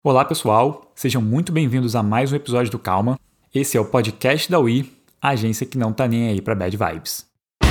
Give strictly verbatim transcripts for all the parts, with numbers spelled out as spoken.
Olá pessoal, sejam muito bem-vindos a mais um episódio do Calma. Esse é o podcast da U I, a agência que não tá nem aí pra bad vibes.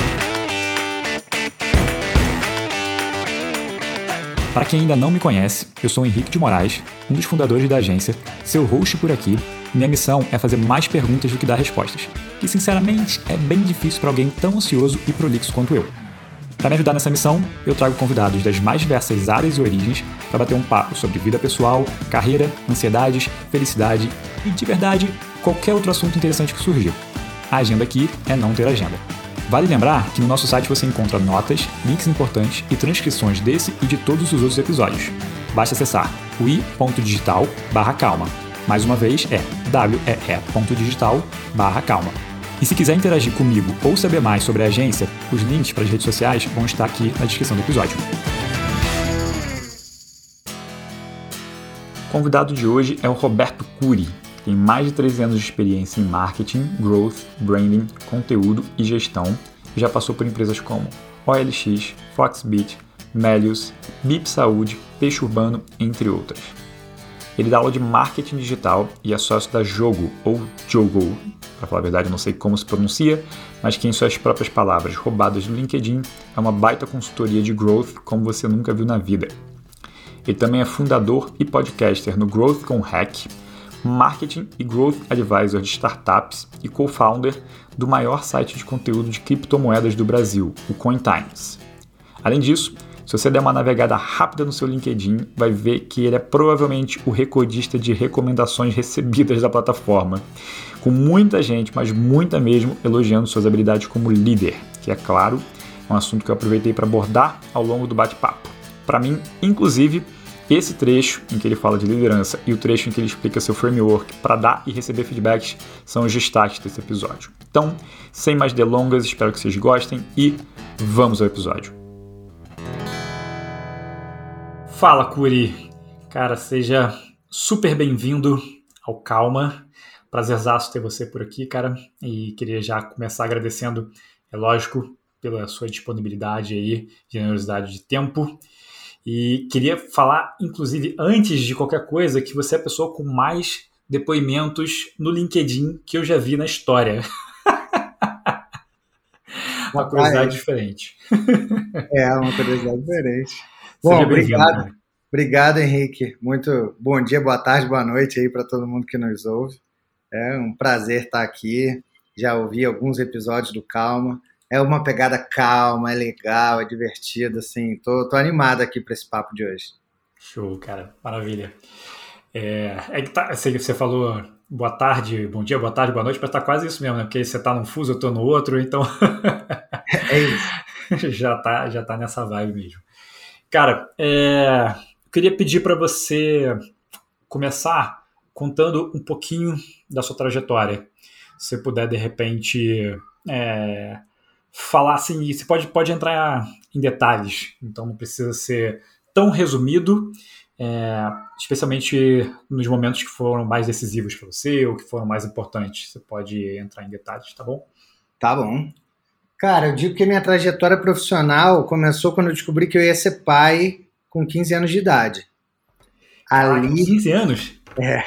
Para quem ainda não me conhece, eu sou o Henrique de Moraes, um dos fundadores da agência, seu host por aqui. Minha missão é fazer mais perguntas do que dar respostas, que sinceramente é bem difícil para alguém tão ansioso e prolixo quanto eu. Para me ajudar nessa missão, eu trago convidados das mais diversas áreas e origens para bater um papo sobre vida pessoal, carreira, ansiedades, felicidade e, de verdade, qualquer outro assunto interessante que surgiu. A agenda aqui é não ter agenda. Vale lembrar que no nosso site você encontra notas, links importantes e transcrições desse e de todos os outros episódios. Basta acessar ui.digital barra calma. Mais uma vez é wee.digital barra calma. E se quiser interagir comigo ou saber mais sobre a agência, os links para as redes sociais vão estar aqui na descrição do episódio. O convidado de hoje é o Roberto Curi. Tem mais de treze anos de experiência em marketing, growth, branding, conteúdo e gestão. E já passou por empresas como O L X, Foxbit, Melius, B I P Saúde, Peixe Urbano, entre outras. Ele dá aula de marketing digital e é sócio da Jogo, ou Jogo. Para falar a verdade, eu não sei como se pronuncia, mas que em suas próprias palavras roubadas do LinkedIn é uma baita consultoria de growth como você nunca viu na vida. Ele também é fundador e podcaster no Growth com Hack, Marketing e Growth Advisor de startups e co-founder do maior site de conteúdo de criptomoedas do Brasil, o CoinTimes. Além disso, se você der uma navegada rápida no seu LinkedIn, vai ver que ele é provavelmente o recordista de recomendações recebidas da plataforma, com muita gente, mas muita mesmo, elogiando suas habilidades como líder, que é claro, é um assunto que eu aproveitei para abordar ao longo do bate-papo. Para mim, inclusive, esse trecho em que ele fala de liderança e o trecho em que ele explica seu framework para dar e receber feedbacks são os destaques desse episódio. Então, sem mais delongas, espero que vocês gostem e vamos ao episódio. Fala, Curi! Cara, seja super bem-vindo ao Calma. Prazerzaço ter você por aqui, cara. E queria já começar agradecendo, é lógico, pela sua disponibilidade aí, generosidade de tempo. E queria falar, inclusive, antes de qualquer coisa, que você é a pessoa com mais depoimentos no LinkedIn que eu já vi na história. Uma curiosidade diferente. É, uma curiosidade diferente. Bom, obrigado, obrigado, Henrique. Muito bom dia, boa tarde, boa noite aí para todo mundo que nos ouve. É um prazer estar aqui. Já ouvi alguns episódios do Calma. É uma pegada calma, é legal, é divertido, assim. Tô, tô animado aqui para esse papo de hoje. Show, cara. Maravilha. É, é que tá, você falou boa tarde, bom dia, boa tarde, boa noite, mas tá quase isso mesmo, né? Porque você tá num fuso, eu tô no outro, então... É isso. já, tá, já tá nessa vibe mesmo. Cara, é, eu queria pedir para você começar contando um pouquinho da sua trajetória. Se você puder, de repente, é, falar assim, você pode, pode entrar em detalhes, então não precisa ser tão resumido, é, especialmente nos momentos que foram mais decisivos para você ou que foram mais importantes. Você pode entrar em detalhes, tá bom? Tá bom. Cara, eu digo que minha trajetória profissional começou quando eu descobri que eu ia ser pai com quinze anos de idade. Ali... Ah, quinze anos? É.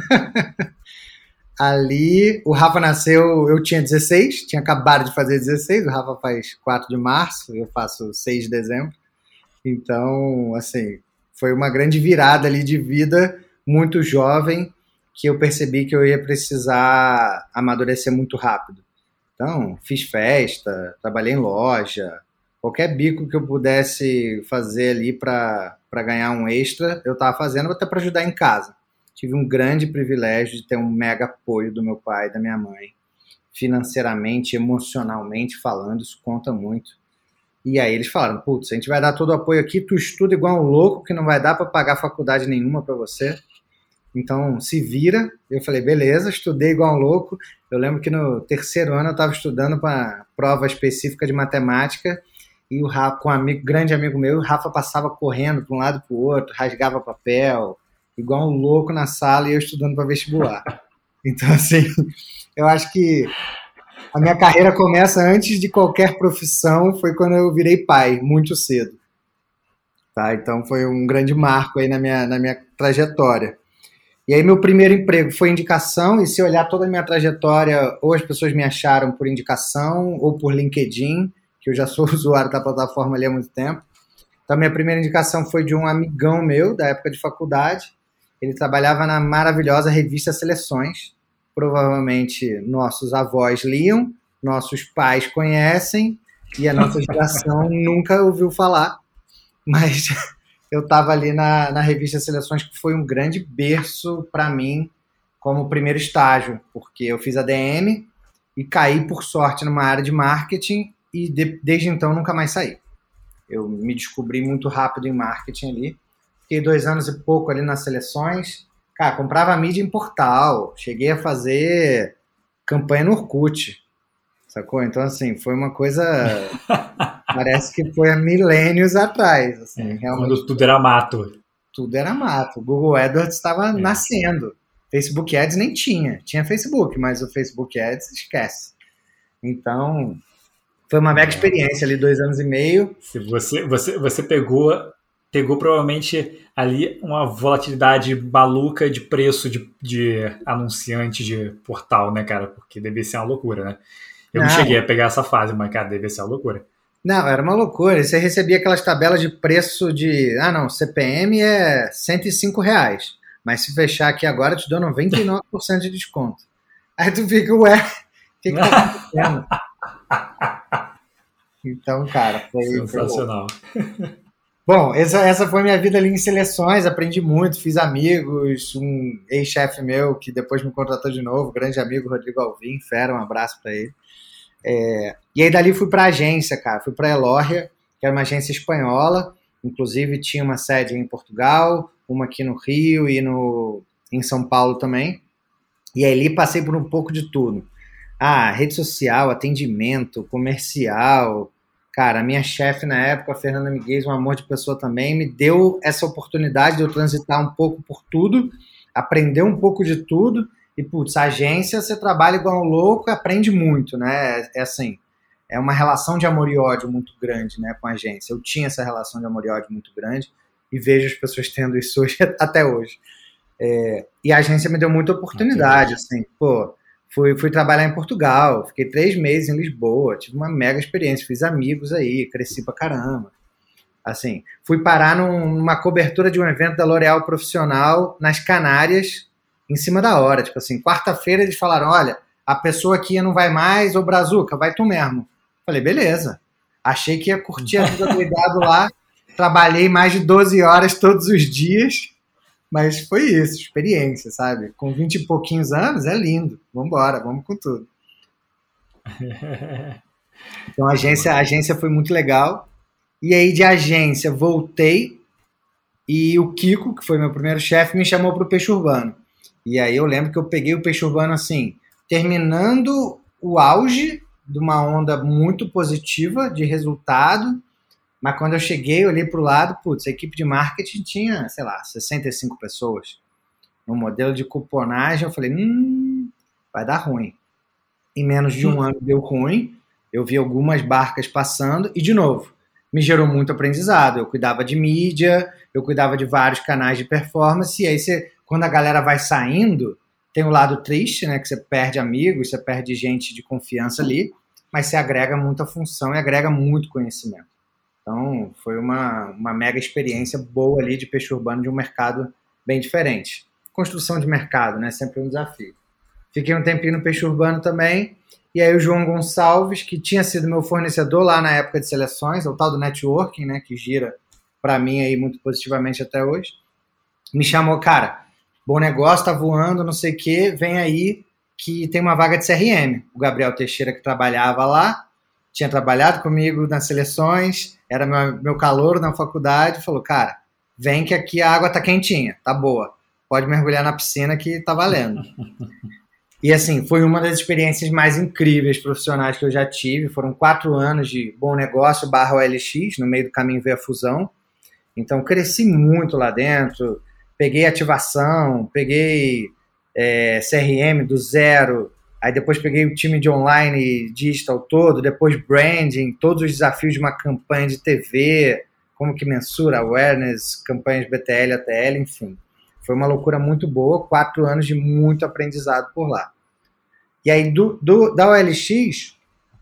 Ali, o Rafa nasceu, eu tinha dezesseis, tinha acabado de fazer dezesseis, o Rafa faz quatro de março, eu faço seis de dezembro. Então, assim, foi uma grande virada ali de vida, muito jovem, que eu percebi que eu ia precisar amadurecer muito rápido. Então, fiz festa, trabalhei em loja, qualquer bico que eu pudesse fazer ali para ganhar um extra, eu estava fazendo até para ajudar em casa. Tive um grande privilégio de ter um mega apoio do meu pai e da minha mãe, financeiramente, emocionalmente falando, isso conta muito. E aí eles falaram, putz, a gente vai dar todo o apoio aqui, tu estuda igual um louco, que não vai dar para pagar faculdade nenhuma para você. Então, se vira. Eu falei, beleza, estudei igual um louco. Eu lembro que no terceiro ano eu estava estudando para prova específica de matemática e o Rafa, com um amigo, grande amigo meu, o Rafa passava correndo para um lado para o outro, rasgava papel, igual um louco na sala e eu estudando para vestibular. Então, assim, eu acho que a minha carreira começa antes de qualquer profissão, foi quando eu virei pai, muito cedo. Tá? Então, foi um grande marco aí na minha, na minha trajetória. E aí meu primeiro emprego foi indicação, e se olhar toda a minha trajetória, ou as pessoas me acharam por indicação, ou por LinkedIn, que eu já sou usuário da plataforma ali há muito tempo. Então, minha primeira indicação foi de um amigão meu, da época de faculdade. Ele trabalhava na maravilhosa revista Seleções. Provavelmente nossos avós liam, nossos pais conhecem, e a nossa geração nunca ouviu falar. Mas eu estava ali na, na revista Seleções, que foi um grande berço para mim como primeiro estágio, porque eu fiz A D M e caí, por sorte, numa área de marketing, e de, desde então nunca mais saí. Eu me descobri muito rápido em marketing ali. Fiquei dois anos e pouco ali nas Seleções. Cara, comprava mídia em portal. Cheguei a fazer campanha no Orkut. Sacou? Então, assim, foi uma coisa... parece que foi há milênios atrás. Assim, é, realmente, quando tudo era mato. Tudo era mato. O Google AdWords estava é. nascendo. Facebook Ads nem tinha. Tinha Facebook, mas o Facebook Ads esquece. Então... foi uma mega experiência ali, dois anos e meio. Se você, você, você pegou, pegou provavelmente ali uma volatilidade maluca de preço de, de anunciante de portal, né, cara? Porque devia ser uma loucura, né? Eu não, não cheguei a pegar essa fase, mas, cara, devia ser uma loucura. Não, era uma loucura. Você recebia aquelas tabelas de preço de... ah, não, C P M é cento e cinco reais. Mas se fechar aqui agora, eu te dou noventa e nove por cento de desconto. Aí tu fica, ué, o que que tá acontecendo? Então, cara, foi... sensacional. Foi bom, essa, essa foi minha vida ali em Seleções, aprendi muito, fiz amigos, um ex-chefe meu que depois me contratou de novo, grande amigo, Rodrigo Alvim, fera, um abraço para ele. É, e aí dali fui para agência, cara, fui para a Elória, que era uma agência espanhola, inclusive tinha uma sede em Portugal, uma aqui no Rio e no, em São Paulo também. E aí ali passei por um pouco de tudo. Ah, rede social, atendimento, comercial. Cara, a minha chefe na época, a Fernanda Miguez, um amor de pessoa também, me deu essa oportunidade de eu transitar um pouco por tudo, aprender um pouco de tudo. E, putz, a agência, você trabalha igual um louco e aprende muito, né? É, é assim, é uma relação de amor e ódio muito grande, né, com a agência. Eu tinha essa relação de amor e ódio muito grande e vejo as pessoas tendo isso hoje, até hoje. É, e a agência me deu muita oportunidade, assim, pô... Fui, fui trabalhar em Portugal, fiquei três meses em Lisboa, tive uma mega experiência, fiz amigos aí, cresci pra caramba. Assim, fui parar num, numa cobertura de um evento da L'Oréal profissional nas Canárias, em cima da hora. Tipo assim, quarta-feira eles falaram, olha, a pessoa aqui não vai mais, ô Brazuca, vai tu mesmo. Falei, beleza. Achei que ia curtir a vida doidado lá, trabalhei mais de doze horas todos os dias. Mas foi isso, experiência, sabe? Com vinte e pouquinhos anos, é lindo. Vamos embora, vamos com tudo. Então, a agência, a agência foi muito legal. E aí, de agência, voltei. E o Kiko, que foi meu primeiro chefe, me chamou para o Peixe Urbano. E aí, eu lembro que eu peguei o Peixe Urbano, assim, terminando o auge de uma onda muito positiva de resultado. Mas quando eu cheguei, eu olhei para o lado, putz, a equipe de marketing tinha, sei lá, sessenta e cinco pessoas. No modelo de cuponagem, eu falei, hum, vai dar ruim. Em menos de um ano deu ruim, eu vi algumas barcas passando, e de novo, me gerou muito aprendizado. Eu cuidava de mídia, eu cuidava de vários canais de performance, e aí você, quando a galera vai saindo, tem o lado triste, né, que você perde amigos, você perde gente de confiança ali, mas você agrega muita função e agrega muito conhecimento. Então, foi uma, uma mega experiência boa ali de peixe urbano de um mercado bem diferente. Construção de mercado, né? Sempre um desafio. Fiquei um tempinho no peixe urbano também, e aí o João Gonçalves, que tinha sido meu fornecedor lá na época de Seleções, o tal do networking, né? Que gira para mim aí muito positivamente até hoje, me chamou, cara, bom negócio, tá voando, não sei o quê, vem aí que tem uma vaga de C R M. O Gabriel Teixeira, que trabalhava lá, tinha trabalhado comigo nas Seleções, era meu, meu calouro na faculdade, falou, cara, vem que aqui a água tá quentinha, tá boa, pode mergulhar na piscina que tá valendo. E assim, foi uma das experiências mais incríveis profissionais que eu já tive, foram quatro anos de bom negócio barra O L X, no meio do caminho veio a fusão, então cresci muito lá dentro, peguei ativação, peguei é, C R M do zero, aí depois peguei o time de online digital todo, depois branding, todos os desafios de uma campanha de T V, como que mensura awareness, campanhas B T L, A T L, enfim. foi uma loucura muito boa, quatro anos de muito aprendizado por lá. E aí, do, do, da O L X,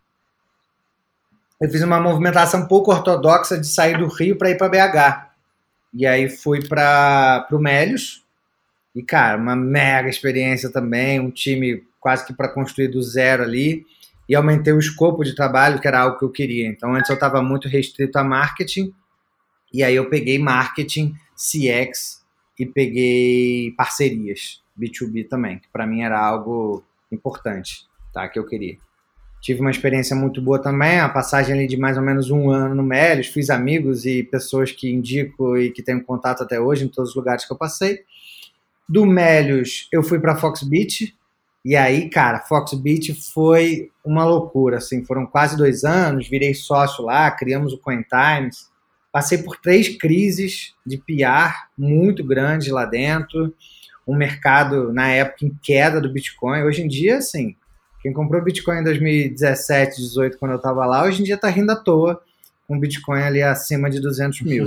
eu fiz uma movimentação um pouco ortodoxa de sair do Rio para ir para B H. E aí fui para o Melius, e, cara, uma mega experiência também, um time quase que para construir do zero ali, e aumentei o escopo de trabalho, que era algo que eu queria. Então, antes eu estava muito restrito a marketing, e aí eu peguei marketing, C X, e peguei parcerias, B dois B também, que para mim era algo importante, tá, que eu queria. Tive uma experiência muito boa também, a passagem ali de mais ou menos um ano no Melius, fiz amigos e pessoas que indico e que tenho contato até hoje em todos os lugares que eu passei. Do Melius, eu fui para Foxbit, e aí, cara, Foxbit foi uma loucura, assim, foram quase dois anos, virei sócio lá, criamos o CoinTimes, passei por três crises de P R muito grandes lá dentro, um mercado, na época, em queda do Bitcoin. Hoje em dia, assim, quem comprou Bitcoin em dois mil e dezessete, dezoito, quando eu estava lá, hoje em dia está rindo à toa, com Bitcoin ali acima de duzentos mil.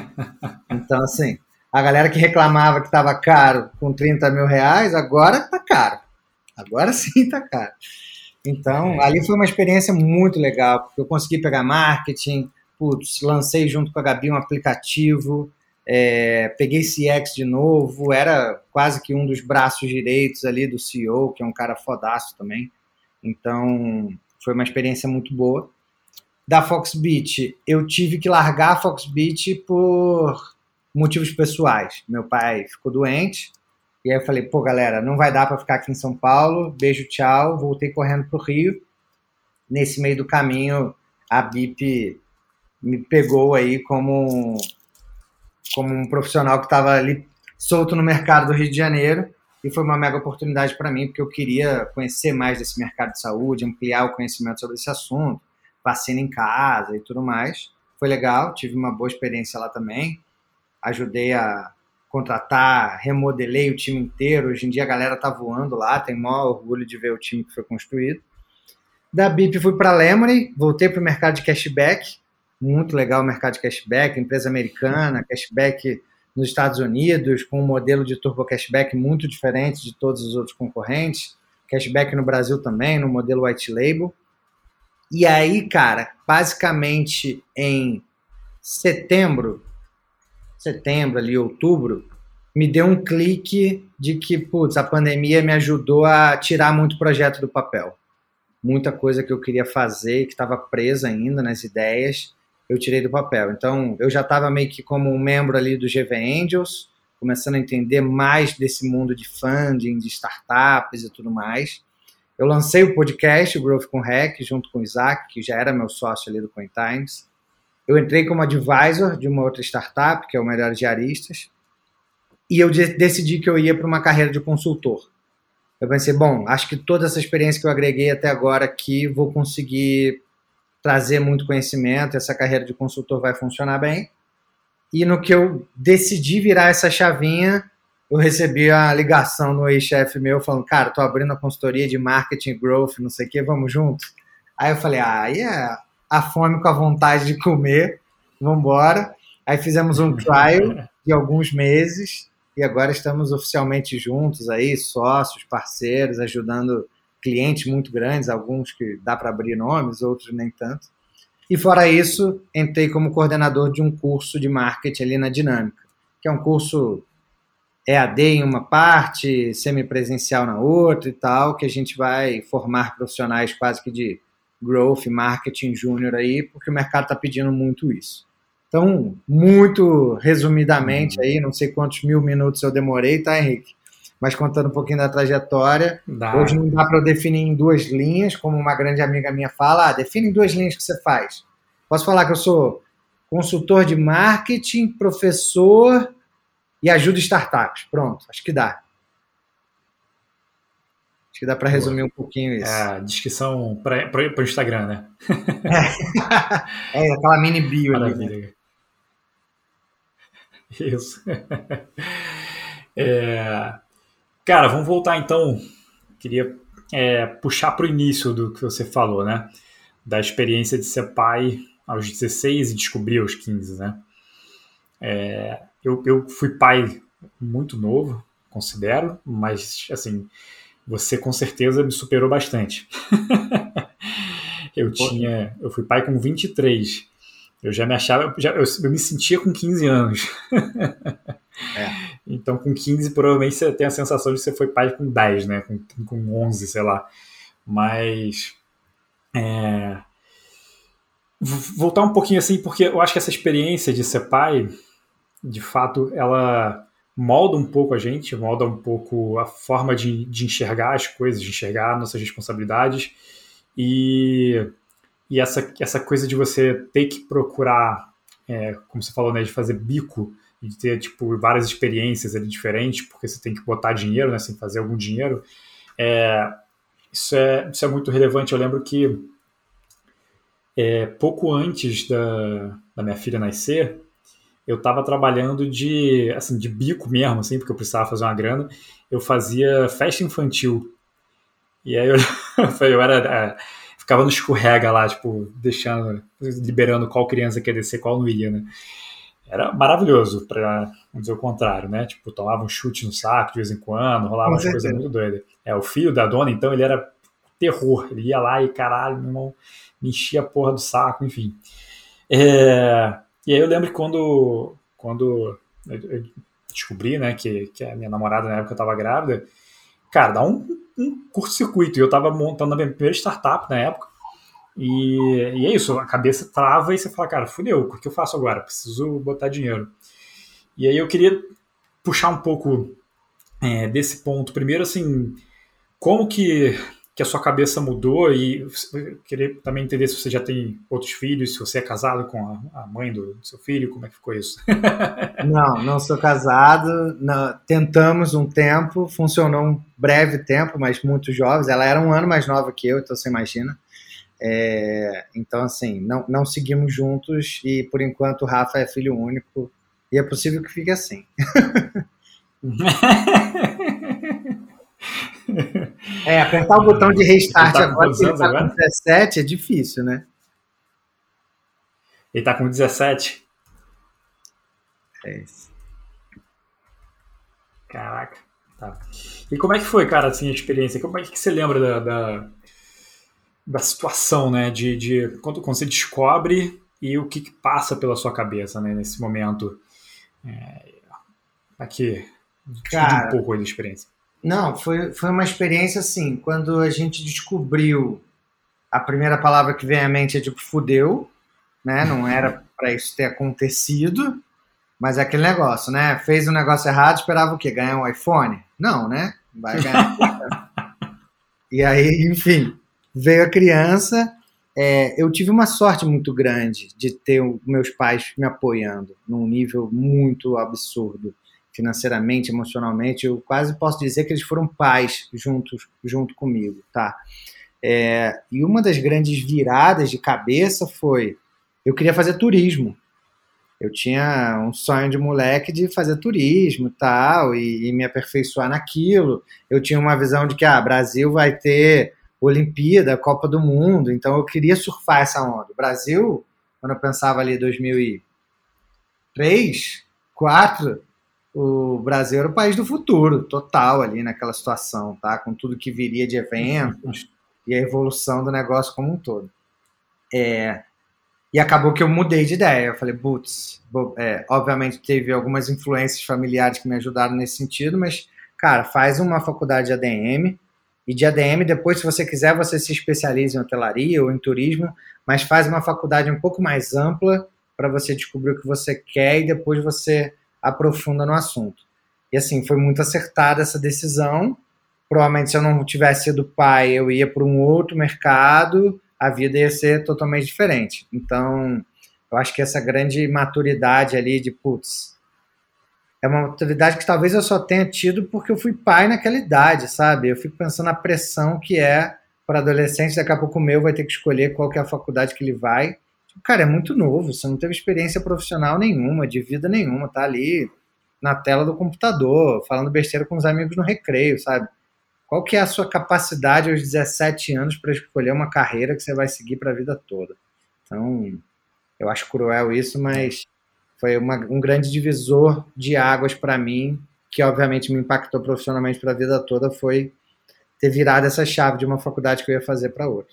Então, assim, a galera que reclamava que estava caro com trinta mil reais, agora está caro. Agora sim está caro. Então, ali foi uma experiência muito legal, porque eu consegui pegar marketing, putz, lancei junto com a Gabi um aplicativo, é, peguei C X de novo, era quase que um dos braços direitos ali do C E O, que é um cara fodaço também. Então, foi uma experiência muito boa. Da Foxbit, eu tive que largar a Foxbit por motivos pessoais. Meu pai ficou doente, e aí eu falei, pô, galera, não vai dar para ficar aqui em São Paulo, beijo, tchau, voltei correndo pro Rio. Nesse meio do caminho, a B I P me pegou aí como, como um profissional que estava ali solto no mercado do Rio de Janeiro, e foi uma mega oportunidade para mim, porque eu queria conhecer mais desse mercado de saúde, ampliar o conhecimento sobre esse assunto, vacina em casa e tudo mais. Foi legal, tive uma boa experiência lá também, ajudei a contratar, remodelei o time inteiro, hoje em dia a galera tá voando lá, tem maior orgulho de ver o time que foi construído. Da B I P fui para a Lemonade, voltei para o mercado de cashback, muito legal o mercado de cashback, empresa americana, cashback nos Estados Unidos, com um modelo de turbo cashback muito diferente de todos os outros concorrentes, cashback no Brasil também, no modelo white label. E aí, cara, basicamente em setembro, setembro ali, outubro, me deu um clique de que, putz, a pandemia me ajudou a tirar muito projeto do papel. Muita coisa que eu queria fazer, que estava presa ainda nas ideias, eu tirei do papel. Então, eu já estava meio que como um membro ali do G V Angels, começando a entender mais desse mundo de funding, de startups e tudo mais. Eu lancei o podcast, o Growth com Hack, junto com o Isaac, que já era meu sócio ali do CoinTimes. Eu entrei como advisor de uma outra startup, que é o Melhores Diaristas, e eu de- decidi que eu ia para uma carreira de consultor. Eu pensei, bom, acho que toda essa experiência que eu agreguei até agora aqui, vou conseguir trazer muito conhecimento, essa carreira de consultor vai funcionar bem. E no que eu decidi virar essa chavinha, eu recebi a ligação do ex-chefe meu falando, cara, tô abrindo a consultoria de marketing, growth, não sei o quê, vamos junto? Aí eu falei, ah, aí é a fome com a vontade de comer, vamos embora. Aí fizemos um trial de alguns meses e agora estamos oficialmente juntos aí, sócios, parceiros, ajudando clientes muito grandes, alguns que dá para abrir nomes, outros nem tanto. E fora isso, entrei como coordenador de um curso de marketing ali na Dinâmica, que é um curso E A D em uma parte, semipresencial na outra e tal, que a gente vai formar profissionais quase que de growth, marketing júnior aí, porque o mercado está pedindo muito isso. Então, muito resumidamente aí, não sei quantos mil minutos eu demorei, tá, Henrique? Mas contando um pouquinho da trajetória, Dá. Hoje não dá para eu definir em duas linhas, como uma grande amiga minha fala, ah, define em duas linhas que você faz. Posso falar que eu sou consultor de marketing, professor e ajudo startups. Pronto, acho que dá. Acho que dá para resumir um pouquinho isso. É a descrição para o Instagram, né? É, é aquela mini bio ali. Maravilha. Né? Isso. É... Cara, vamos voltar então. Queria é, puxar para o início do que você falou, né? Da experiência de ser pai aos dezesseis e descobrir aos quinze, né? É, eu, eu fui pai muito novo, considero, mas, assim, você com certeza me superou bastante. eu tinha, eu fui pai com vinte e três. Eu já me achava, já, eu, eu me sentia com quinze anos. É. Então, com quinze, provavelmente você tem a sensação de que você foi pai com dez, né? Com, com onze, sei lá. Mas, é, voltar um pouquinho assim, porque eu acho que essa experiência de ser pai, de fato, ela molda um pouco a gente, molda um pouco a forma de, de enxergar as coisas, de enxergar nossas responsabilidades. E, e essa, essa coisa de você ter que procurar, é, como você falou, né, de fazer bico, de ter tipo, várias experiências ali diferentes, porque você tem que botar dinheiro, né, assim, fazer algum dinheiro, é, isso, é, isso é muito relevante. Eu lembro que é, pouco antes da, da minha filha nascer, eu estava trabalhando de, assim, de bico mesmo, assim, porque eu precisava fazer uma grana. Eu fazia festa infantil. E aí eu, eu era, é, ficava no escorrega lá, tipo, deixando, liberando qual criança quer descer, qual não ia, né? Era maravilhoso, para não dizer o contrário, né? Tipo, tomava um chute no saco de vez em quando, rolava Com umas coisas certeza. muito doidas. É, o filho da dona, então, ele era terror. Ele ia lá e, caralho, meu irmão, me enchia a porra do saco, enfim. É, e aí eu lembro que quando, quando eu descobri, né, que, que a minha namorada na época estava grávida, cara, dá um, um curto-circuito. E eu estava montando a minha primeira startup na época. E, e é isso, a cabeça trava e você fala, cara, fudeu, o que eu faço agora? Preciso botar dinheiro. E aí eu queria puxar um pouco é, desse ponto. Primeiro, assim, como que, que a sua cabeça mudou e querer também entender se você já tem outros filhos, se você é casado com a, a mãe do, do seu filho, como é que ficou isso? Não, não sou casado. Não, tentamos um tempo, funcionou um breve tempo, mas muito jovens. Ela era um ano mais nova que eu, então você imagina. É, então, assim, não, não seguimos juntos e, por enquanto, o Rafa é filho único e é possível que fique assim. É, apertar o botão de Ele restart tá com agora, quantos que ele anos está com agora? dezessete, é difícil, né? Ele tá com dezessete. É isso. Caraca. Tá. E como é que foi, cara, assim, a experiência? Como é que você lembra da, da, da situação, né? De, de quando, quando você descobre e o que, que passa pela sua cabeça, né? Nesse momento. É, aqui, divide um Cara, pouco aí da experiência. não, foi, foi uma experiência assim, quando a gente descobriu, a primeira palavra que vem à mente é tipo, fudeu, né? Não era para isso ter acontecido, mas é aquele negócio, né? Fez um negócio errado, esperava o quê? Ganhar um iPhone? Não, né? Vai ganhar. E aí, enfim, veio a criança. É, eu tive uma sorte muito grande de ter o- meus pais me apoiando num nível muito absurdo, financeiramente, emocionalmente. Eu quase posso dizer que eles foram pais juntos, junto comigo, tá? É, e uma das grandes viradas de cabeça foi: eu queria fazer turismo. Eu tinha um sonho de moleque de fazer turismo tal, e, e me aperfeiçoar naquilo. Eu tinha uma visão de que ah, Brasil vai ter Olimpíada, Copa do Mundo, então eu queria surfar essa onda. O Brasil, quando eu pensava ali em dois mil e três, quatro, o Brasil era o país do futuro, total ali naquela situação, tá? Com tudo que viria de eventos e a evolução do negócio como um todo. É, e acabou que eu mudei de ideia. Eu falei, putz, é, obviamente teve algumas influências familiares que me ajudaram nesse sentido, mas, cara, faz uma faculdade de A D M, e de A D M, depois, se você quiser, você se especializa em hotelaria ou em turismo, mas faz uma faculdade um pouco mais ampla para você descobrir o que você quer e depois você aprofunda no assunto. E assim, foi muito acertada essa decisão. Provavelmente, se eu não tivesse sido pai, eu ia para um outro mercado, a vida ia ser totalmente diferente. Então, eu acho que essa grande maturidade ali de, putz, é uma maturidade que talvez eu só tenha tido porque eu fui pai naquela idade, sabe? Eu fico pensando na pressão que é para adolescente, daqui a pouco o meu vai ter que escolher qual que é a faculdade que ele vai. Cara, é muito novo, você não teve experiência profissional nenhuma, de vida nenhuma, tá ali na tela do computador, falando besteira com os amigos no recreio, sabe? Qual que é a sua capacidade aos dezessete anos para escolher uma carreira que você vai seguir para a vida toda? Então, eu acho cruel isso, É. mas foi uma, um grande divisor de águas para mim que obviamente me impactou profissionalmente para a vida toda foi ter virado essa chave de uma faculdade que eu ia fazer para outra.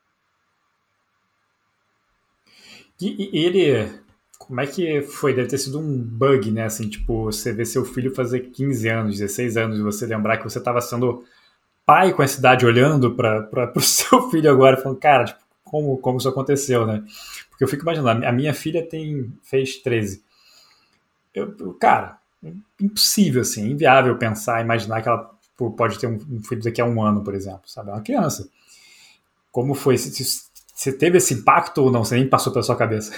E, e ele, como é que foi? Deve ter sido um bug, né? Assim, tipo, você ver seu filho fazer quinze anos, dezesseis anos, e você lembrar que você estava sendo pai com essa idade olhando para o seu filho agora, falando, cara, tipo, como, como isso aconteceu, né? Porque eu fico imaginando, a minha filha tem, fez treze. Eu, eu, cara, é impossível, assim, é inviável pensar, imaginar que ela pô, pode ter um, um filho daqui a um ano, por exemplo, sabe? É uma criança. Como foi? Você teve esse impacto ou não? Você nem passou pela sua cabeça?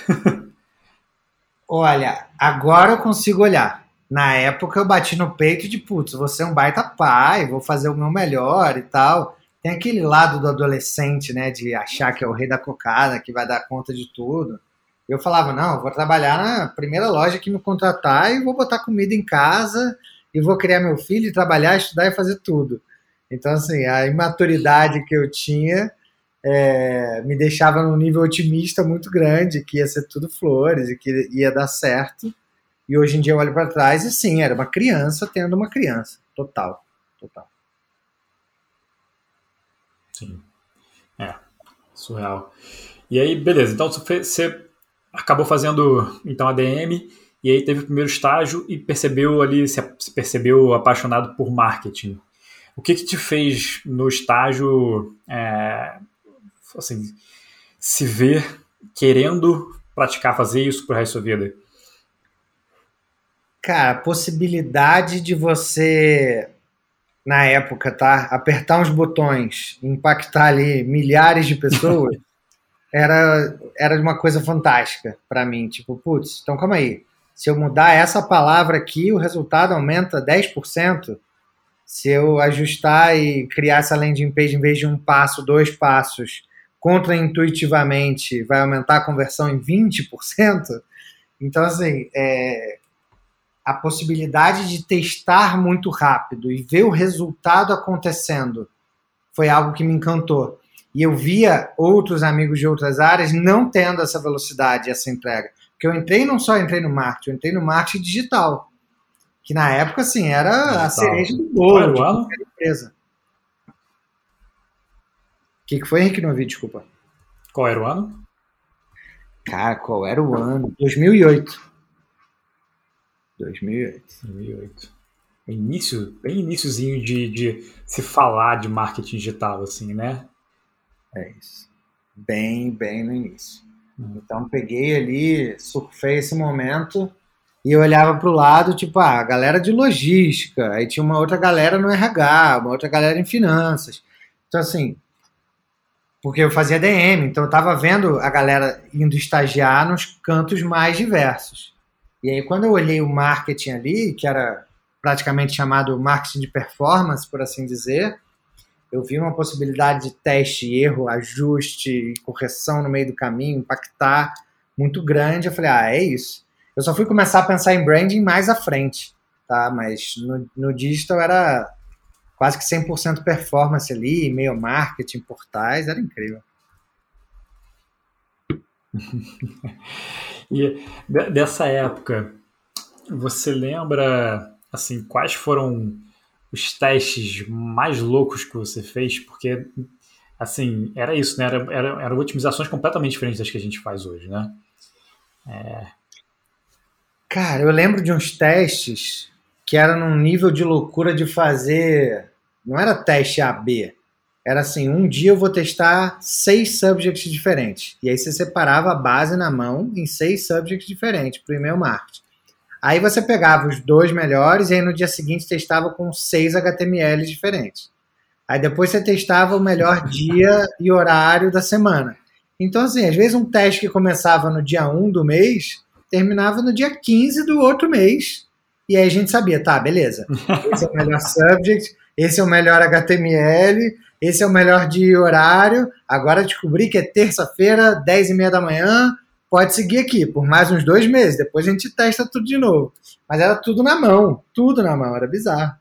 Olha, agora eu consigo olhar. Na época eu bati no peito de, putz, você é um baita pai, vou fazer o meu melhor e tal. Tem aquele lado do adolescente, né, de achar que é o rei da cocada, que vai dar conta de tudo. Eu falava, não, eu vou trabalhar na primeira loja que me contratar e vou botar comida em casa e vou criar meu filho, trabalhar, estudar e fazer tudo. Então, assim, a imaturidade que eu tinha é, me deixava num nível otimista muito grande, que ia ser tudo flores e que ia dar certo. E hoje em dia eu olho para trás e sim, era uma criança tendo uma criança. Total, total. Sim. É, surreal. E aí, beleza. Então você acabou fazendo então a D M e aí teve o primeiro estágio e percebeu ali, se percebeu apaixonado por marketing. O que que te fez no estágio é, assim, se ver querendo praticar, fazer isso pro resto da sua vida? Cara, a possibilidade de você, na época, tá, apertar uns botões, impactar ali milhares de pessoas, era, era uma coisa fantástica para mim. Tipo, putz, então calma aí. Se eu mudar essa palavra aqui, o resultado aumenta dez por cento. Se eu ajustar e criar essa landing page em vez de um passo, dois passos, contraintuitivamente, vai aumentar a conversão em vinte por cento. Então, assim, é, a possibilidade de testar muito rápido e ver o resultado acontecendo foi algo que me encantou. E eu via outros amigos de outras áreas não tendo essa velocidade, essa entrega. Porque eu entrei, não só entrei no marketing, eu entrei no marketing digital. Que na época, assim, era digital. A cereja do bolo de qualquer empresa. O que, que foi, Henrique? Não ouvi, desculpa. Qual era o ano? Cara, qual era o ano? dois mil e oito. dois mil e oito. dois mil e oito. Início, bem iniciozinho de, de se falar de marketing digital, assim, né? É isso. Bem, bem no início. Hum. Então, peguei ali, surfei esse momento e eu olhava para o lado, tipo, ah, a galera de logística, aí tinha uma outra galera no R H, uma outra galera em finanças. Então, assim, porque eu fazia D M, então eu estava vendo a galera indo estagiar nos cantos mais diversos. E aí, quando eu olhei o marketing ali, que era praticamente chamado marketing de performance, por assim dizer, eu vi uma possibilidade de teste, erro, ajuste, correção no meio do caminho, impactar muito grande. Eu falei, ah, é isso. Eu só fui começar a pensar em branding mais à frente, tá? Mas no, no digital era quase que cem por cento performance ali, e-mail marketing, portais, era incrível. E dessa época, você lembra, assim, quais foram os testes mais loucos que você fez? Porque, assim, era isso, né? Era, era, eram otimizações completamente diferentes das que a gente faz hoje, né? É... Cara, eu lembro de uns testes que eram num nível de loucura de fazer... Não era teste A B. Era assim, um dia eu vou testar seis subjects diferentes. E aí você separava a base na mão em seis subjects diferentes para o e-mail marketing. Aí você pegava os dois melhores e aí no dia seguinte testava com seis H T M Ls diferentes. Aí depois você testava o melhor dia e horário da semana. Então, assim, às vezes um teste que começava no dia um do mês terminava no dia quinze do outro mês. E aí a gente sabia, tá, beleza. Esse é o melhor subject, esse é o melhor H T M L, esse é o melhor dia e horário. Agora descobri que é terça-feira, dez e meia da manhã, pode seguir aqui por mais uns dois meses. Depois a gente testa tudo de novo. Mas era tudo na mão, tudo na mão, era bizarro.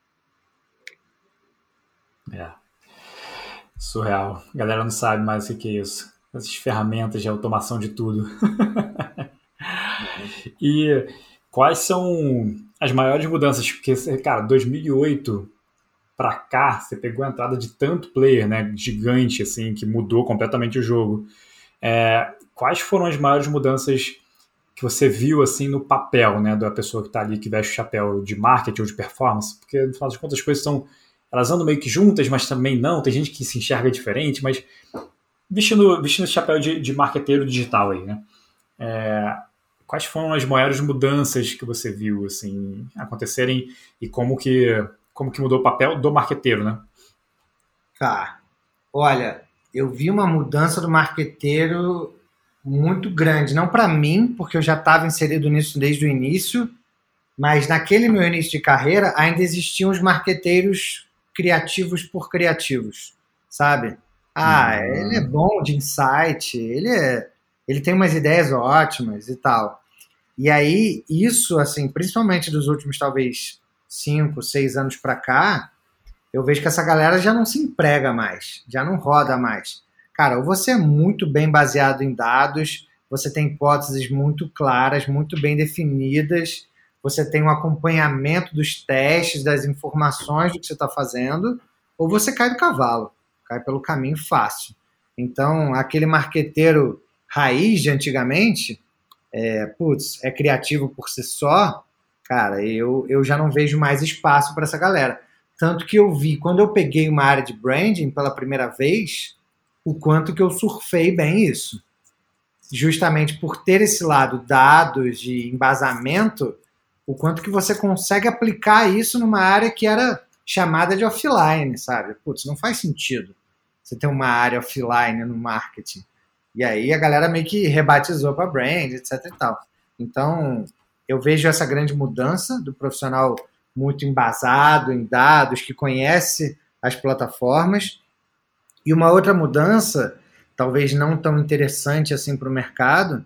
É. Surreal. A galera não sabe mais o que é isso. Essas ferramentas de automação de tudo. E quais são as maiores mudanças? Porque, cara, dois mil e oito para cá, você pegou a entrada de tanto player, né, gigante, assim, que mudou completamente o jogo. É, quais foram as maiores mudanças que você viu, assim, no papel, né, da pessoa que está ali, que veste o chapéu de marketing ou de performance? Porque, no final das contas, as coisas são, elas andam meio que juntas, mas também não. Tem gente que se enxerga diferente, mas vestindo, vestindo esse chapéu de, de marqueteiro digital aí, né? É, quais foram as maiores mudanças que você viu, assim, acontecerem e como que como que mudou o papel do marqueteiro, né? Tá. Olha, eu vi uma mudança do marqueteiro muito grande. Não para mim, porque eu já estava inserido nisso desde o início, mas naquele meu início de carreira ainda existiam os marqueteiros criativos por criativos, sabe? Ah, ele é Uhum. bom de insight, ele, é, ele tem umas ideias ótimas e tal. E aí, isso, assim, principalmente dos últimos, talvez, cinco, seis anos para cá, eu vejo que essa galera já não se emprega mais, já não roda mais. Cara, ou você é muito bem baseado em dados, você tem hipóteses muito claras, muito bem definidas, você tem um acompanhamento dos testes, das informações do que você está fazendo, ou você cai do cavalo, cai pelo caminho fácil. Então, aquele marqueteiro raiz de antigamente, é, putz, é criativo por si só, cara, eu, eu já não vejo mais espaço para essa galera. Tanto que eu vi, quando eu peguei uma área de branding pela primeira vez, o quanto que eu surfei bem isso. Justamente por ter esse lado dados de embasamento, o quanto que você consegue aplicar isso numa área que era chamada de offline, sabe? Putz, não faz sentido você ter uma área offline no marketing. E aí a galera meio que rebatizou para brand, etc e tal. Então, eu vejo essa grande mudança do profissional muito embasado em dados, que conhece as plataformas. E uma outra mudança, talvez não tão interessante assim para o mercado,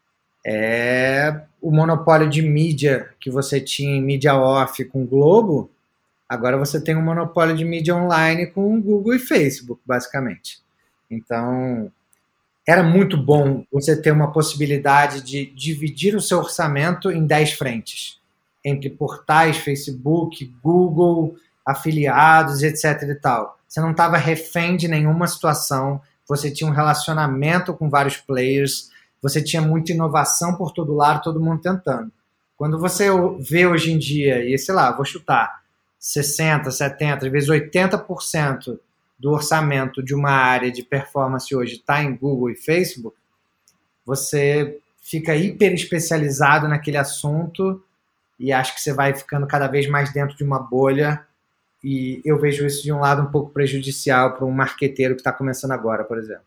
é o monopólio de mídia que você tinha em mídia off com o Globo. Agora você tem um monopólio de mídia online com o Google e Facebook, basicamente. Então, era muito bom você ter uma possibilidade de dividir o seu orçamento em dez frentes, entre portais, Facebook, Google, afiliados, etc e tal. Você não estava refém de nenhuma situação, você tinha um relacionamento com vários players, você tinha muita inovação por todo lado, todo mundo tentando. Quando você vê hoje em dia, e sei lá, vou chutar, sessenta, setenta, às vezes oitenta por cento do orçamento de uma área de performance hoje está em Google e Facebook, você fica hiper especializado naquele assunto e acho que você vai ficando cada vez mais dentro de uma bolha, e eu vejo isso de um lado um pouco prejudicial para um marqueteiro que está começando agora, por exemplo.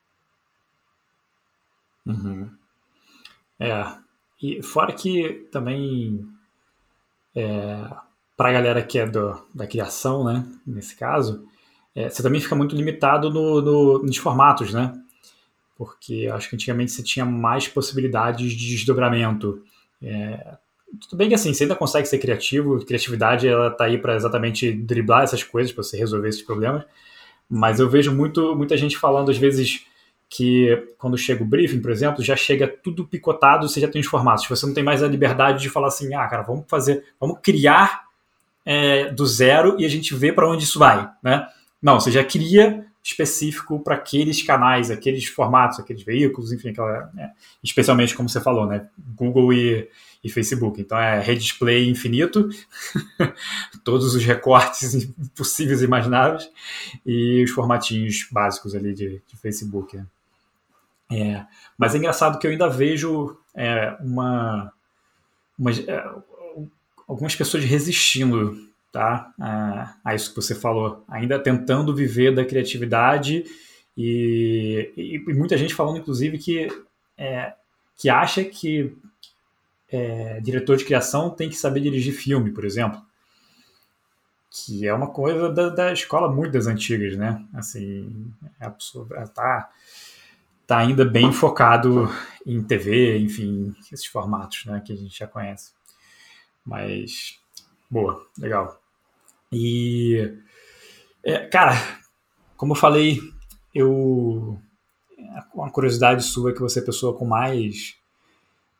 Uhum. É, e fora que também é, para a galera que é do, da criação, né, nesse caso, é, você também fica muito limitado no, no, nos formatos, né? Porque acho que antigamente você tinha mais possibilidades de desdobramento. É, tudo bem que assim, você ainda consegue ser criativo, criatividade ela tá aí para exatamente driblar essas coisas, para você resolver esses problemas, mas eu vejo muito, muita gente falando às vezes que quando chega o briefing, por exemplo, já chega tudo picotado, você já tem os formatos, você não tem mais a liberdade de falar assim, ah, cara, vamos fazer, vamos criar é, do zero e a gente vê para onde isso vai, né? Não, você já cria específico para aqueles canais, aqueles formatos, aqueles veículos, enfim, aquela, né? Especialmente como você falou, né? Google e, e Facebook. Então é redisplay infinito, todos os recortes possíveis e imagináveis e os formatinhos básicos ali de, de Facebook. Né? É, mas é engraçado que eu ainda vejo é, uma, uma é, algumas pessoas resistindo, tá, a, a isso que você falou, ainda tentando viver da criatividade e, e, e muita gente falando, inclusive, que, é, que acha que é, diretor de criação tem que saber dirigir filme, por exemplo, que é uma coisa da, da escola muito das antigas, né? Assim, a pessoa tá, tá ainda bem focado em T V, enfim, esses formatos, né, que a gente já conhece. Mas, boa, legal. E, é, cara, como eu falei, eu, uma curiosidade sua é que você é a pessoa com mais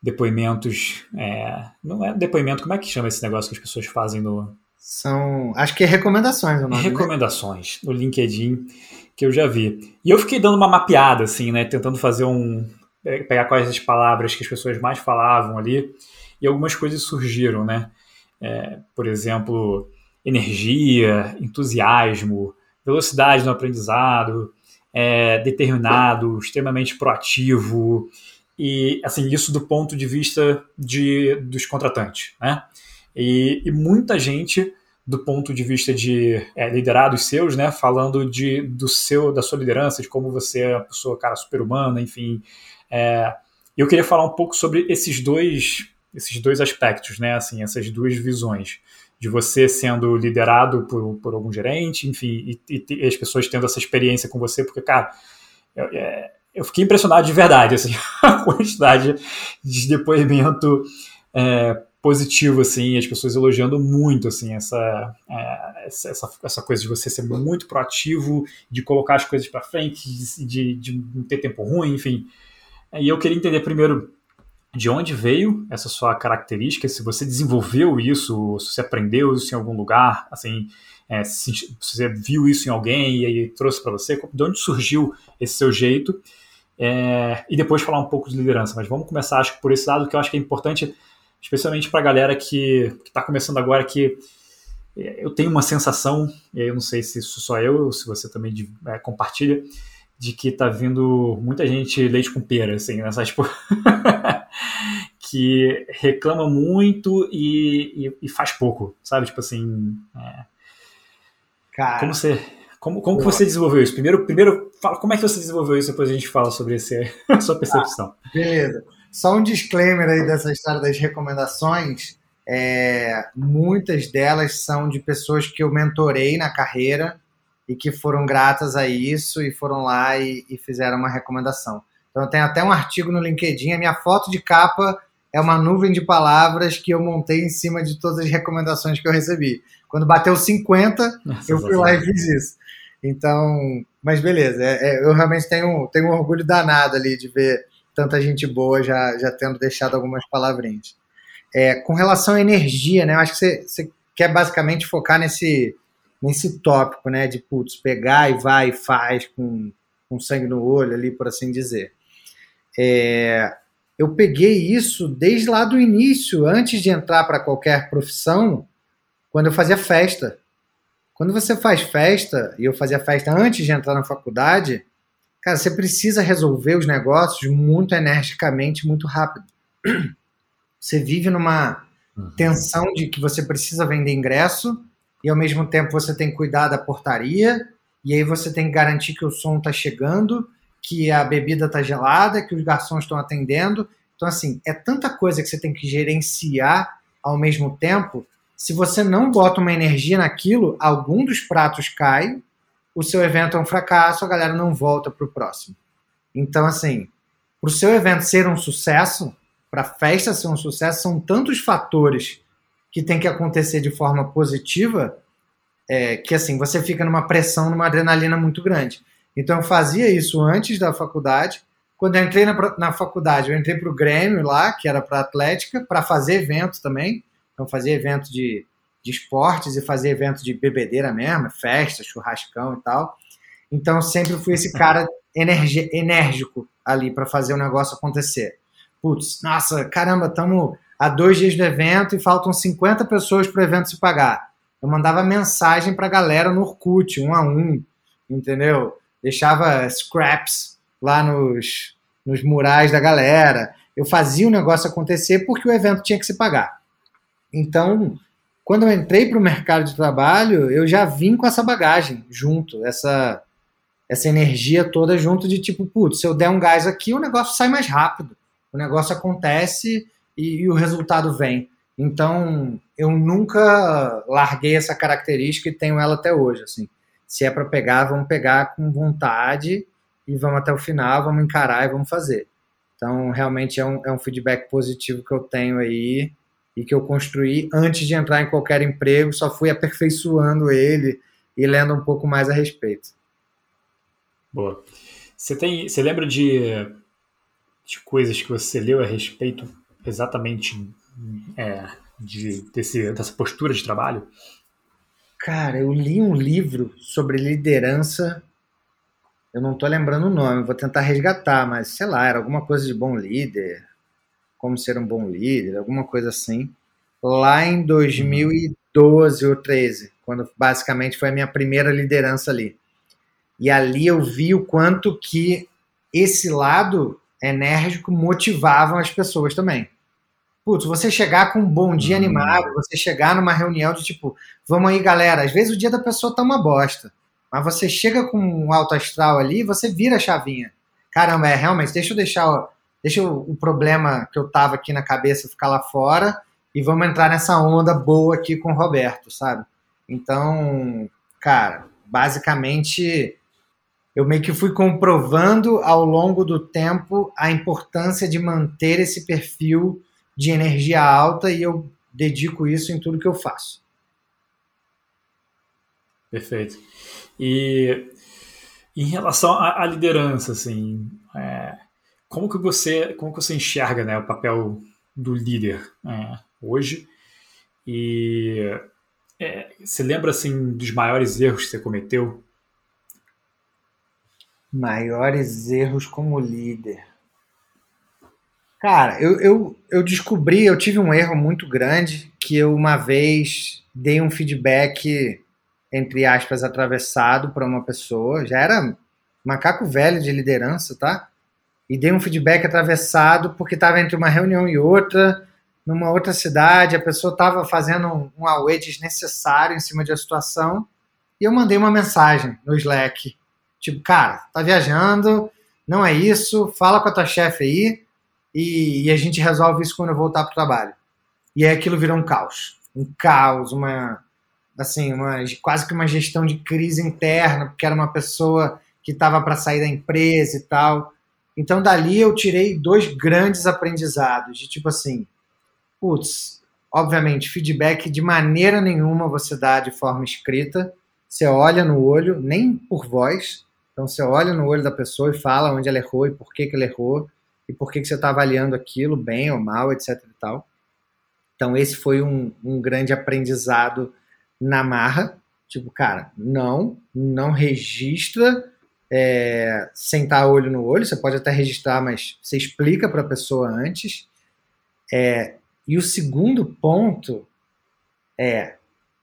depoimentos, é, não é depoimento, como é que chama esse negócio que as pessoas fazem no... São, acho que é recomendações o nome, recomendações, né? No LinkedIn, que eu já vi. E eu fiquei dando uma mapeada, assim, né, tentando fazer um... pegar quais as palavras que as pessoas mais falavam ali, e algumas coisas surgiram, né? É, por exemplo, energia, entusiasmo, velocidade no aprendizado, é, determinado, extremamente proativo, e assim, isso do ponto de vista de, dos contratantes, né? E, e muita gente do ponto de vista de é, liderados seus, né, falando de, do seu, da sua liderança, de como você é uma pessoa, cara, super-humana, enfim. É, eu queria falar um pouco sobre esses dois, esses dois aspectos, né, assim, essas duas visões, de você sendo liderado por, por algum gerente, enfim, e, e, e as pessoas tendo essa experiência com você, porque, cara, eu, é, eu fiquei impressionado de verdade, assim, a quantidade de depoimento é, positivo, assim, as pessoas elogiando muito, assim, essa, é, essa, essa coisa de você ser muito proativo, de colocar as coisas para frente, de, de, de não ter tempo ruim, enfim. E eu queria entender primeiro de onde veio essa sua característica, se você desenvolveu isso, se você aprendeu isso em algum lugar, assim, é, se você viu isso em alguém e aí trouxe para você, de onde surgiu esse seu jeito, é, e depois falar um pouco de liderança. Mas vamos começar, acho que por esse lado, que eu acho que é importante, especialmente para a galera que está começando agora, que eu tenho uma sensação, e aí eu não sei se isso só eu ou se você também é, compartilha, de que tá vindo muita gente leite com pera, assim, né? Tipo, que reclama muito e, e, e faz pouco, sabe? Tipo assim, é... Cara, como você, como, como que você desenvolveu isso? Primeiro, primeiro fala como é que você desenvolveu isso, depois a gente fala sobre esse, a sua percepção. Ah, beleza. Só um disclaimer aí dessa história das recomendações. É, muitas delas são de pessoas que eu mentorei na carreira e que foram gratas a isso e foram lá e, e fizeram uma recomendação. Então, eu tenho até um artigo no LinkedIn, a minha foto de capa é uma nuvem de palavras que eu montei em cima de todas as recomendações que eu recebi. Quando bateu cinquenta, Nossa, eu fui lá e fiz isso. Então, mas beleza, é, é, eu realmente tenho, tenho um orgulho danado ali de ver tanta gente boa já, já tendo deixado algumas palavrinhas. É, com relação à energia, né, eu acho que você, você quer basicamente focar nesse... nesse tópico, né, de, putz, pegar e vai e faz com, com sangue no olho ali, por assim dizer. É, eu peguei isso desde lá do início, antes de entrar para qualquer profissão, quando eu fazia festa. Quando você faz festa, e eu fazia festa antes de entrar na faculdade, cara, você precisa resolver os negócios muito energicamente, muito rápido. Você vive numa tensão de que você precisa vender ingresso, e ao mesmo tempo você tem que cuidar da portaria, e aí você tem que garantir que o som está chegando, que a bebida está gelada, que os garçons estão atendendo. Então, assim, é tanta coisa que você tem que gerenciar ao mesmo tempo. Se você não bota uma energia naquilo, algum dos pratos cai, o seu evento é um fracasso, a galera não volta para o próximo. Então, assim, para o seu evento ser um sucesso, para a festa ser um sucesso, são tantos fatores que tem que acontecer de forma positiva, é, que assim, você fica numa pressão, numa adrenalina muito grande. Então eu fazia isso antes da faculdade. Quando eu entrei na, na faculdade, eu entrei para o Grêmio lá, que era para Atlética, para fazer evento também. Então fazia evento de, de esportes e fazia evento de bebedeira mesmo, festa, churrascão e tal. Então eu sempre fui esse cara energi, enérgico ali para fazer o negócio acontecer. Putz, nossa, caramba, estamos há dois dias do evento e faltam cinquenta pessoas para o evento se pagar. Eu mandava mensagem para a galera no Orkut, um a um, entendeu? Deixava scraps lá nos, nos murais da galera. Eu fazia o negócio acontecer porque o evento tinha que se pagar. Então, quando eu entrei para o mercado de trabalho, eu já vim com essa bagagem junto, essa, essa energia toda junto de tipo, putz, se eu der um gás aqui, o negócio sai mais rápido. O negócio acontece e, e o resultado vem. Então, eu nunca larguei essa característica e tenho ela até hoje. Assim. Se é para pegar, vamos pegar com vontade e vamos até o final, vamos encarar e vamos fazer. Então, realmente é um, é um feedback positivo que eu tenho aí e que eu construí antes de entrar em qualquer emprego, só fui aperfeiçoando ele e lendo um pouco mais a respeito. Boa. Você, tem, você lembra de, de coisas que você leu a respeito exatamente é, de, desse, dessa postura de trabalho? Cara, eu li um livro sobre liderança, eu não tô lembrando o nome, vou tentar resgatar, mas sei lá, era alguma coisa de bom líder, como ser um bom líder, alguma coisa assim, lá em Uhum. dois mil e doze ou treze, quando basicamente foi a minha primeira liderança ali. E ali eu vi o quanto que esse lado enérgico motivava as pessoas também. Putz, você chegar com um bom dia animado, Hum, você chegar numa reunião de tipo, vamos aí, galera. Às vezes o dia da pessoa tá uma bosta, mas você chega com um alto astral ali, você vira a chavinha. Caramba, é realmente, deixa eu deixar, o- deixa o, o problema que eu tava aqui na cabeça ficar lá fora e vamos entrar nessa onda boa aqui com o Roberto, sabe? Então, cara, basicamente eu meio que fui comprovando ao longo do tempo a importância de manter esse perfil de energia alta e eu dedico isso em tudo que eu faço. perfeito. E em relação à, à liderança, assim, é, como que você, como que você enxerga, né, o papel do líder é, hoje? E é, você lembra assim dos maiores erros que você cometeu? Maiores erros como líder. Cara, eu, eu, eu descobri, eu tive um erro muito grande que eu uma vez dei um feedback, entre aspas, atravessado para uma pessoa, já era macaco velho de liderança, tá? E dei um feedback atravessado porque estava entre uma reunião e outra, numa outra cidade, a pessoa estava fazendo um, um auê desnecessário em cima de uma situação, e eu mandei uma mensagem no Slack, tipo, cara, tá viajando, não é isso, fala com a tua chefe aí, e, e a gente resolve isso quando eu voltar pro trabalho. E aí aquilo virou um caos. Um caos, uma, assim, uma, quase que uma gestão de crise interna, porque era uma pessoa que estava para sair da empresa e tal. Então, dali eu tirei dois grandes aprendizados, de tipo assim, putz, obviamente, feedback de maneira nenhuma você dá de forma escrita, você olha no olho, nem por voz, então você olha no olho da pessoa e fala onde ela errou e por que, que ela errou, e por que, que você está avaliando aquilo, bem ou mal, etc e tal. Então, esse foi um, um grande aprendizado na marra. Tipo, cara, não, não registra é, sem estar olho no olho. Você pode até registrar, mas você explica para a pessoa antes. E o segundo ponto é,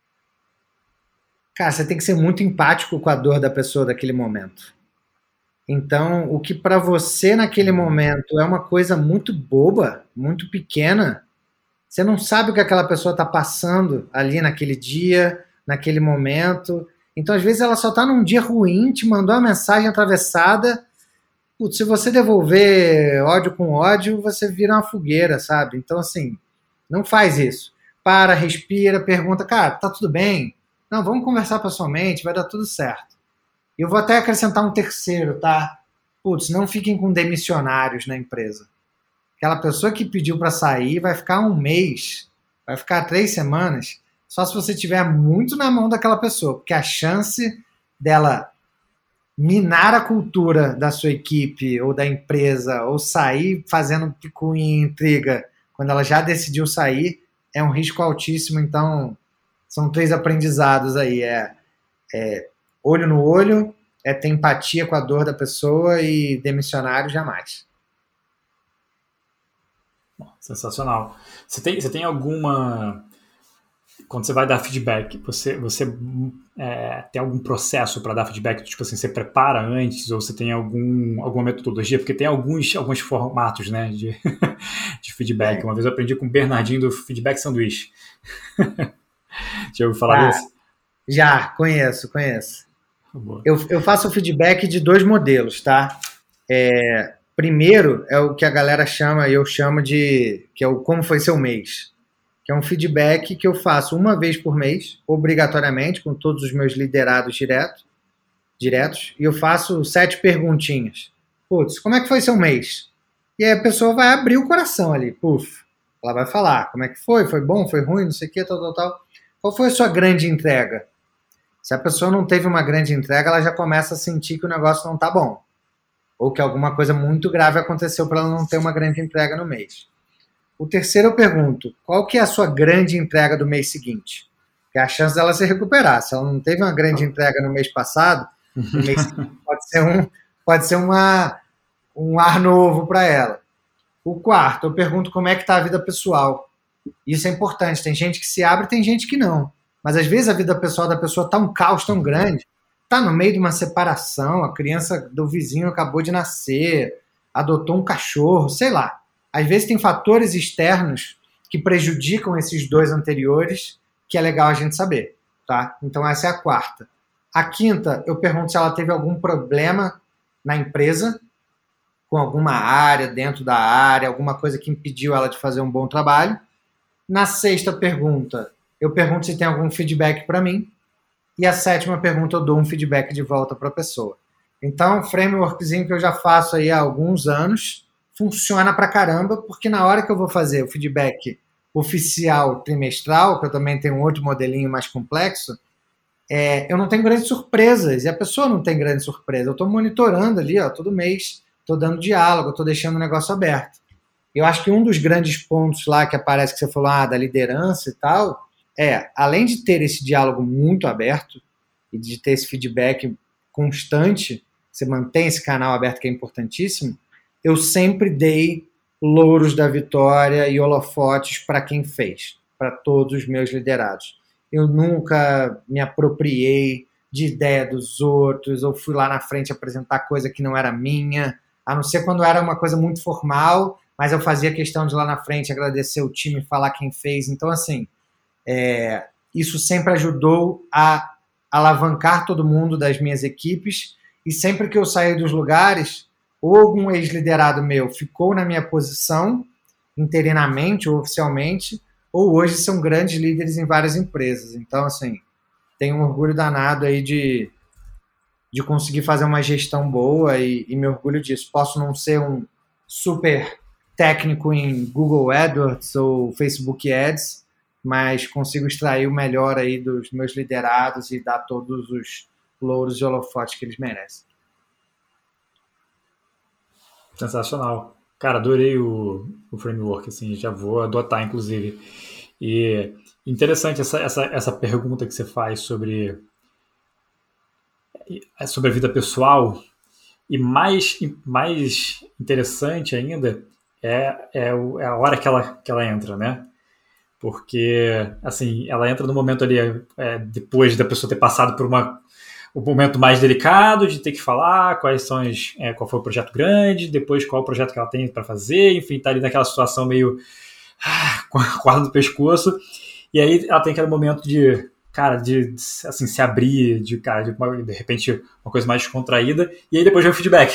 cara, você tem que ser muito empático com a dor da pessoa daquele momento. Então, o que para você naquele Hum, momento é uma coisa muito boba, muito pequena, você não sabe o que aquela pessoa está passando ali naquele dia, naquele momento. Então, às vezes, ela só está num dia ruim, te mandou uma mensagem atravessada. Putz, se você devolver ódio com ódio, você vira uma fogueira, sabe? Então, assim, não faz isso. Para, respira, pergunta, cara, tá tudo bem? Não, vamos conversar pessoalmente, vai dar tudo certo. E eu vou até acrescentar um terceiro, tá? Putz, não fiquem com demissionários na empresa. Aquela pessoa que pediu para sair vai ficar um mês, vai ficar três semanas, só se você tiver muito na mão daquela pessoa, porque a chance dela minar a cultura da sua equipe ou da empresa ou sair fazendo picuinha e intriga quando ela já decidiu sair é um risco altíssimo. Então, são três aprendizados aí. É, é olho no olho, é ter empatia com a dor da pessoa e demissionário jamais. sensacional. Você tem, você tem alguma. Quando você vai dar feedback, você, você é, tem algum processo para dar feedback? Tipo assim, você prepara antes ou você tem algum, alguma metodologia? Porque tem alguns, alguns formatos, né, de, de feedback. Tem. Uma vez eu aprendi com o Bernardinho do Feedback Sanduíche. Já ouviu falar Tá, desse? já, conheço, conheço. Boa. Eu, eu faço o feedback de dois modelos, tá? É, primeiro é o que a galera chama, e eu chamo de, que é o como foi seu mês, que é um feedback que eu faço uma vez por mês, obrigatoriamente, com todos os meus liderados direto, diretos, e eu faço sete perguntinhas. Putz, como é que foi seu mês? E aí a pessoa vai abrir o coração ali, puf. Ela vai falar como é que foi, foi bom, foi ruim, não sei o que, tal, tal, tal. Qual foi a sua grande entrega? Se a pessoa não teve uma grande entrega, ela já começa a sentir que o negócio não tá bom. Ou que alguma coisa muito grave aconteceu para ela não ter uma grande entrega no mês. O terceiro eu pergunto, qual que é a sua grande entrega do mês seguinte? Que é a chance dela se recuperar. Se ela não teve uma grande entrega no mês passado, no mês seguinte pode ser, um, pode ser uma, um ar novo para ela. O quarto, eu pergunto como é que está a vida pessoal. Isso é importante. Tem gente que se abre, tem gente que não. Mas às vezes a vida pessoal da pessoa está um caos tão grande, está no meio de uma separação, a criança do vizinho acabou de nascer, adotou um cachorro, sei lá. Às vezes tem fatores externos que prejudicam esses dois anteriores, que é legal a gente saber, tá? Então essa é a quarta. A quinta, eu pergunto se ela teve algum problema na empresa, com alguma área, dentro da área, alguma coisa que impediu ela de fazer um bom trabalho. Na sexta pergunta, eu pergunto se tem algum feedback para mim. E a sétima pergunta, eu dou um feedback de volta para a pessoa. Então, um frameworkzinho que eu já faço aí há alguns anos, funciona pra caramba, porque na hora que eu vou fazer o feedback oficial trimestral, que eu também tenho um outro modelinho mais complexo, é, eu não tenho grandes surpresas, e a pessoa não tem grande surpresa. Eu estou monitorando ali, ó, todo mês, estou dando diálogo, estou deixando o negócio aberto. Eu acho que um dos grandes pontos lá que aparece, que você falou, ah, da liderança e tal, é, além de ter esse diálogo muito aberto, e de ter esse feedback constante, você mantém esse canal aberto, que é importantíssimo, eu sempre dei louros da vitória e holofotes para quem fez, para todos os meus liderados. Eu nunca me apropriei de ideia dos outros, ou fui lá na frente apresentar coisa que não era minha, a não ser quando era uma coisa muito formal, mas eu fazia questão de ir lá na frente agradecer o time e falar quem fez. Então, assim, é, isso sempre ajudou a alavancar todo mundo das minhas equipes, e sempre que eu saí dos lugares, ou algum ex-liderado meu ficou na minha posição, interinamente ou oficialmente, ou hoje são grandes líderes em várias empresas. Então, assim, tenho um orgulho danado aí de, de conseguir fazer uma gestão boa e, e me orgulho disso. Posso não ser um super técnico em Google AdWords ou Facebook Ads, mas consigo extrair o melhor aí dos meus liderados e dar todos os louros e holofotes que eles merecem. Sensacional. Cara, adorei o, o framework, assim, já vou adotar, inclusive. E interessante essa, essa, essa pergunta que você faz sobre, sobre a vida pessoal, e mais, mais interessante ainda é, é, o, é a hora que ela, que ela entra, né? Porque, assim, ela entra no momento ali, é, depois da pessoa ter passado por uma o momento mais delicado de ter que falar quais são as, é, qual foi o projeto grande, depois qual é o projeto que ela tem para fazer, enfim, tá ali naquela situação meio ah, com a corda no pescoço, e aí ela tem aquele momento de, cara, de, assim, se abrir, de, cara, de, uma, de repente uma coisa mais descontraída, e aí depois vem o feedback.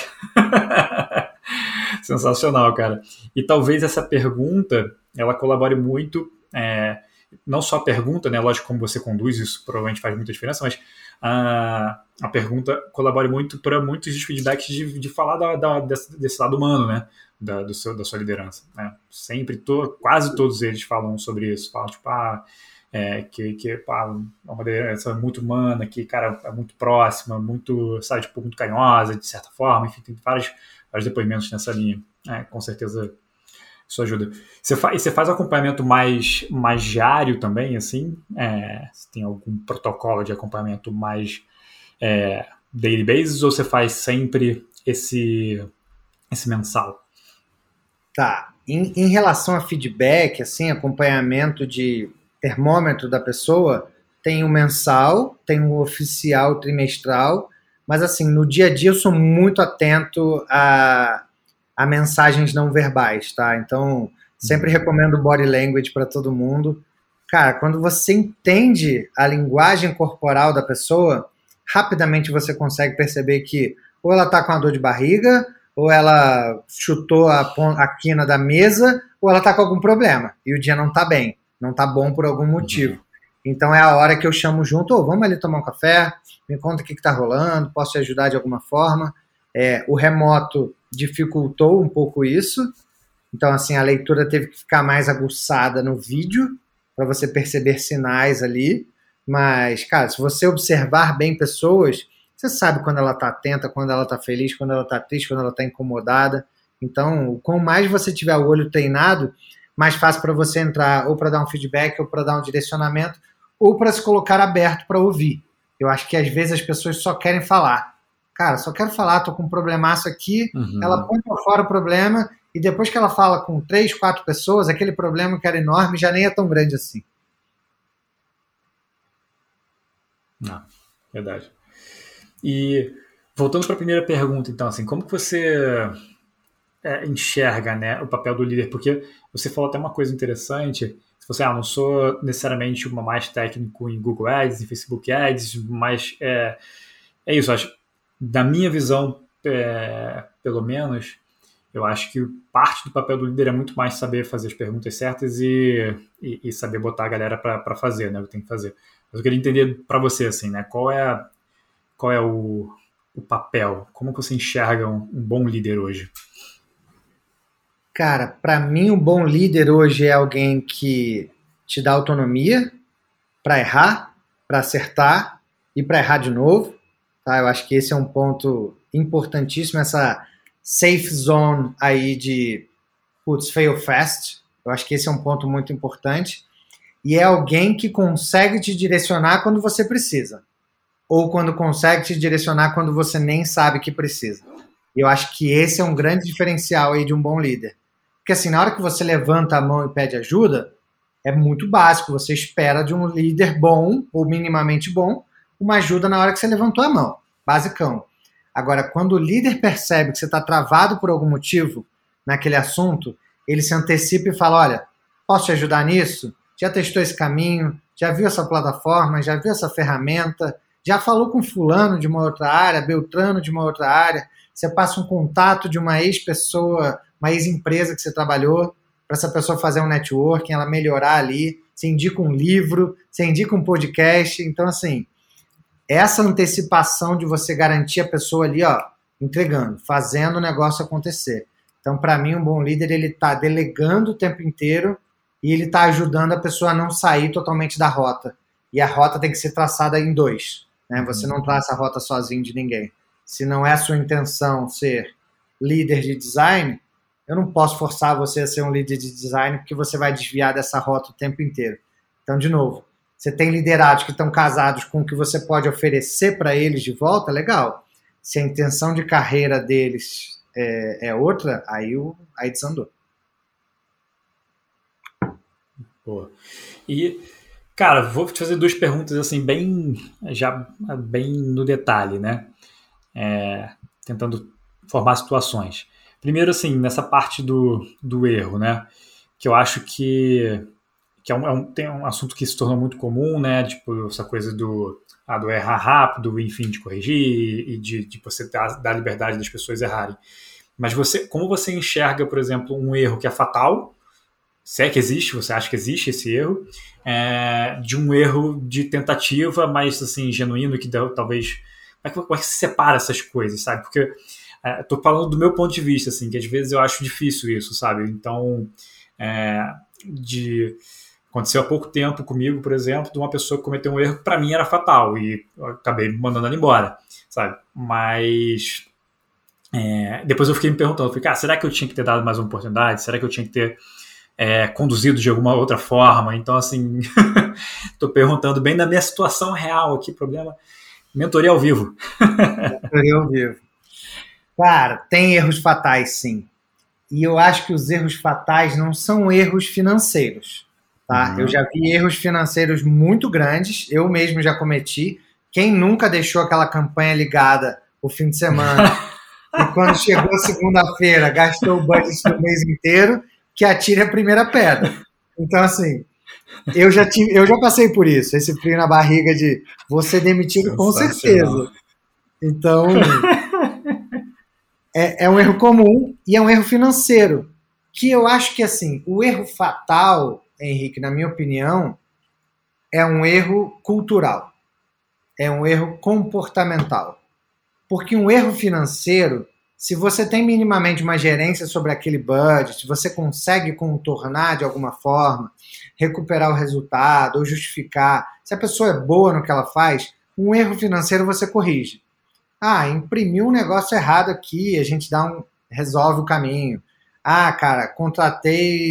Sensacional, cara. E talvez essa pergunta, ela colabore muito, é, não só a pergunta, né, lógico, como você conduz, isso provavelmente faz muita diferença, mas a, a pergunta colabora muito para muitos dos feedbacks de, de falar da, da, desse, desse lado humano, né, da, do seu, da sua liderança, né? Sempre, to, quase todos eles falam sobre isso, falam tipo, ah, é, que, que pá, é uma liderança muito humana, que, cara, é muito próxima, muito, sabe, tipo, muito carinhosa, de certa forma, enfim, tem vários, vários depoimentos nessa linha, é, com certeza isso ajuda. Você faz, você faz acompanhamento mais, mais diário também, assim? É, você tem algum protocolo de acompanhamento mais é, daily basis, ou você faz sempre esse, esse mensal? Tá. Em, em relação a feedback, assim, acompanhamento de termômetro da pessoa, tem o mensal, tem o oficial trimestral, mas assim, no dia a dia eu sou muito atento a a mensagens não verbais, tá? Então, sempre recomendo body language para todo mundo. Cara, quando você entende a linguagem corporal da pessoa, rapidamente você consegue perceber que ou ela tá com uma dor de barriga, ou ela chutou a, a quina da mesa, ou ela tá com algum problema, e o dia não tá bem, não tá bom por algum motivo. Uhum. Então é a hora que eu chamo junto, oh, vamos ali tomar um café, me conta o que que tá rolando, posso te ajudar de alguma forma. É, o remoto dificultou um pouco isso, então assim, a leitura teve que ficar mais aguçada no vídeo, para você perceber sinais ali, mas, cara, se você observar bem pessoas, você sabe quando ela está atenta, quando ela está feliz, quando ela está triste, quando ela está incomodada. Então, quanto mais você tiver o olho treinado, mais fácil para você entrar ou para dar um feedback ou para dar um direcionamento ou para se colocar aberto para ouvir. Eu acho que às vezes as pessoas só querem falar. Cara, só quero falar, tô com um problemaço aqui, uhum. Ela põe para fora o problema e depois que ela fala com três, quatro pessoas, aquele problema que era enorme já nem é tão grande assim. Não, verdade. E voltando para a primeira pergunta, então, assim, como que você é, enxerga, né, o papel do líder? Porque você falou até uma coisa interessante, se você, ah, não sou necessariamente uma mais técnico em Google Ads, em Facebook Ads, mas é, é isso, acho, da minha visão, é, pelo menos, eu acho que parte do papel do líder é muito mais saber fazer as perguntas certas e, e, e saber botar a galera para fazer, né, o que tem que fazer. Mas eu queria entender para você, assim, né, qual é, qual é o, o papel, como você enxerga um, um bom líder hoje? Cara, para mim um bom líder hoje é alguém que te dá autonomia para errar, para acertar e para errar de novo. Tá? Eu acho que esse é um ponto importantíssimo, essa safe zone aí de putz, fail fast. Eu acho que esse é um ponto muito importante. E é alguém que consegue te direcionar quando você precisa. Ou quando consegue te direcionar quando você nem sabe que precisa. E eu acho que esse é um grande diferencial aí de um bom líder. Porque assim, na hora que você levanta a mão e pede ajuda, é muito básico. Você espera de um líder bom, ou minimamente bom, uma ajuda na hora que você levantou a mão. Basicão. Agora, quando o líder percebe que você está travado por algum motivo naquele assunto, ele se antecipa e fala, olha, posso te ajudar nisso? Já testou esse caminho? Já viu essa plataforma? Já viu essa ferramenta? Já falou com fulano de uma outra área, beltrano de uma outra área? Você passa um contato de uma ex-pessoa, uma ex-empresa que você trabalhou, para essa pessoa fazer um networking, ela melhorar ali, você indica um livro, você indica um podcast. Então, assim, essa antecipação de você garantir a pessoa ali, ó, entregando, fazendo o negócio acontecer. Então, para mim, um bom líder, ele está delegando o tempo inteiro e ele está ajudando a pessoa a não sair totalmente da rota. E a rota tem que ser traçada em dois. Né? Você não traça a rota sozinho de ninguém. Se não é a sua intenção ser líder de design, eu não posso forçar você a ser um líder de design porque você vai desviar dessa rota o tempo inteiro. Então, de novo, você tem liderados que estão casados com o que você pode oferecer para eles de volta, legal. Se a intenção de carreira deles é, é outra, aí, o, aí desandou. Boa. E, cara, vou te fazer duas perguntas assim, bem, já bem no detalhe, né? É, tentando formar situações. Primeiro, assim, nessa parte do, do erro, né? Que eu acho que, que é um, é um, tem um assunto que se tornou muito comum, né? Tipo, essa coisa do, ah, do errar rápido, enfim, de corrigir e de, de você dar, dar liberdade das pessoas errarem. Mas você, como você enxerga, por exemplo, um erro que é fatal, se é que existe, você acha que existe esse erro, é, de um erro de tentativa, mas assim, genuíno, que deu, talvez... Como é, que, como é que se separa essas coisas, sabe? Porque é, tô falando do meu ponto de vista, assim, que às vezes eu acho difícil isso, sabe? Então, é, de... aconteceu há pouco tempo comigo, por exemplo, de uma pessoa que cometeu um erro que para mim era fatal e eu acabei me mandando ela embora, sabe? Mas... É, depois eu fiquei me perguntando, falei, cara, será que eu tinha que ter dado mais uma oportunidade? Será que eu tinha que ter é, conduzido de alguma outra forma? Então, assim, tô perguntando bem da minha situação real aqui, problema, mentoria ao vivo. Mentoria ao vivo. Cara, tem erros fatais, sim. E eu acho que os erros fatais não são erros financeiros, tá? Uhum. Eu já vi erros financeiros muito grandes, eu mesmo já cometi. Quem nunca deixou aquela campanha ligada o fim de semana e quando chegou segunda-feira gastou o budget do mês inteiro, que atire a primeira pedra. Então, assim, eu já, tive, eu já passei por isso, esse frio na barriga de você demitido com certeza. Então, é, é um erro comum e é um erro financeiro, que eu acho que, assim, o erro fatal, Henrique, na minha opinião, é um erro cultural, é um erro comportamental. Porque um erro financeiro, se você tem minimamente uma gerência sobre aquele budget, se você consegue contornar de alguma forma, recuperar o resultado ou justificar, se a pessoa é boa no que ela faz, um erro financeiro você corrige. Ah, imprimiu um negócio errado aqui, a gente dá um, resolve o caminho. Ah, cara, contratei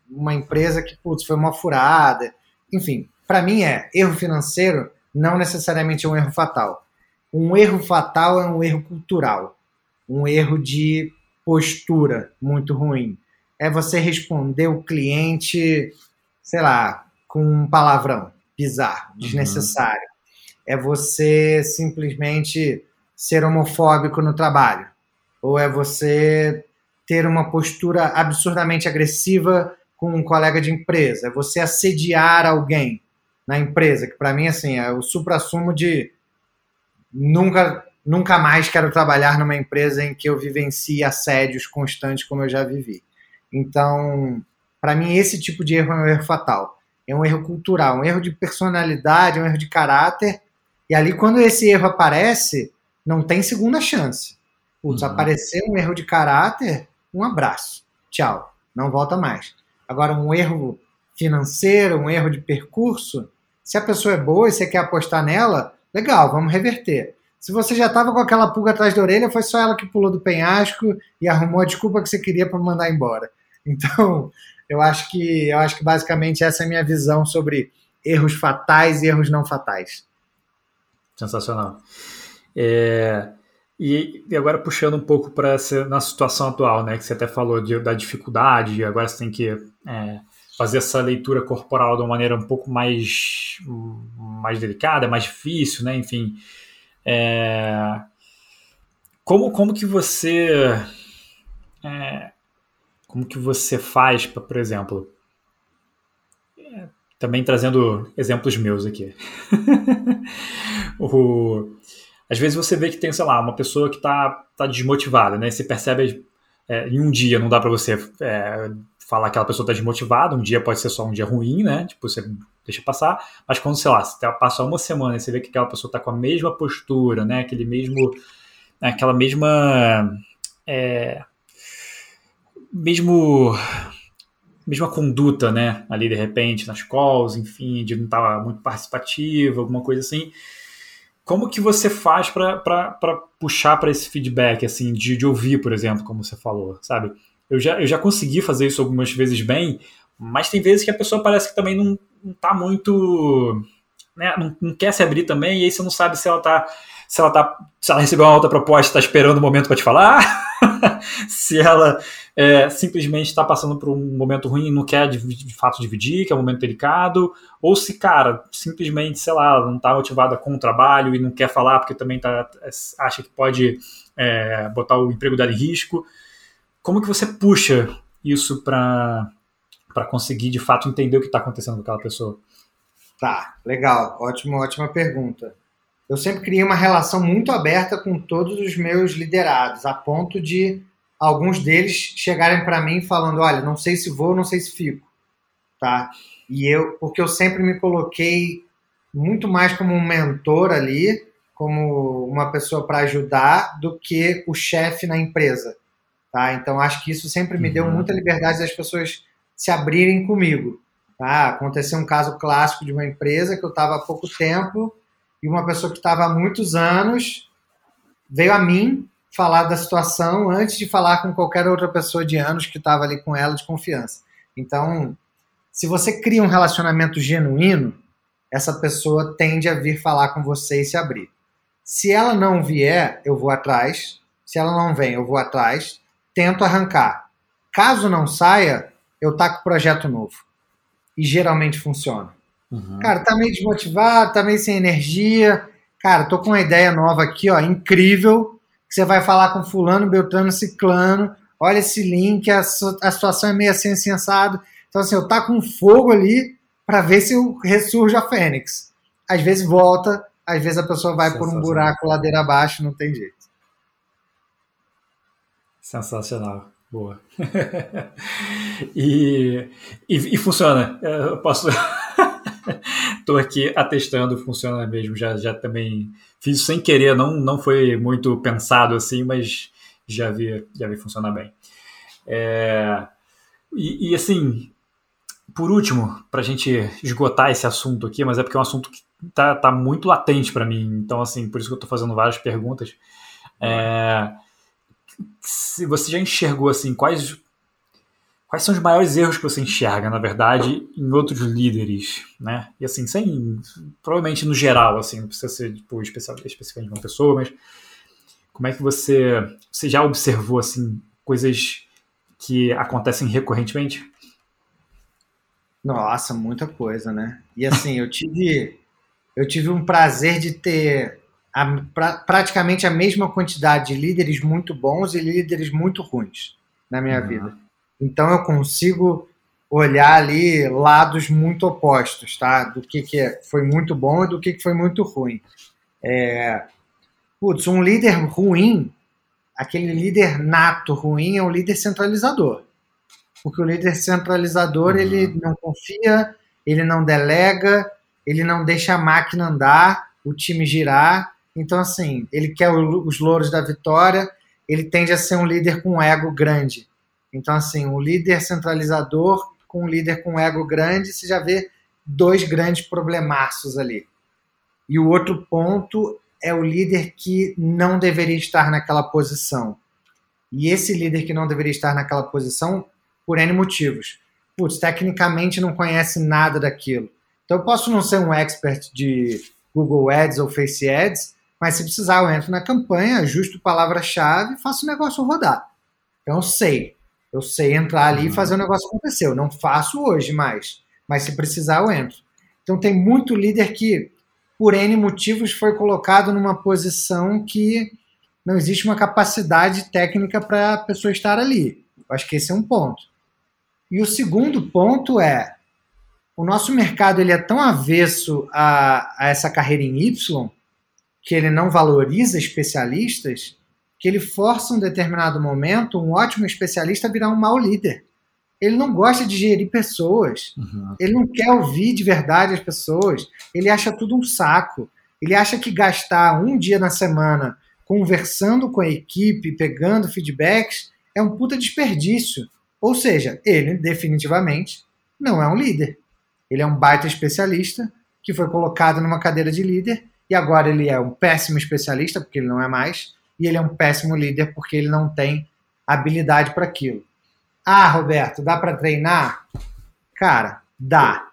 uma empresa que, putz, foi uma furada. Enfim, para mim é, erro financeiro não necessariamente é um erro fatal. Um erro fatal é um erro cultural, um erro de postura muito ruim. É você responder o cliente, sei lá, com um palavrão bizarro, desnecessário. Uhum. É você simplesmente ser homofóbico no trabalho. Ou é você ter uma postura absurdamente agressiva com um colega de empresa. É você assediar alguém na empresa, que para mim assim, é o suprassumo de nunca, nunca mais quero trabalhar numa empresa em que eu vivencie assédios constantes como eu já vivi. Então, para mim, esse tipo de erro é um erro fatal. É um erro cultural, um erro de personalidade, um erro de caráter. E ali, quando esse erro aparece, não tem segunda chance. Putz, uhum. Aparecer um erro de caráter, um abraço. Tchau. Não volta mais. Agora, um erro financeiro, um erro de percurso, se a pessoa é boa e você quer apostar nela, legal, vamos reverter. Se você já estava com aquela pulga atrás da orelha, foi só ela que pulou do penhasco e arrumou a desculpa que você queria para mandar embora. Então, eu acho que, eu acho que basicamente essa é a minha visão sobre erros fatais e erros não fatais. Sensacional. É, e, e agora puxando um pouco para na situação atual, né, que você até falou de, da dificuldade, agora você tem que é, fazer essa leitura corporal de uma maneira um pouco mais, mais delicada, mais difícil, né, enfim. É, como, como que você é, como que você faz para, por exemplo, é, também trazendo exemplos meus aqui. o, às vezes você vê que tem, sei lá, uma pessoa que está tá desmotivada, né? Você percebe é, em um dia, não dá para você é, falar que aquela pessoa está desmotivada, um dia pode ser só um dia ruim, né? Tipo, você deixa passar, mas quando, sei lá, você passa uma semana e você vê que aquela pessoa está com a mesma postura, né? Aquele mesmo, aquela mesma é, mesmo mesma conduta, né, ali de repente nas calls, enfim, de não estar muito participativo, alguma coisa assim. Como que você faz para puxar para esse feedback, assim, de, de ouvir, por exemplo, como você falou, sabe? Eu já, eu já consegui fazer isso algumas vezes bem, mas tem vezes que a pessoa parece que também não, não tá muito, né, não, não quer se abrir também, e aí você não sabe se ela tá, se ela tá, se ela recebeu uma outra proposta, está esperando o momento para te falar, se ela é, simplesmente está passando por um momento ruim e não quer de, de fato dividir, que é um momento delicado, ou se, cara, simplesmente, sei lá, não está motivada com o trabalho e não quer falar porque também tá, acha que pode é, botar o emprego dela em risco. Como que você puxa isso para para conseguir, de fato, entender o que está acontecendo com aquela pessoa? Tá, legal. Ótimo, ótima pergunta. Eu sempre criei uma relação muito aberta com todos os meus liderados, a ponto de alguns deles chegarem para mim falando, olha, não sei se vou, não sei se fico, tá? E eu, porque eu sempre me coloquei muito mais como um mentor ali, como uma pessoa para ajudar, do que o chefe na empresa, tá? Então, acho que isso sempre me deu muita liberdade das pessoas se abrirem comigo, tá? Aconteceu um caso clássico de uma empresa que eu estava há pouco tempo e uma pessoa que estava há muitos anos veio a mim falar da situação antes de falar com qualquer outra pessoa de anos que estava ali com ela de confiança. Então, se você cria um relacionamento genuíno, essa pessoa tende a vir falar com você e se abrir. Se ela não vier, eu vou atrás. Se ela não vem, eu vou atrás. Tento arrancar. Caso não saia, eu taco projeto novo. E geralmente funciona. Uhum. Cara, tá meio desmotivado, tá meio sem energia. Cara, tô com uma ideia nova aqui, ó, incrível, que você vai falar com fulano, beltrano, ciclano, olha esse link, a, a situação é meio assim, assim, assado. Então, assim, eu tá com fogo ali para ver se eu ressurjo a Fênix. Às vezes volta, às vezes a pessoa vai por um buraco ladeira abaixo, não tem jeito. Sensacional. Boa. e, e, e funciona. Eu posso... Estou aqui atestando, funciona mesmo. Já, já também fiz sem querer, não, não foi muito pensado assim, mas já vi, já vi funcionar bem. É, e, e assim, por último, para a gente esgotar esse assunto aqui, mas é porque é um assunto que tá, tá muito latente para mim, então assim, por isso que eu estou fazendo várias perguntas. É, se você já enxergou assim, quais quais são os maiores erros que você enxerga, na verdade, em outros líderes, né? E assim, sem, provavelmente no geral, assim, não precisa ser tipo, especificamente uma pessoa, mas como é que você, você já observou, assim, coisas que acontecem recorrentemente? Nossa, muita coisa, né? E assim, eu tive, eu tive um prazer de ter a- pra- praticamente a mesma quantidade de líderes muito bons e líderes muito ruins na minha vida. Uhum. Então eu consigo olhar ali lados muito opostos, tá? Do que, que é- foi muito bom e do que, que foi muito ruim. Putz, um líder ruim, aquele líder nato ruim é um líder centralizador. Porque o líder centralizador, ele Uhum. não confia, ele não delega, ele não deixa a máquina andar, o time girar. Então, assim, ele quer os louros da vitória, ele tende a ser um líder com ego grande. Então, assim, um líder centralizador com um líder com ego grande, você já vê dois grandes problemaços ali. E o outro ponto é o líder que não deveria estar naquela posição. E esse líder que não deveria estar naquela posição, por N motivos. Putz, tecnicamente não conhece nada daquilo. Então eu posso não ser um expert de Google Ads ou Face Ads, mas se precisar eu entro na campanha, ajusto palavra-chave e faço o negócio rodar. Então eu sei. Eu sei entrar ali e fazer o Uhum. negócio acontecer. Eu não faço hoje mais, mas se precisar eu entro. Então tem muito líder que, por N motivos, foi colocado numa posição que não existe uma capacidade técnica para a pessoa estar ali. Eu acho que esse é um ponto. E o segundo ponto é, o nosso mercado ele é tão avesso a, a essa carreira em Y, que ele não valoriza especialistas, que ele força um determinado momento um ótimo especialista a virar um mau líder. Ele não gosta de gerir pessoas. Uhum. Ele não quer ouvir de verdade as pessoas. Ele acha tudo um saco. Ele acha que gastar um dia na semana conversando com a equipe, pegando feedbacks, é um puta desperdício. Ou seja, ele definitivamente não é um líder. Ele é um baita especialista que foi colocado numa cadeira de líder e agora ele é um péssimo especialista, porque ele não é mais, e ele é um péssimo líder porque ele não tem habilidade para aquilo. Ah, Roberto, dá para treinar? Cara, dá.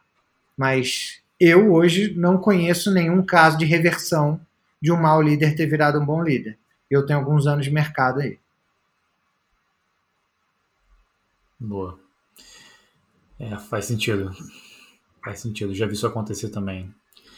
Mas eu hoje não conheço nenhum caso de reversão de um mau líder ter virado um bom líder. Eu tenho alguns anos de mercado aí. Boa. É, faz sentido. Faz sentido. Já vi isso acontecer também.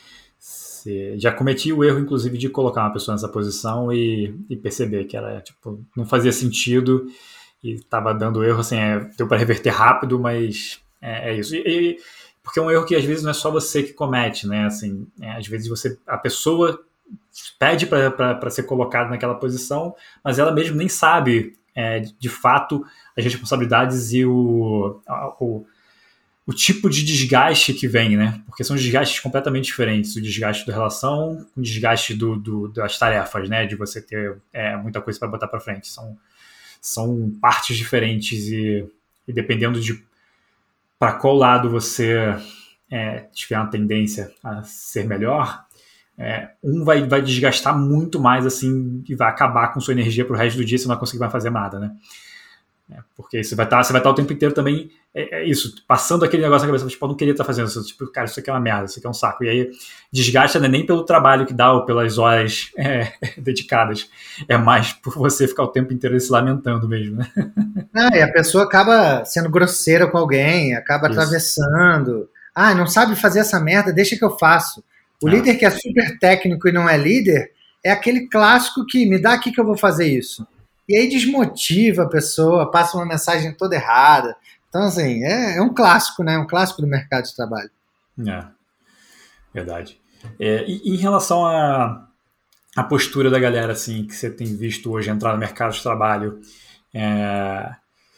Se- Já cometi o erro, inclusive, de colocar uma pessoa nessa posição e, e perceber que ela tipo, não fazia sentido e estava dando erro, assim, é, deu para reverter rápido, mas é, é isso. E, e- porque é um erro que às vezes não é só você que comete, né? Assim, é, às vezes você, a pessoa pede para ser colocada naquela posição, mas ela mesmo nem sabe, é, de fato, as responsabilidades e o, a- o, o tipo de desgaste que vem, né? Porque são desgastes completamente diferentes. O desgaste da relação, o desgaste do, do, das tarefas, né? De você ter é, muita coisa para botar para frente. São, são partes diferentes e, e dependendo de para qual lado você é, tiver uma tendência a ser melhor, é, um vai, vai desgastar muito mais assim e vai acabar com sua energia pro resto do dia, você não vai conseguir mais fazer nada, né? É, porque você vai estar você vai estar o tempo inteiro também, é, é isso, passando aquele negócio na cabeça, tipo, eu não queria estar fazendo isso, tipo, cara, isso aqui é uma merda, isso aqui é um saco. E aí desgasta, né, nem pelo trabalho que dá ou pelas horas é, dedicadas, é mais por você ficar o tempo inteiro se lamentando mesmo, né? Ah, e a pessoa acaba sendo grosseira com alguém, acaba Isso. atravessando. Ah, não sabe fazer essa merda, deixa que eu faço. O É, líder que é super técnico e não é líder é aquele clássico que me dá aqui que eu vou fazer isso. E aí desmotiva a pessoa, passa uma mensagem toda errada. Então, assim, é, é um clássico, né? Um clássico do mercado de trabalho. é, verdade. É, e em relação à a postura da galera, assim, que você tem visto hoje entrar no mercado de trabalho, é,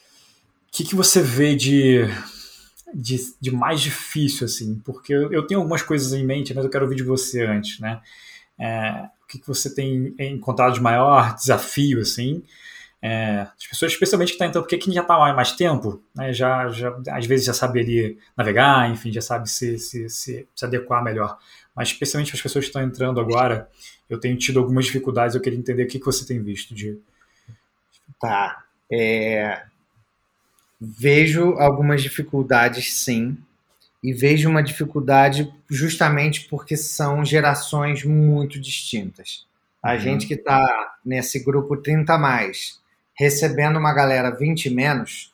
o que, que você vê de, de, de mais difícil, assim? Porque eu, eu tenho algumas coisas em mente, mas eu quero ouvir de você antes, né? É, o que, que você tem encontrado de maior desafio, assim? É, as pessoas, especialmente que estão entrando, porque quem já está há mais tempo, né, já, já, às vezes já sabe ali navegar, enfim, já sabe se, se, se, se adequar melhor. Mas especialmente as pessoas que estão entrando agora, eu tenho tido algumas dificuldades, eu queria entender o que, que você tem visto de... Tá. É, Vejo algumas dificuldades, sim, e vejo uma dificuldade justamente porque são gerações muito distintas. A Uhum. gente que está nesse grupo trinta a mais, recebendo uma galera vinte menos,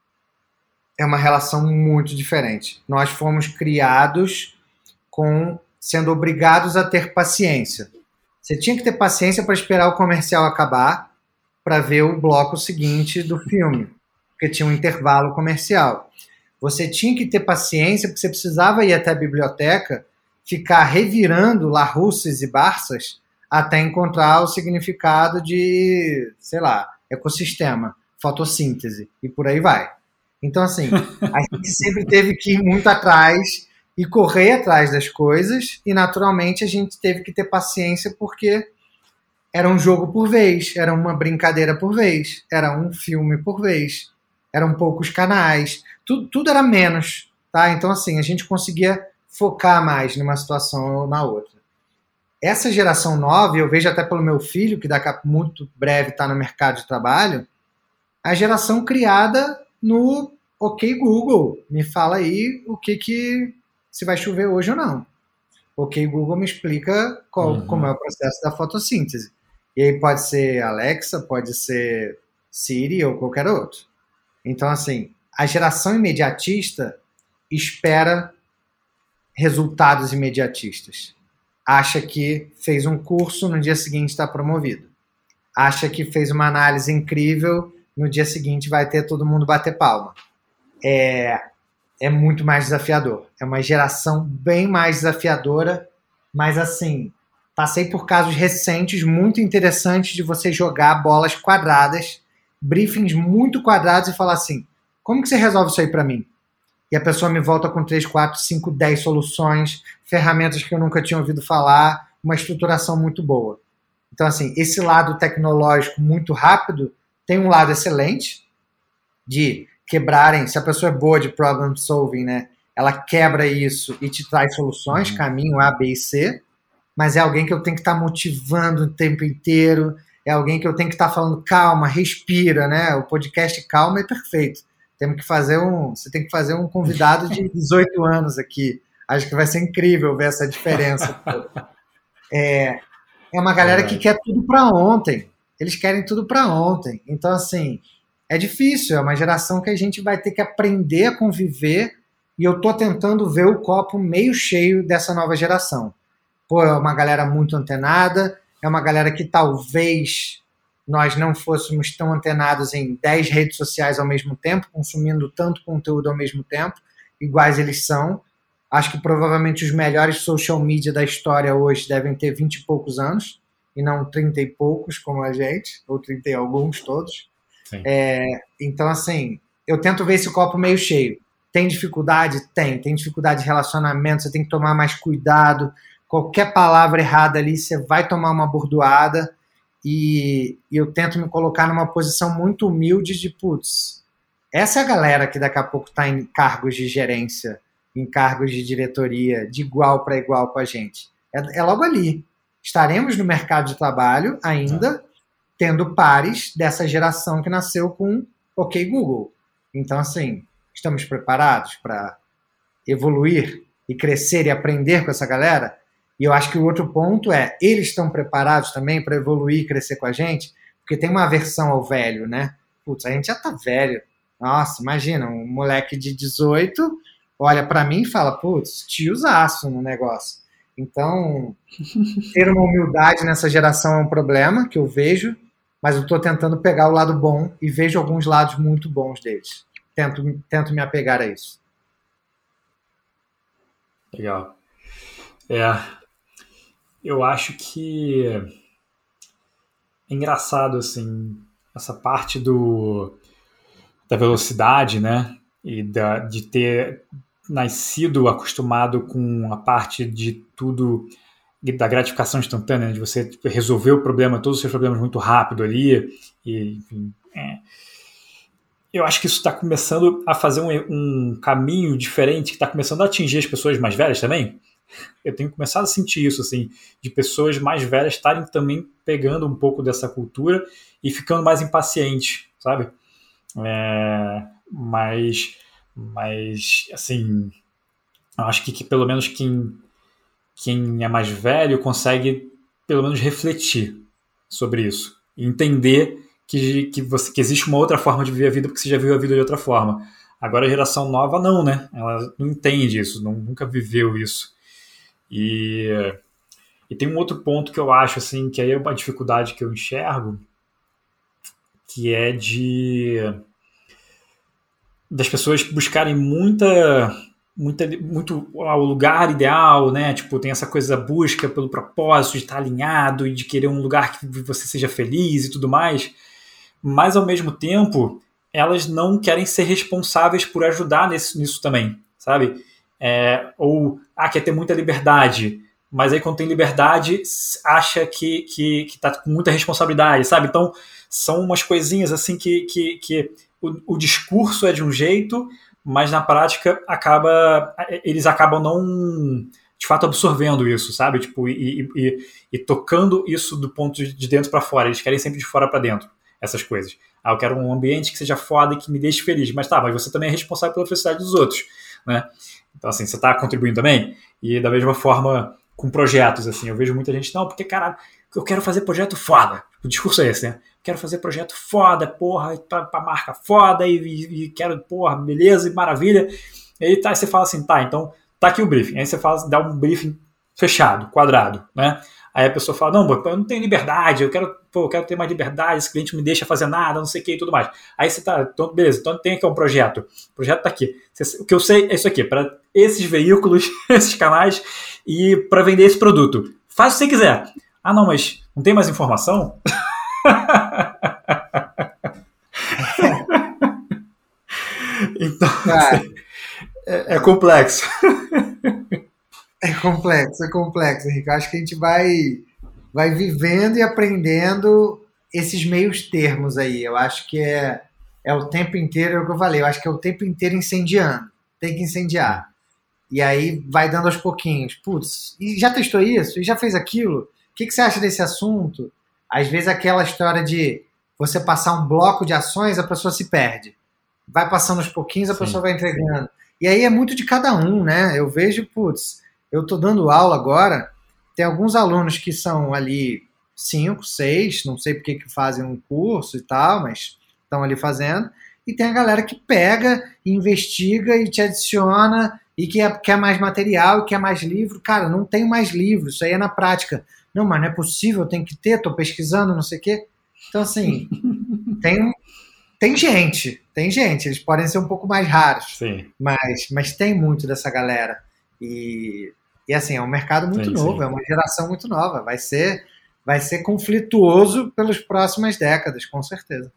é uma relação muito diferente. Nós fomos criados com sendo obrigados a ter paciência. Você tinha que ter paciência para esperar o comercial acabar para ver o bloco seguinte do filme, porque tinha um intervalo comercial. Você tinha que ter paciência porque você precisava ir até a biblioteca, ficar revirando Larousses e Barças até encontrar o significado de, sei lá, ecossistema, fotossíntese e por aí vai. Então, assim, a gente sempre teve que ir muito atrás e correr atrás das coisas, e naturalmente a gente teve que ter paciência porque era um jogo por vez, era uma brincadeira por vez, era um filme por vez, eram poucos canais, tudo, tudo era menos, tá? Então, assim, a gente conseguia focar mais numa situação ou na outra. Essa geração nova, eu vejo até pelo meu filho, que daqui a muito breve está no mercado de trabalho, a geração criada no OK Google, me fala aí o que que se vai chover hoje ou não. OK Google me explica qual, uhum. como é o processo da fotossíntese. E aí pode ser Alexa, pode ser Siri ou qualquer outro. Então, assim, a geração imediatista espera resultados imediatistas. Acha que fez um curso, no dia seguinte está promovido. Acha que fez uma análise incrível, no dia seguinte vai ter todo mundo bater palma. É, é muito mais desafiador. É uma geração bem mais desafiadora, mas assim, passei por casos recentes muito interessantes de você jogar bolas quadradas, briefings muito quadrados e falar assim, como que você resolve isso aí para mim? E a pessoa me volta com três, quatro, cinco, dez soluções, ferramentas que eu nunca tinha ouvido falar, uma estruturação muito boa. Então, assim, esse lado tecnológico muito rápido tem um lado excelente de quebrarem, se a pessoa é boa de problem solving, né, ela quebra isso e te traz soluções, uhum. caminho A, B e C, mas é alguém que eu tenho que estar motivando o tempo inteiro, é alguém que eu tenho que estar falando, calma, respira, né, o podcast Calma é perfeito. Temos que fazer um, você tem que fazer um convidado de dezoito anos aqui. Acho que vai ser incrível ver essa diferença. É, é uma galera que quer tudo para ontem. Eles querem tudo para ontem. Então, assim, é difícil. É uma geração que a gente vai ter que aprender a conviver e eu tô tentando ver o copo meio cheio dessa nova geração. Pô, é uma galera muito antenada, é uma galera que talvez nós não fôssemos tão antenados em dez redes sociais ao mesmo tempo, consumindo tanto conteúdo ao mesmo tempo, iguais eles são. Acho que provavelmente os melhores social media da história hoje devem ter vinte e poucos anos, e não trinta e poucos como a gente, ou trinta e alguns todos. É, então, assim, eu tento ver esse copo meio cheio. Tem dificuldade? Tem. Tem dificuldade de relacionamento, você tem que tomar mais cuidado. Qualquer palavra errada ali, você vai tomar uma bordoada. E, e eu tento me colocar numa posição muito humilde de, putz, essa é a galera que daqui a pouco está em cargos de gerência, em cargos de diretoria, de igual para igual com a gente. É, é logo ali. Estaremos no mercado de trabalho ainda tendo pares dessa geração que nasceu com OK Google. Então, assim, estamos preparados para evoluir e crescer e aprender com essa galera? E eu acho que o outro ponto é, eles estão preparados também para evoluir e crescer com a gente? Porque tem uma aversão ao velho, né? Putz, a gente já tá velho. Nossa, imagina, um moleque de dezoito olha para mim e fala, putz, tiozaço no negócio. Então, ter uma humildade nessa geração é um problema que eu vejo, mas eu estou tentando pegar o lado bom e vejo alguns lados muito bons deles. Tento, tento me apegar a isso. Legal. É... Eu acho que é engraçado, assim, essa parte do, da velocidade, né? E da, de ter nascido acostumado com a parte de tudo, da gratificação instantânea, de você resolver o problema, todos os seus problemas muito rápido ali. E, enfim, é. Eu acho que isso está começando a fazer um, um caminho diferente, que está começando a atingir as pessoas mais velhas também. Eu tenho começado a sentir isso, assim, de pessoas mais velhas estarem também pegando um pouco dessa cultura e ficando mais impacientes, sabe? É, mas, mas assim, eu acho que, que pelo menos quem, quem é mais velho consegue pelo menos refletir sobre isso, entender que, que, você, que existe uma outra forma de viver a vida porque você já viu a vida de outra forma. Agora a geração nova não, né? Ela não entende isso, não, nunca viveu isso. E, e tem um outro ponto que eu acho, assim, que aí é uma dificuldade que eu enxergo, que é de das pessoas buscarem muita, muita muito o lugar ideal, né? Tipo, tem essa coisa da busca pelo propósito, de estar alinhado e de querer um lugar que você seja feliz e tudo mais, mas ao mesmo tempo elas não querem ser responsáveis por ajudar nesse, nisso também, sabe? É, ou, ah, quer ter muita liberdade, mas aí quando tem liberdade acha que, que, que tá com muita responsabilidade, sabe? Então são umas coisinhas assim que, que, que o, o discurso é de um jeito, mas na prática acaba, eles acabam não de fato absorvendo isso, sabe? Tipo, e, e, e tocando isso do ponto de dentro para fora. Eles querem sempre de fora para dentro essas coisas. Ah, eu quero um ambiente que seja foda e que me deixe feliz. Mas tá, mas você também é responsável pela felicidade dos outros, né? Então, assim, você está contribuindo também. E da mesma forma com projetos, assim, eu vejo muita gente, não, porque, caralho, eu quero fazer projeto foda. O discurso é esse, né? Quero fazer projeto foda, porra, pra, pra marca foda e, e, e quero, porra, beleza e maravilha. E aí tá, você fala assim, tá, então tá aqui o briefing. Aí você fala, dá um briefing fechado, quadrado, né? Aí a pessoa fala, não, eu não tenho liberdade, eu quero, pô, eu quero ter mais liberdade, esse cliente não me deixa fazer nada, não sei o que e tudo mais. Aí você tá, então, beleza, então tem aqui um projeto. O projeto tá aqui. O que eu sei é isso aqui, para esses veículos, esses canais e para vender esse produto. Faz o que você quiser. Ah, não, mas não tem mais informação? Então, assim, é, é complexo. É complexo, é complexo, Henrique. Eu acho que a gente vai, vai vivendo e aprendendo esses meios termos aí. Eu acho que é, é o tempo inteiro, é o que eu falei, eu acho que é o tempo inteiro incendiando. Tem que incendiar. E aí vai dando aos pouquinhos. Putz, e já testou isso? E já fez aquilo? O que, que você acha desse assunto? Às vezes aquela história de você passar um bloco de ações, a pessoa se perde. Vai passando aos pouquinhos, a Sim. pessoa vai entregando. E aí é muito de cada um, né? Eu vejo, putz, eu estou dando aula agora, tem alguns alunos que são ali cinco, seis, não sei porque que fazem um curso e tal, mas estão ali fazendo, e tem a galera que pega, investiga e te adiciona e que quer mais material, quer mais livro. Cara, não tenho mais livro, isso aí é na prática. Não, mas não é possível, tem que ter, estou pesquisando, não sei o quê. Então, assim, tem, tem gente, tem gente, eles podem ser um pouco mais raros, sim. Mas, mas tem muito dessa galera. E, e assim, é um mercado muito sim, novo, sim. É uma geração muito nova, vai ser, vai ser conflituoso pelas próximas décadas, com certeza.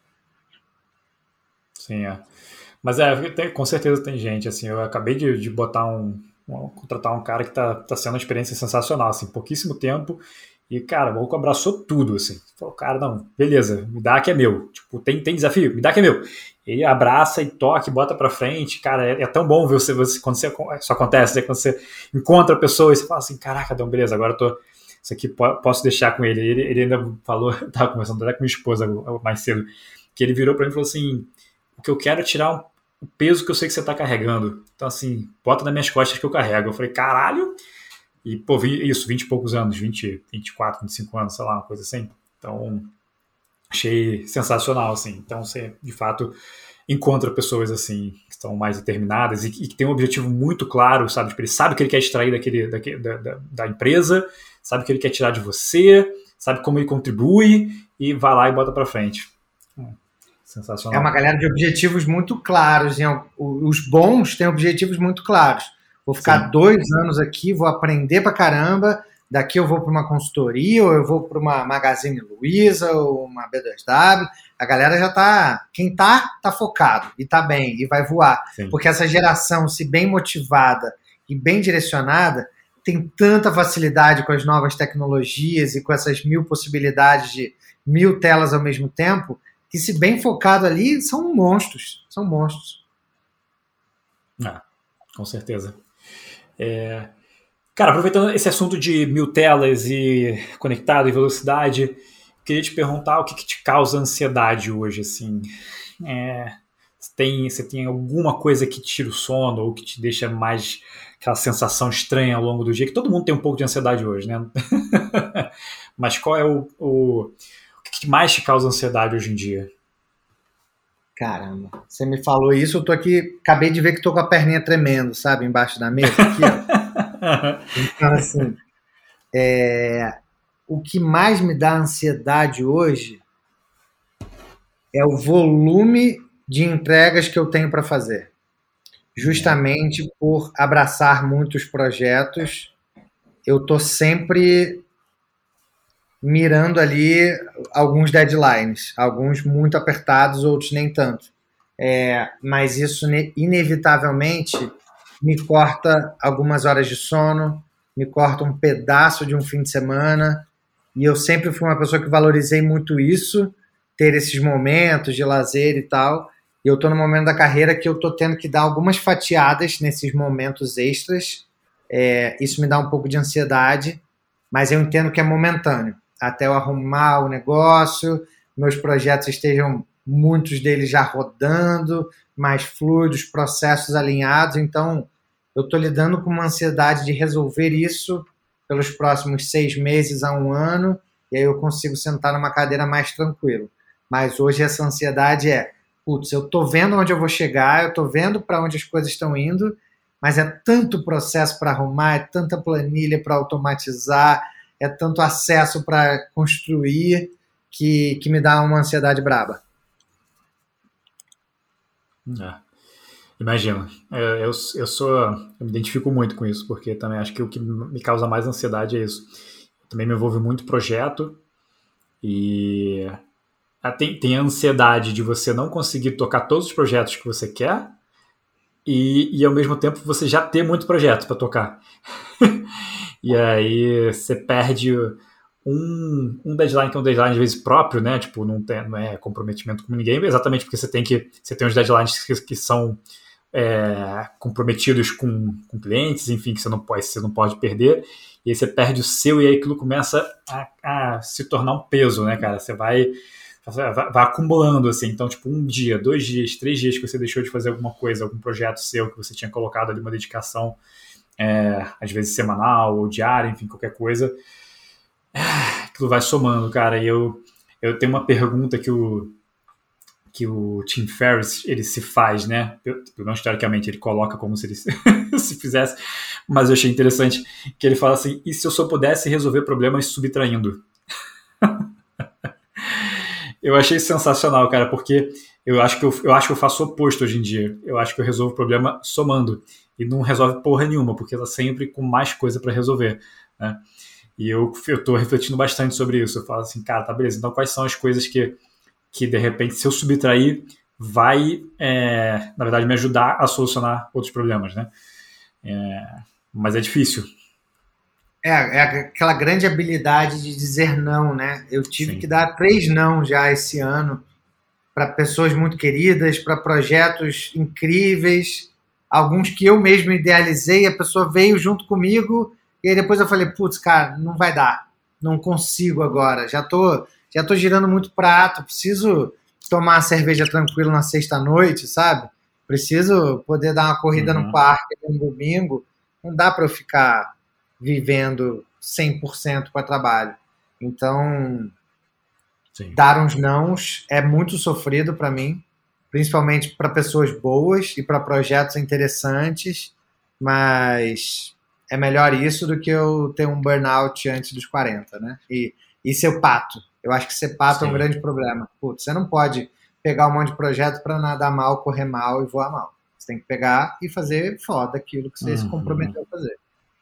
Sim, é. Mas é, tem, com certeza tem gente, assim, eu acabei de, de botar um, um, contratar um cara que tá, tá sendo uma experiência sensacional, assim, pouquíssimo tempo, e, cara, o maluco abraçou tudo, assim, falou, cara, não, beleza, me dá que é meu, tipo, tem, tem desafio, me dá que é meu. Ele abraça e toca e bota pra frente, cara, é, é tão bom ver você, você, quando você, isso acontece, né, quando você encontra a pessoa e você fala assim, caraca, então, beleza, agora eu tô, isso aqui posso deixar com ele. Ele, ele ainda falou, eu tava conversando até com minha esposa mais cedo, que ele virou pra mim e falou assim, o que eu quero é tirar um, o peso que eu sei que você tá carregando, então assim, bota nas minhas costas que eu carrego. Eu falei, caralho, e pô, vi isso, vinte e poucos anos, vinte, vinte e quatro, vinte e cinco anos, sei lá, uma coisa assim, então achei sensacional, assim. Então você, de fato, encontra pessoas assim, que estão mais determinadas e, e que tem um objetivo muito claro, sabe? Tipo, ele sabe o que ele quer extrair daquele, daquele, da, da, da empresa, sabe o que ele quer tirar de você, sabe como ele contribui e vai lá e bota pra frente. Hum, sensacional. É uma galera de objetivos muito claros. Hein? Os bons têm objetivos muito claros. Vou ficar Sim. dois anos aqui, vou aprender pra caramba, daqui eu vou para uma consultoria, ou eu vou para uma Magazine Luiza, ou uma B dois W. A galera já tá... Quem tá, tá focado, e tá bem, e vai voar. Sim. Porque essa geração, se bem motivada e bem direcionada, tem tanta facilidade com as novas tecnologias e com essas mil possibilidades de mil telas ao mesmo tempo, que se bem focado ali, são monstros. São monstros. Ah, com certeza. É... Cara, aproveitando esse assunto de mil telas e conectado e velocidade, queria te perguntar o que, que te causa ansiedade hoje, assim. É... Tem, você tem alguma coisa que te tira o sono ou que te deixa mais aquela sensação estranha ao longo do dia? Que todo mundo tem um pouco de ansiedade hoje, né? Mas qual é o, o, o que mais te causa ansiedade hoje em dia? Caramba, você me falou isso, eu tô aqui, acabei de ver que tô com a perninha tremendo, sabe, embaixo da mesa aqui, ó. Então, assim, é, o que mais me dá ansiedade hoje é o volume de entregas que eu tenho para fazer. Justamente por abraçar muitos projetos, eu tô sempre mirando ali alguns deadlines, alguns muito apertados, outros nem tanto. É, mas isso inevitavelmente me corta algumas horas de sono, me corta um pedaço de um fim de semana, e eu sempre fui uma pessoa que valorizei muito isso, ter esses momentos de lazer e tal, e eu estou no momento da carreira que eu estou tendo que dar algumas fatiadas nesses momentos extras, é, isso me dá um pouco de ansiedade, mas eu entendo que é momentâneo, até eu arrumar o negócio, meus projetos estejam, muitos deles já rodando, mais fluidos, processos alinhados, então eu estou lidando com uma ansiedade de resolver isso pelos próximos seis meses a um ano, e aí eu consigo sentar numa cadeira mais tranquilo. Mas hoje essa ansiedade é, putz, eu estou vendo onde eu vou chegar, eu estou vendo para onde as coisas estão indo, mas é tanto processo para arrumar, é tanta planilha para automatizar, é tanto acesso para construir que, que me dá uma ansiedade braba. É, imagino. É, eu, eu sou. Eu me identifico muito com isso, porque também acho que o que me causa mais ansiedade é isso. Também me envolve muito projeto e tem, tem a ansiedade de você não conseguir tocar todos os projetos que você quer e, e ao mesmo tempo você já ter muito projeto para tocar. E aí você perde um, um deadline que é um deadline às vezes próprio, né? Tipo, não, tem, não é comprometimento com ninguém, exatamente porque você tem que você tem os deadlines que, que são é, comprometidos com, com clientes, enfim, que você não pode, você não pode perder. E aí você perde o seu e aí aquilo começa a, a se tornar um peso, né, cara? Você vai, vai, vai acumulando, assim. Então, tipo, um dia, dois dias, três dias que você deixou de fazer alguma coisa, algum projeto seu que você tinha colocado ali uma dedicação, é, às vezes semanal ou diária, enfim, qualquer coisa, aquilo vai somando, cara. E eu, eu tenho uma pergunta que o, que o Tim Ferriss, ele se faz, né? Pelo menos teoricamente ele coloca como se ele se fizesse, mas eu achei interessante que ele fala assim, e se eu só pudesse resolver problemas subtraindo? Eu achei sensacional, cara, porque eu acho, que eu, eu acho que eu faço o oposto hoje em dia. Eu acho que eu resolvo o problema somando. E não resolve porra nenhuma, porque tá sempre com mais coisa para resolver, né? E eu, eu tô refletindo bastante sobre isso. Eu falo assim, cara, tá beleza, então quais são as coisas que, que de repente, se eu subtrair, vai, é, na verdade, me ajudar a solucionar outros problemas, né? É, mas é difícil. É, é aquela grande habilidade de dizer não, né? Eu tive Sim. que dar três não já esse ano para pessoas muito queridas, para projetos incríveis, alguns que eu mesmo idealizei, a pessoa veio junto comigo e aí depois eu falei, putz, cara, não vai dar, não consigo agora, já tô, já tô girando muito prato, preciso tomar uma cerveja tranquilo na sexta-noite, sabe? Preciso poder dar uma corrida uhum. no parque no domingo, não dá para eu ficar vivendo cem por cento para trabalho. Então, sim, dar uns nãos é muito sofrido para mim, principalmente para pessoas boas e para projetos interessantes, mas é melhor isso do que eu ter um burnout antes dos quarenta, né? E, e ser pato. Eu acho que ser pato sim. é um grande problema. Putz, você não pode pegar um monte de projeto para nadar mal, correr mal e voar mal. Você tem que pegar e fazer foda aquilo que você uhum. se comprometeu a fazer.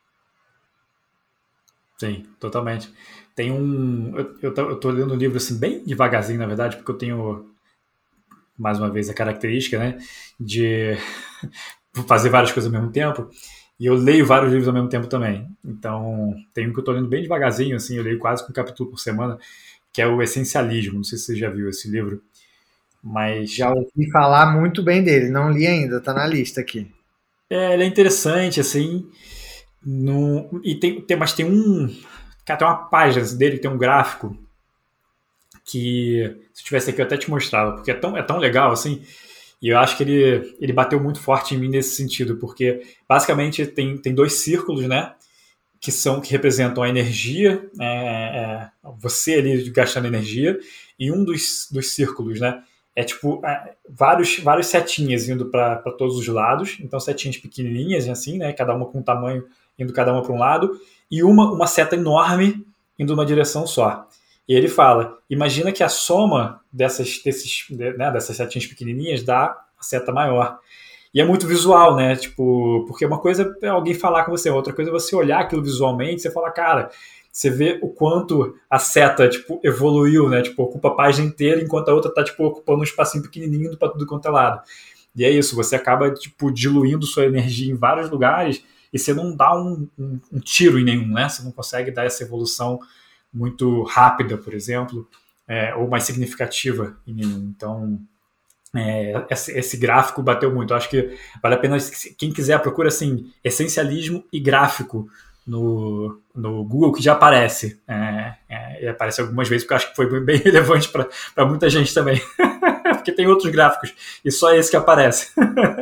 Sim, totalmente. Tem um... Eu, eu, tô, eu tô lendo um livro assim, bem devagarzinho, na verdade, porque eu tenho, mais uma vez, a característica, né, de fazer várias coisas ao mesmo tempo, e eu leio vários livros ao mesmo tempo também. Então, tem um que eu tô lendo bem devagarzinho, assim, eu leio quase um capítulo por semana, que é o Essencialismo. Não sei se você já viu esse livro, mas... Já ouvi falar muito bem dele, não li ainda, tá na lista aqui. É, ele é interessante, assim... No, e tem, tem, mas tem um cara, tem uma página dele que tem um gráfico que se eu tivesse aqui eu até te mostrava, porque é tão, é tão legal assim E eu acho que ele, ele bateu muito forte em mim nesse sentido, porque basicamente tem, tem dois círculos, né? Que são que representam a energia, é, é, você ali gastando energia, e um dos, dos círculos, né? É tipo é, vários, vários setinhas indo para todos os lados, então setinhas pequenininhas, assim, né? Cada uma com um tamanho, indo cada uma para um lado, e uma, uma seta enorme indo numa direção só. E ele fala, imagina que a soma dessas, desses, né, dessas setinhas pequenininhas dá a seta maior. E é muito visual, né? Tipo, porque uma coisa é alguém falar com você, outra coisa é você olhar aquilo visualmente, você fala, cara, você vê o quanto a seta, tipo, evoluiu, né? Tipo, ocupa a página inteira, enquanto a outra tá, tipo, ocupando um espacinho pequenininho para tudo quanto é lado. E é isso, você acaba, tipo, diluindo sua energia em vários lugares e você não dá um, um, um tiro em nenhum, né? Você não consegue dar essa evolução muito rápida, por exemplo, é, ou mais significativa em nenhum. Então, É, esse, esse gráfico bateu muito. Eu acho que vale a pena, quem quiser, procura assim, essencialismo e gráfico no, no Google, que já aparece. É, é, e aparece algumas vezes, porque eu acho que foi bem relevante para muita gente também. Porque tem outros gráficos, e só esse que aparece.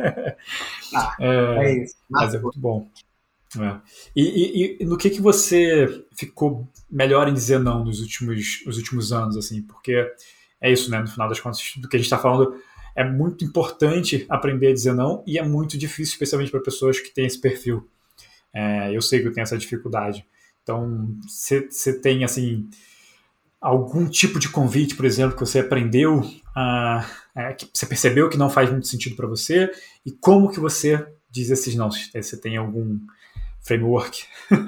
Ah, é, é isso. mas é muito bom. É. E, e, e no que, que você ficou melhor em dizer não nos últimos, nos últimos anos? Assim? Porque é isso, né? No final das contas, do que a gente está falando, é muito importante aprender a dizer não e é muito difícil, especialmente para pessoas que têm esse perfil. É, eu sei que eu tenho essa dificuldade. Então, você tem, assim, algum tipo de convite, por exemplo, que você aprendeu, a, é, que você percebeu que não faz muito sentido para você, e como que você diz esses não? Você tem algum framework?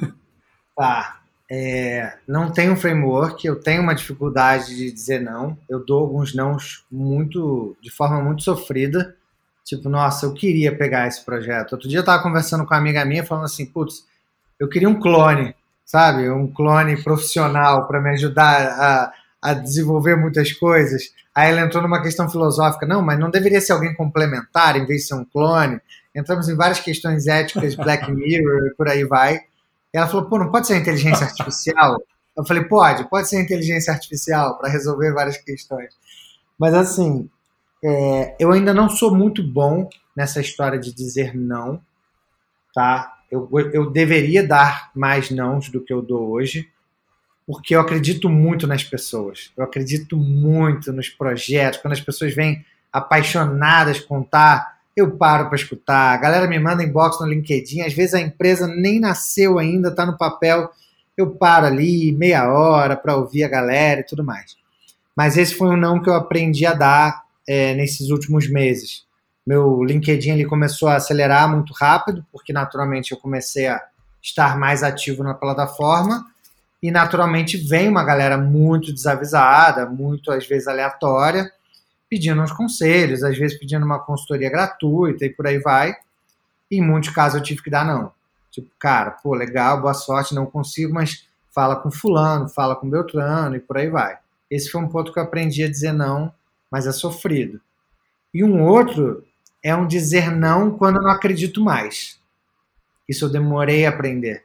Tá. É, não tenho um framework, eu tenho uma dificuldade de dizer não. Eu dou alguns nãos muito, de forma muito sofrida. Tipo, nossa, eu queria pegar esse projeto. Outro dia eu estava conversando com uma amiga minha, falando assim, putz, eu queria um clone, sabe? Um clone profissional para me ajudar a, a desenvolver muitas coisas. Aí ela entrou numa questão filosófica. Não, mas não deveria ser alguém complementar em vez de ser um clone? Entramos em várias questões éticas, Black Mirror e por aí vai. E ela falou, pô, não pode ser inteligência artificial? Eu falei, pode, pode ser inteligência artificial para resolver várias questões. Mas assim, é, eu ainda não sou muito bom nessa história de dizer não, tá? Eu, eu deveria dar mais nãos do que eu dou hoje, porque eu acredito muito nas pessoas. Eu acredito muito nos projetos. Quando as pessoas vêm apaixonadas contar, eu paro para escutar. A galera me manda inbox no LinkedIn. Às vezes a empresa nem nasceu ainda, está no papel. Eu paro ali meia hora para ouvir a galera e tudo mais. Mas esse foi um não que eu aprendi a dar é, nesses últimos meses. Meu LinkedIn ele começou a acelerar muito rápido, porque naturalmente eu comecei a estar mais ativo na plataforma e naturalmente vem uma galera muito desavisada, muito às vezes aleatória, pedindo uns conselhos, às vezes pedindo uma consultoria gratuita e por aí vai. E em muitos casos eu tive que dar não. Tipo, cara, pô, legal, boa sorte, não consigo, mas fala com fulano, fala com Beltrano e por aí vai. Esse foi um ponto que eu aprendi a dizer não, mas é sofrido. E um outro é um dizer não quando eu não acredito mais. Isso eu demorei a aprender.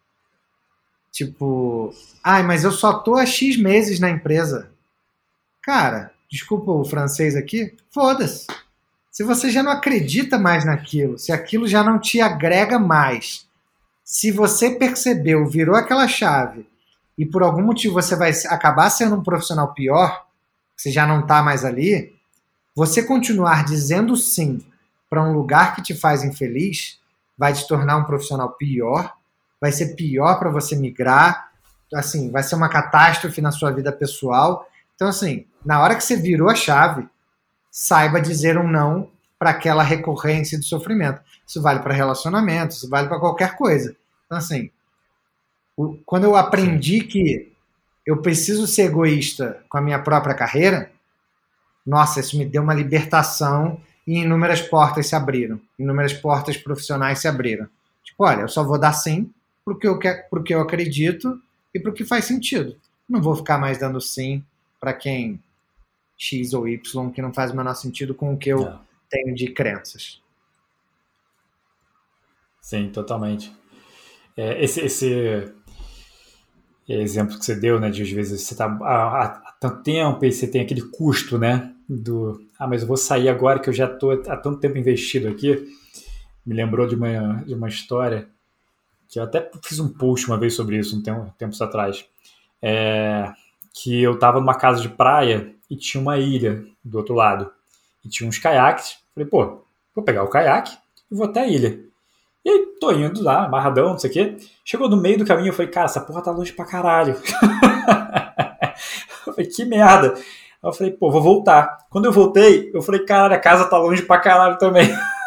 Tipo, ai, mas eu só tô há X meses na empresa. Cara, desculpa o francês aqui, foda-se. Se você já não acredita mais naquilo, se aquilo já não te agrega mais, se você percebeu, virou aquela chave e por algum motivo você vai acabar sendo um profissional pior, você já não está mais ali, você continuar dizendo sim para um lugar que te faz infeliz vai te tornar um profissional pior, vai ser pior para você migrar, assim, vai ser uma catástrofe na sua vida pessoal. Então, assim, na hora que você virou a chave, saiba dizer um não para aquela recorrência de sofrimento. Isso vale para relacionamento, isso vale para qualquer coisa. Então, assim, o, quando eu aprendi que eu preciso ser egoísta com a minha própria carreira, nossa, isso me deu uma libertação e inúmeras portas se abriram. Inúmeras portas profissionais se abriram. Tipo, olha, eu só vou dar sim porque eu, quero, porque eu acredito e porque faz sentido. Não vou ficar mais dando sim para quem X ou Y, que não faz o menor sentido com o que eu não. tenho de crenças. Sim, totalmente. É, esse, esse exemplo que você deu, né, de às vezes você está há, há tanto tempo e você tem aquele custo, né, do... Ah, mas eu vou sair agora que eu já estou há tanto tempo investido aqui. Me lembrou de uma, de uma história que eu até fiz um post uma vez sobre isso, um tempo, tempos atrás. É, que eu estava numa casa de praia e tinha uma ilha do outro lado. E tinha uns caiaques. Falei, pô, vou pegar o caiaque e vou até a ilha. E aí, tô indo lá, amarradão, não sei o quê. Chegou no meio do caminho, eu falei, cara, essa porra tá longe pra caralho. Eu falei, que merda. Aí eu falei, pô, vou voltar. Quando eu voltei, eu falei, cara, a casa tá longe pra caralho também.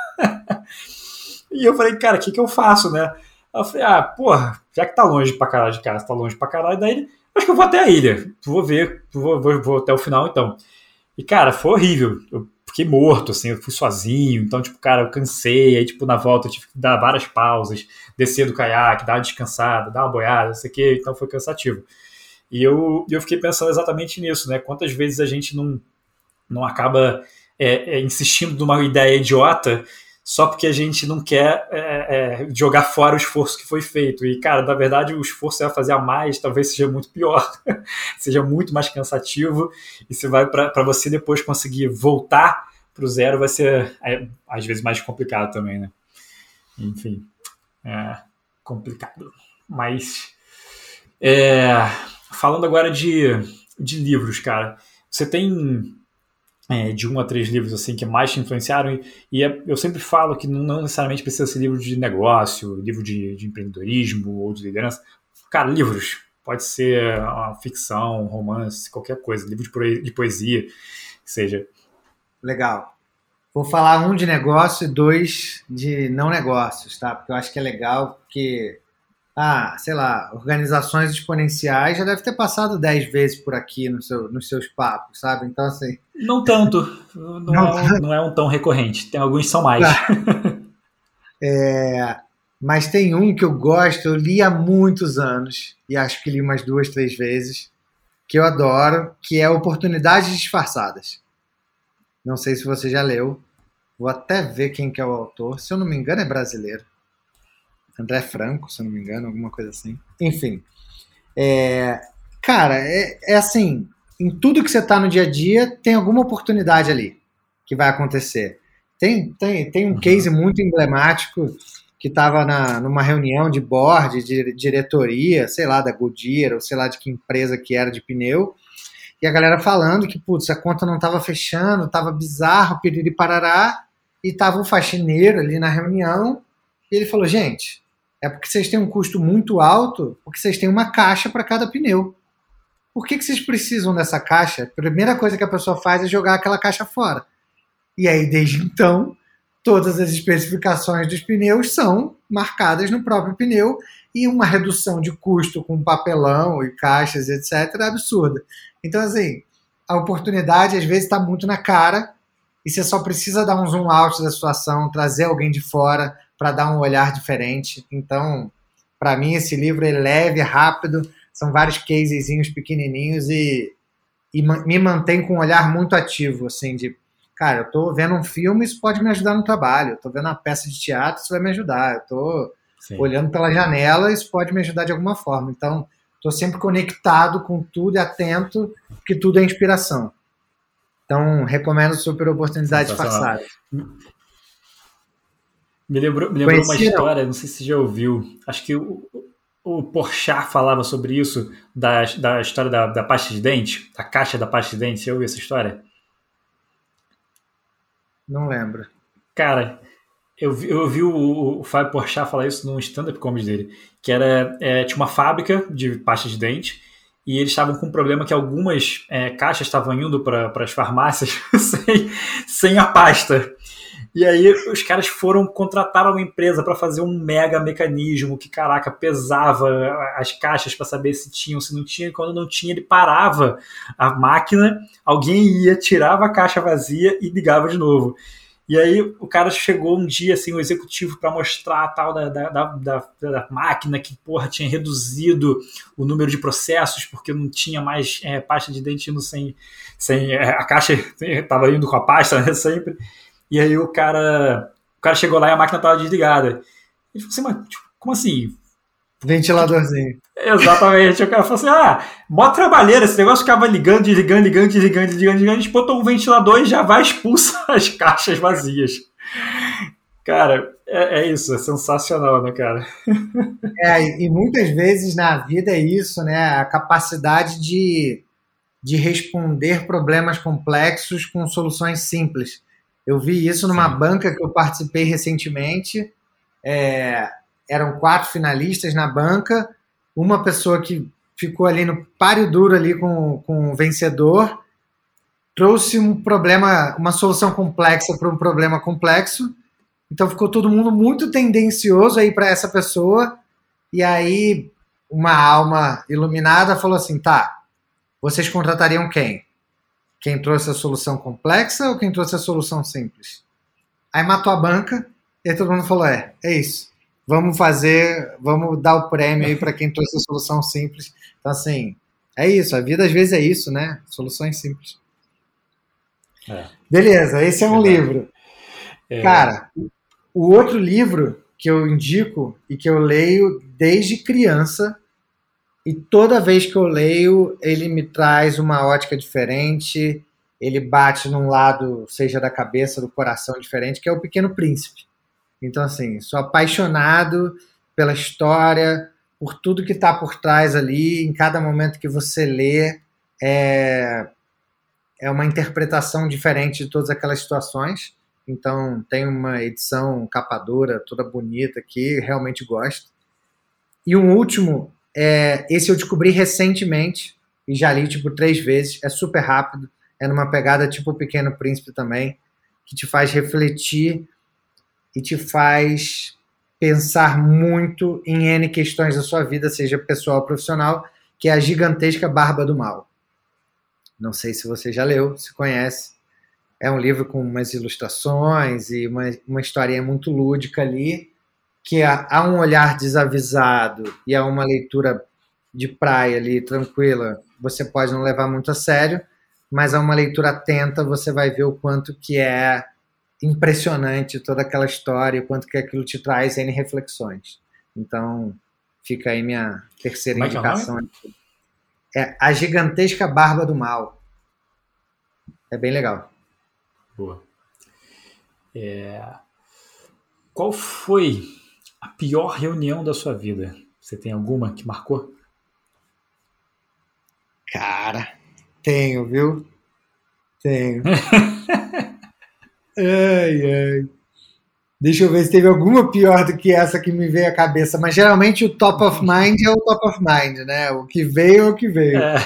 E eu falei, cara, o que que eu faço, né? Aí eu falei, ah, porra, já que tá longe pra caralho de casa, tá longe pra caralho da ilha, acho que eu vou até a ilha. Vou ver, vou, vou, vou até o final então. E, cara, foi horrível. Eu fiquei morto, assim, eu fui sozinho. Então, tipo, cara, eu cansei. Aí, tipo, na volta eu tive que dar várias pausas, descer do caiaque, dar uma descansada, dar uma boiada, não sei o quê. Então, foi cansativo. E eu, eu fiquei pensando exatamente nisso, né? Quantas vezes a gente não, não acaba é, é, insistindo numa ideia idiota só porque a gente não quer é, é, jogar fora o esforço que foi feito. E, cara, na verdade, o esforço é fazer a mais, talvez seja muito pior, seja muito mais cansativo, e se vai para você depois conseguir voltar para o zero, vai ser, é, às vezes, mais complicado também, né? Enfim, é complicado. Mas, é, falando agora de, de livros, cara, você tem... É, de um a três livros assim que mais te influenciaram e, e é, eu sempre falo que não, não necessariamente precisa ser livro de negócio, livro de, de empreendedorismo ou de liderança. Cara, livros. Pode ser uma ficção, um romance, qualquer coisa. Livro de, poe- de poesia, que seja. Legal. Vou falar um de negócio e dois de não negócios, tá? Porque eu acho que é legal, porque, ah, sei lá, organizações exponenciais já deve ter passado dez vezes por aqui no seu, nos seus papos, sabe? Então, assim, Não tanto. Não, não, é um, não é um tão recorrente. Tem alguns que são mais. é, mas tem um que eu gosto, eu li há muitos anos, e acho que li umas duas, três vezes, que eu adoro, que é Oportunidades Disfarçadas. Não sei se você já leu, vou até ver quem que é o autor, se eu não me engano é brasileiro. André Franco, se eu não me engano, alguma coisa assim. Enfim, é, cara, é, é assim, em tudo que você está no dia a dia, tem alguma oportunidade ali que vai acontecer. Tem, tem, tem um Uhum. case muito emblemático que estava numa reunião de board, de diretoria, sei lá, da Goodyear, ou sei lá de que empresa que era de pneu, e a galera falando que, putz, a conta não estava fechando, estava bizarro, piriri parará, e estava um faxineiro ali na reunião, e ele falou, gente, é porque vocês têm um custo muito alto, porque vocês têm uma caixa para cada pneu. Por que, que vocês precisam dessa caixa? A primeira coisa que a pessoa faz é jogar aquela caixa fora. E aí, desde então, todas as especificações dos pneus são marcadas no próprio pneu e uma redução de custo com papelão e caixas, etcétera, é absurda. Então, assim, a oportunidade às vezes está muito na cara e você só precisa dar um zoom out da situação, trazer alguém de fora para dar um olhar diferente. Então, para mim, esse livro é leve, rápido, são vários casezinhos pequenininhos e, e me mantém com um olhar muito ativo, assim, de, cara, eu tô vendo um filme, isso pode me ajudar no trabalho, eu tô vendo uma peça de teatro, isso vai me ajudar, eu tô Sim. olhando pela janela, isso pode me ajudar de alguma forma. Então, tô sempre conectado com tudo e atento, porque tudo é inspiração. Então, recomendo super Oportunidades Disfarçadas. Me lembrou, me lembrou uma história, não sei se você já ouviu, acho que o, o Porchat falava sobre isso, da, da história da, da pasta de dente, da caixa da pasta de dente, você ouviu essa história? Não lembro. Cara, eu vi, eu vi o, o Fábio Porchat falar isso num stand-up comedy dele, que era, é, tinha uma fábrica de pasta de dente, e eles estavam com um problema que algumas é, caixas estavam indo para as farmácias sem, sem a pasta. E aí os caras foram, contrataram uma empresa para fazer um mega mecanismo que, caraca, pesava as caixas para saber se tinham, se não tinha. E quando não tinha, ele parava a máquina, alguém ia, tirava a caixa vazia e ligava de novo. E aí o cara chegou um dia, assim, o executivo, para mostrar a tal da, da, da, da máquina que, porra, tinha reduzido o número de processos porque não tinha mais é, pasta de dente indo sem... sem é, a caixa estava indo com a pasta, né, sempre. E aí o cara, o cara chegou lá e a máquina estava desligada. Ele falou assim, mas tipo, como assim? Ventiladorzinho. Exatamente. O cara falou assim, ah, mó trabalheira, esse negócio ficava ligando, desligando, ligando, desligando, desligando, desligando. A gente botou um ventilador e já vai expulsar as caixas vazias. Cara, é, é isso, é sensacional, né, cara? É, e muitas vezes na vida é isso, né? A capacidade de, de responder problemas complexos com soluções simples. Eu vi isso numa Sim. banca que eu participei recentemente. É, eram quatro finalistas na banca, uma pessoa que ficou ali no páreo duro ali com, com o vencedor, trouxe um problema, uma solução complexa para um problema complexo. Então ficou todo mundo muito tendencioso aí para essa pessoa. E aí uma alma iluminada falou assim, tá, vocês contratariam quem? Quem trouxe a solução complexa ou quem trouxe a solução simples? Aí matou a banca e aí todo mundo falou, é, é isso. Vamos fazer, vamos dar o prêmio aí para quem trouxe a solução simples. Então assim, é isso, a vida às vezes é isso, né? Soluções simples. É. Beleza, esse é um Verdade. livro. É... Cara, o outro livro que eu indico e que eu leio desde criança, e toda vez que eu leio, ele me traz uma ótica diferente, ele bate num lado, seja da cabeça, do coração diferente, que é o Pequeno Príncipe. Então, assim, sou apaixonado pela história, por tudo que está por trás ali, em cada momento que você lê, é, é uma interpretação diferente de todas aquelas situações. Então, tem uma edição capa dura, toda bonita aqui, realmente gosto. E um último, é, esse eu descobri recentemente, e já li tipo três vezes, é super rápido, é numa pegada tipo o Pequeno Príncipe também, que te faz refletir e te faz pensar muito em N questões da sua vida, seja pessoal ou profissional, que é A Gigantesca Barba do Mal. Não sei se você já leu, se conhece. É um livro com umas ilustrações e uma, uma historinha muito lúdica ali, que há, há um olhar desavisado e há uma leitura de praia ali, tranquila, você pode não levar muito a sério, mas há uma leitura atenta, você vai ver o quanto que é impressionante toda aquela história, o quanto que aquilo te traz N reflexões. Então, fica aí minha terceira Como é que indicação. é o nome? É A Gigantesca Barba do Mal. É bem legal. Boa. É... Qual foi a pior reunião da sua vida? Você tem alguma que marcou? Cara, tenho, viu? Tenho. Ai, ai. Deixa eu ver se teve alguma pior do que essa que me veio à cabeça. Mas geralmente o top of mind é o top of mind, né? O que veio é o que veio. É.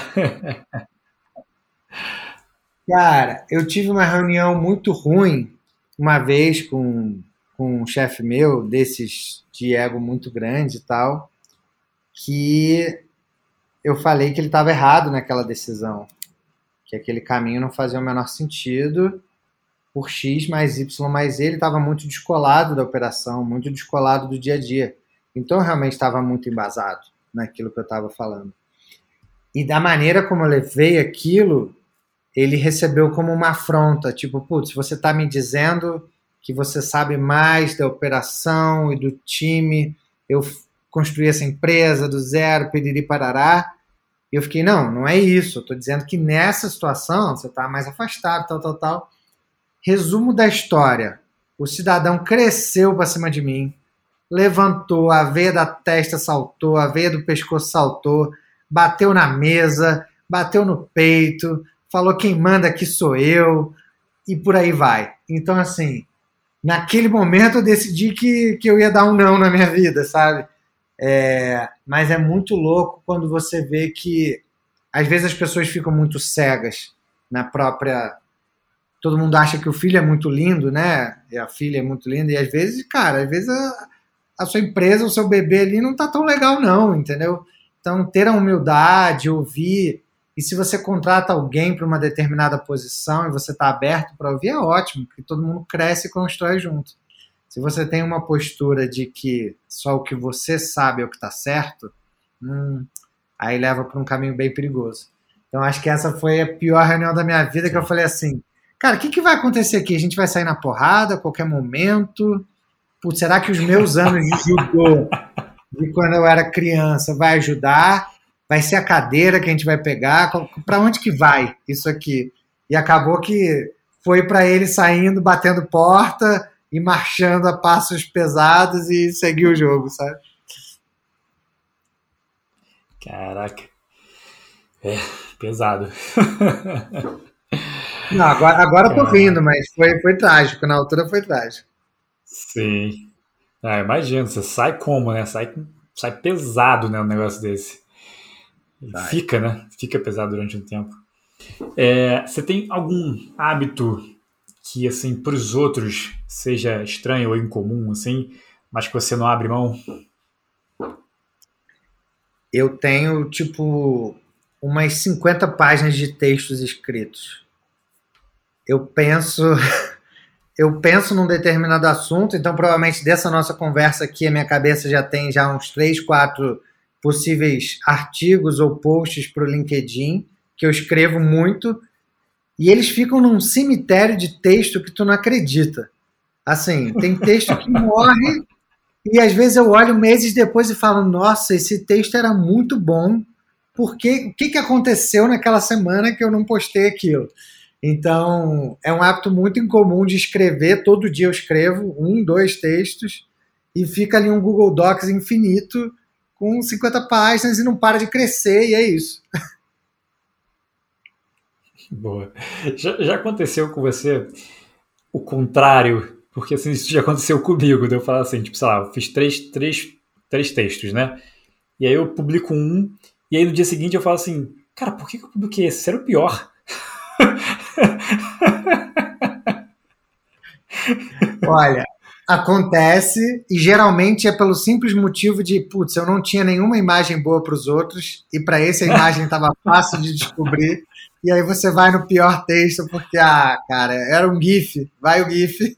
Cara, eu tive uma reunião muito ruim uma vez com, com um chefe meu, desses de ego muito grande e tal, que eu falei que ele estava errado naquela decisão, que aquele caminho não fazia o menor sentido por X mais Y mais Z. Ele estava muito descolado da operação, muito descolado do dia a dia. Então eu realmente estava muito embasado naquilo que eu estava falando. E da maneira como eu levei aquilo, ele recebeu como uma afronta, tipo, putz, você está me dizendo que você sabe mais da operação e do time, eu construí essa empresa do zero, piriri parará, e eu fiquei, não, não é isso, eu estou dizendo que nessa situação você está mais afastado, tal, tal, tal. Resumo da história, o cidadão cresceu para cima de mim, levantou, a veia da testa saltou, a veia do pescoço saltou, bateu na mesa, bateu no peito, falou quem manda aqui sou eu, e por aí vai. Então, assim, naquele momento eu decidi que, que eu ia dar um não na minha vida, sabe? É, mas é muito louco quando você vê que às vezes as pessoas ficam muito cegas na própria... Todo mundo acha que o filho é muito lindo, né? E a filha é muito linda, e às vezes, cara, às vezes a, a sua empresa, o seu bebê ali não tá tão legal não, entendeu? Então, ter a humildade, ouvir... E se você contrata alguém para uma determinada posição e você está aberto para ouvir, é ótimo, porque todo mundo cresce e constrói junto. Se você tem uma postura de que só o que você sabe é o que está certo, hum, aí leva para um caminho bem perigoso. Então, acho que essa foi a pior reunião da minha vida, que eu falei assim, cara, o que, que vai acontecer aqui? A gente vai sair na porrada a qualquer momento? Putz, será que os meus anos de judô de quando eu era criança vai ajudar? Vai ser a cadeira que a gente vai pegar? Para onde que vai isso aqui? E acabou que foi para ele saindo, batendo porta e marchando a passos pesados e seguir o jogo, sabe? Caraca. É, pesado. Não, agora, agora eu tô rindo, Caraca. mas foi, foi trágico. Na altura foi trágico. Sim. Ah, imagina, você sai como, né? Sai, sai pesado, né, um negócio desse. E Vai. fica, né? Fica pesado durante um tempo. É, você tem algum hábito que, assim, para os outros seja estranho ou incomum, assim, mas que você não abre mão? Eu tenho, tipo, umas cinquenta páginas de textos escritos. Eu penso, eu penso num determinado assunto, então provavelmente dessa nossa conversa aqui, a minha cabeça já tem já uns três, quatro possíveis artigos ou posts para o LinkedIn, que eu escrevo muito, e eles ficam num cemitério de texto que tu não acredita. Assim, tem texto que morre e às vezes eu olho meses depois e falo, nossa, esse texto era muito bom, porque o que, que aconteceu naquela semana que eu não postei aquilo? Então, é um hábito muito incomum de escrever, todo dia eu escrevo um, dois textos, e fica ali um Google Docs infinito, com cinquenta páginas e não para de crescer, e é isso. Boa. Já, já aconteceu com você o contrário? Porque assim, isso já aconteceu comigo. De eu falar assim, tipo, sei lá, eu fiz três, três, três textos, né? E aí eu publico um, e aí no dia seguinte eu falo assim, cara, por que, que eu publiquei esse? Esse era o pior. Olha, acontece, e geralmente é pelo simples motivo de, putz, eu não tinha nenhuma imagem boa para os outros, e para esse a imagem estava fácil de descobrir, e aí você vai no pior texto, porque, ah, cara, era um GIF, vai o GIF.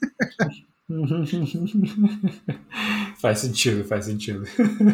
Faz sentido, faz sentido.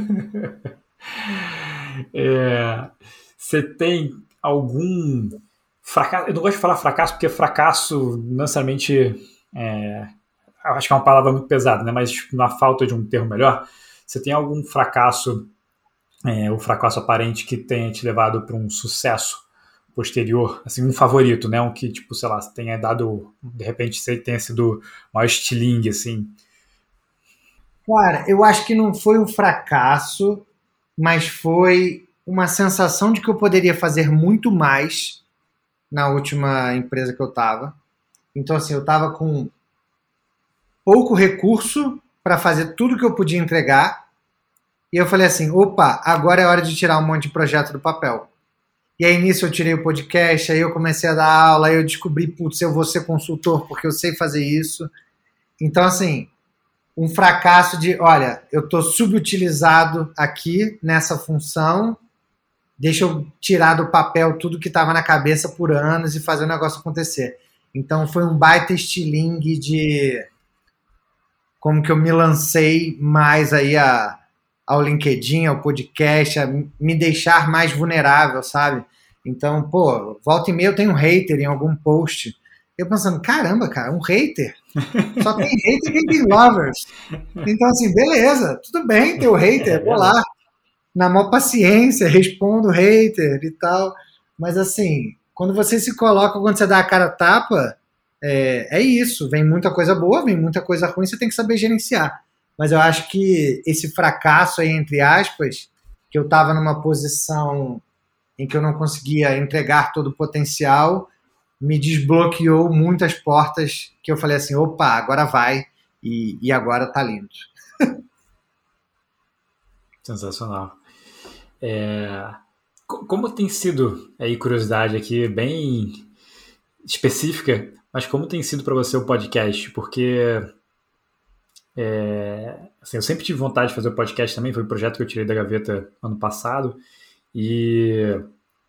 É, você tem algum fracasso? Eu não gosto de falar fracasso porque fracasso não necessariamente é, acho que é uma palavra muito pesada, né? Mas na falta de um termo melhor, você tem algum fracasso, é, o fracasso aparente que tenha te levado para um sucesso posterior, assim, um favorito, né? Um que, tipo, sei lá, tenha dado, de repente, você tenha sido maior estilingue, assim. Cara, eu acho que não foi um fracasso, mas foi uma sensação de que eu poderia fazer muito mais na última empresa que eu estava. Então, assim, eu estava com pouco recurso para fazer tudo que eu podia entregar. E eu falei assim: opa, agora é hora de tirar um monte de projeto do papel. E aí nisso eu tirei o podcast, aí eu comecei a dar aula, aí eu descobri, putz, eu vou ser consultor porque eu sei fazer isso. Então, assim, um fracasso de, olha, eu estou subutilizado aqui nessa função, deixa eu tirar do papel tudo que estava na cabeça por anos e fazer o negócio acontecer. Então foi um baita estilingue de como que eu me lancei mais aí a, ao LinkedIn, ao podcast, a me deixar mais vulnerável, sabe? Então, pô, volta e meia eu tenho um hater em algum post. Eu pensando, caramba, cara, um hater? Só tem hater quem tem lovers. Então, assim, beleza, tudo bem ter o É hater, vou lá, verdade. na maior paciência, respondo o hater e tal. Mas, assim, quando você se coloca, quando você dá a cara a tapa, é, é isso. Vem muita coisa boa, vem muita coisa ruim, você tem que saber gerenciar. Mas eu acho que esse fracasso aí, entre aspas, que eu estava numa posição em que eu não conseguia entregar todo o potencial, me desbloqueou muitas portas que eu falei assim, opa, agora vai e, e agora tá lindo. Sensacional. É, como tem sido, aí curiosidade aqui bem específica, mas como tem sido para você o podcast? Porque é, assim, eu sempre tive vontade de fazer o podcast também, foi um projeto que eu tirei da gaveta ano passado, e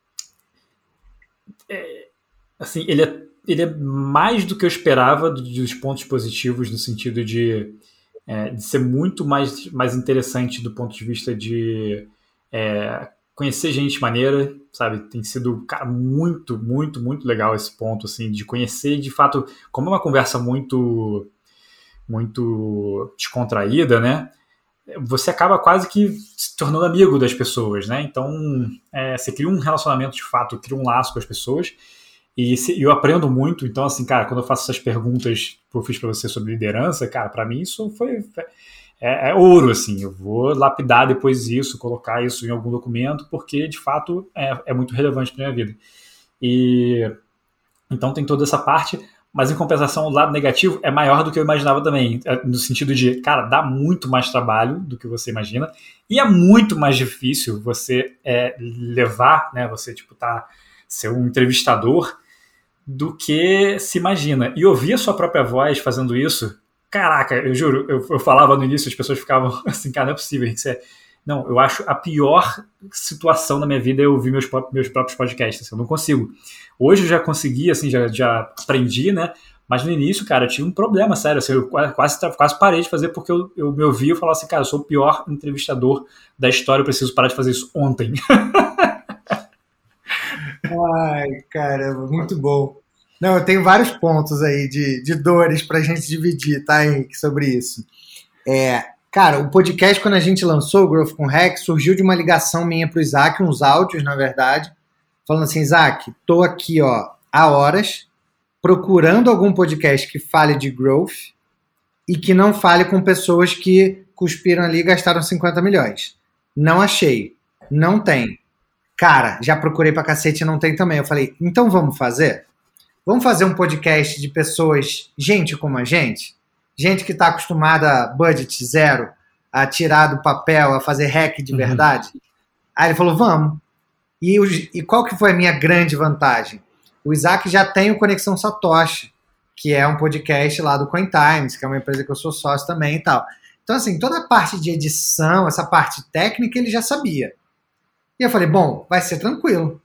assim, ele é, ele é mais do que eu esperava dos pontos positivos, no sentido de, é, de ser muito mais, mais interessante do ponto de vista de é, conhecer gente maneira, sabe? Tem sido, cara, muito, muito, muito legal esse ponto, assim, de conhecer, de fato, como é uma conversa muito, muito descontraída, né? você acaba quase que se tornando amigo das pessoas, né? Então, é, você cria um relacionamento de fato, cria um laço com as pessoas. E se, eu aprendo muito. Então, assim, cara, quando eu faço essas perguntas que eu fiz para você sobre liderança, cara, para mim isso foi... É, é ouro, assim. Eu vou lapidar depois isso, colocar isso em algum documento, porque, de fato, é, é muito relevante para minha vida. E... Então, tem toda essa parte... Mas, em compensação, o lado negativo é maior do que eu imaginava também, no sentido de, cara, dá muito mais trabalho do que você imagina e é muito mais difícil você é, levar, né, você, tipo, tá, ser um entrevistador do que se imagina. E ouvir a sua própria voz fazendo isso, caraca, eu juro, eu, eu falava no início, as pessoas ficavam assim, cara, não é possível, isso é... Não, eu acho a pior situação da minha vida é ouvir meus, meus próprios podcasts, assim, eu não consigo. Hoje eu já consegui, assim, já, já aprendi, né? Mas no início, cara, eu tive um problema, sério, assim, eu quase, quase parei de fazer porque eu, eu me ouvia e falava assim, cara, eu sou o pior entrevistador da história, eu preciso parar de fazer isso ontem. Ai, caramba, muito bom. Não, eu tenho vários pontos aí de, de dores pra gente dividir, tá, Henrique, sobre isso. É... Cara, o podcast, quando a gente lançou o Growth com Hack, surgiu de uma ligação minha pro Isaac, uns áudios, na verdade, falando assim, Isaac, tô aqui, ó, há horas, procurando algum podcast que fale de growth e que não fale com pessoas que cuspiram ali e gastaram cinquenta milhões. Não achei. Não tem. Cara, já procurei pra cacete e não tem também. Eu falei, então vamos fazer? Vamos fazer um podcast de pessoas, gente como a gente? Gente que está acostumada a budget zero, a tirar do papel, a fazer hack de verdade. Uhum. Aí ele falou, vamos. E, e qual que foi a minha grande vantagem? O Isaac já tem o Conexão Satoshi, que é um podcast lá do CoinTimes, que é uma empresa que eu sou sócio também e tal. Então, assim, toda a parte de edição, essa parte técnica, ele já sabia. E eu falei, bom, vai ser tranquilo.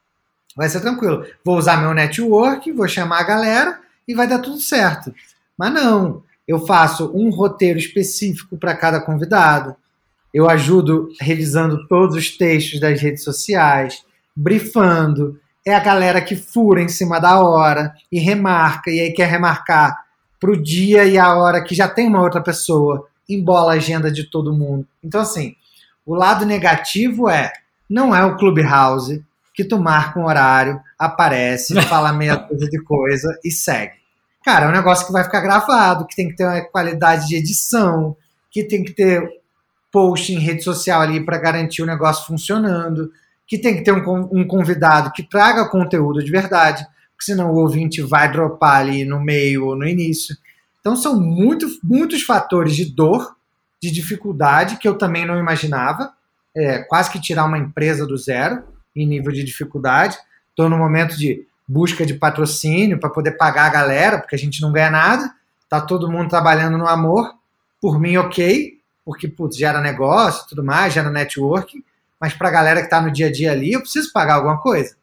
Vai ser tranquilo. Vou usar meu network, vou chamar a galera e vai dar tudo certo. Mas não. Eu faço um roteiro específico para cada convidado, eu ajudo revisando todos os textos das redes sociais, brifando, é a galera que fura em cima da hora e remarca, e aí quer remarcar para o dia e a hora que já tem uma outra pessoa, embola a agenda de todo mundo. Então, assim, o lado negativo é, não é o Clubhouse que tu marca um horário, aparece, fala meia coisa de coisa e segue. Cara, é um negócio que vai ficar gravado, que tem que ter uma qualidade de edição, que tem que ter post em rede social ali para garantir o negócio funcionando, que tem que ter um, um convidado que traga conteúdo de verdade, porque senão o ouvinte vai dropar ali no meio ou no início. Então são muito, muitos fatores de dor, de dificuldade, que eu também não imaginava, é, quase que tirar uma empresa do zero em nível de dificuldade. Estou no momento de busca de patrocínio para poder pagar a galera, porque a gente não ganha nada, tá todo mundo trabalhando no amor, por mim ok, porque putz, gera negócio, tudo mais, gera networking, mas para a galera que está no dia a dia ali, eu preciso pagar alguma coisa.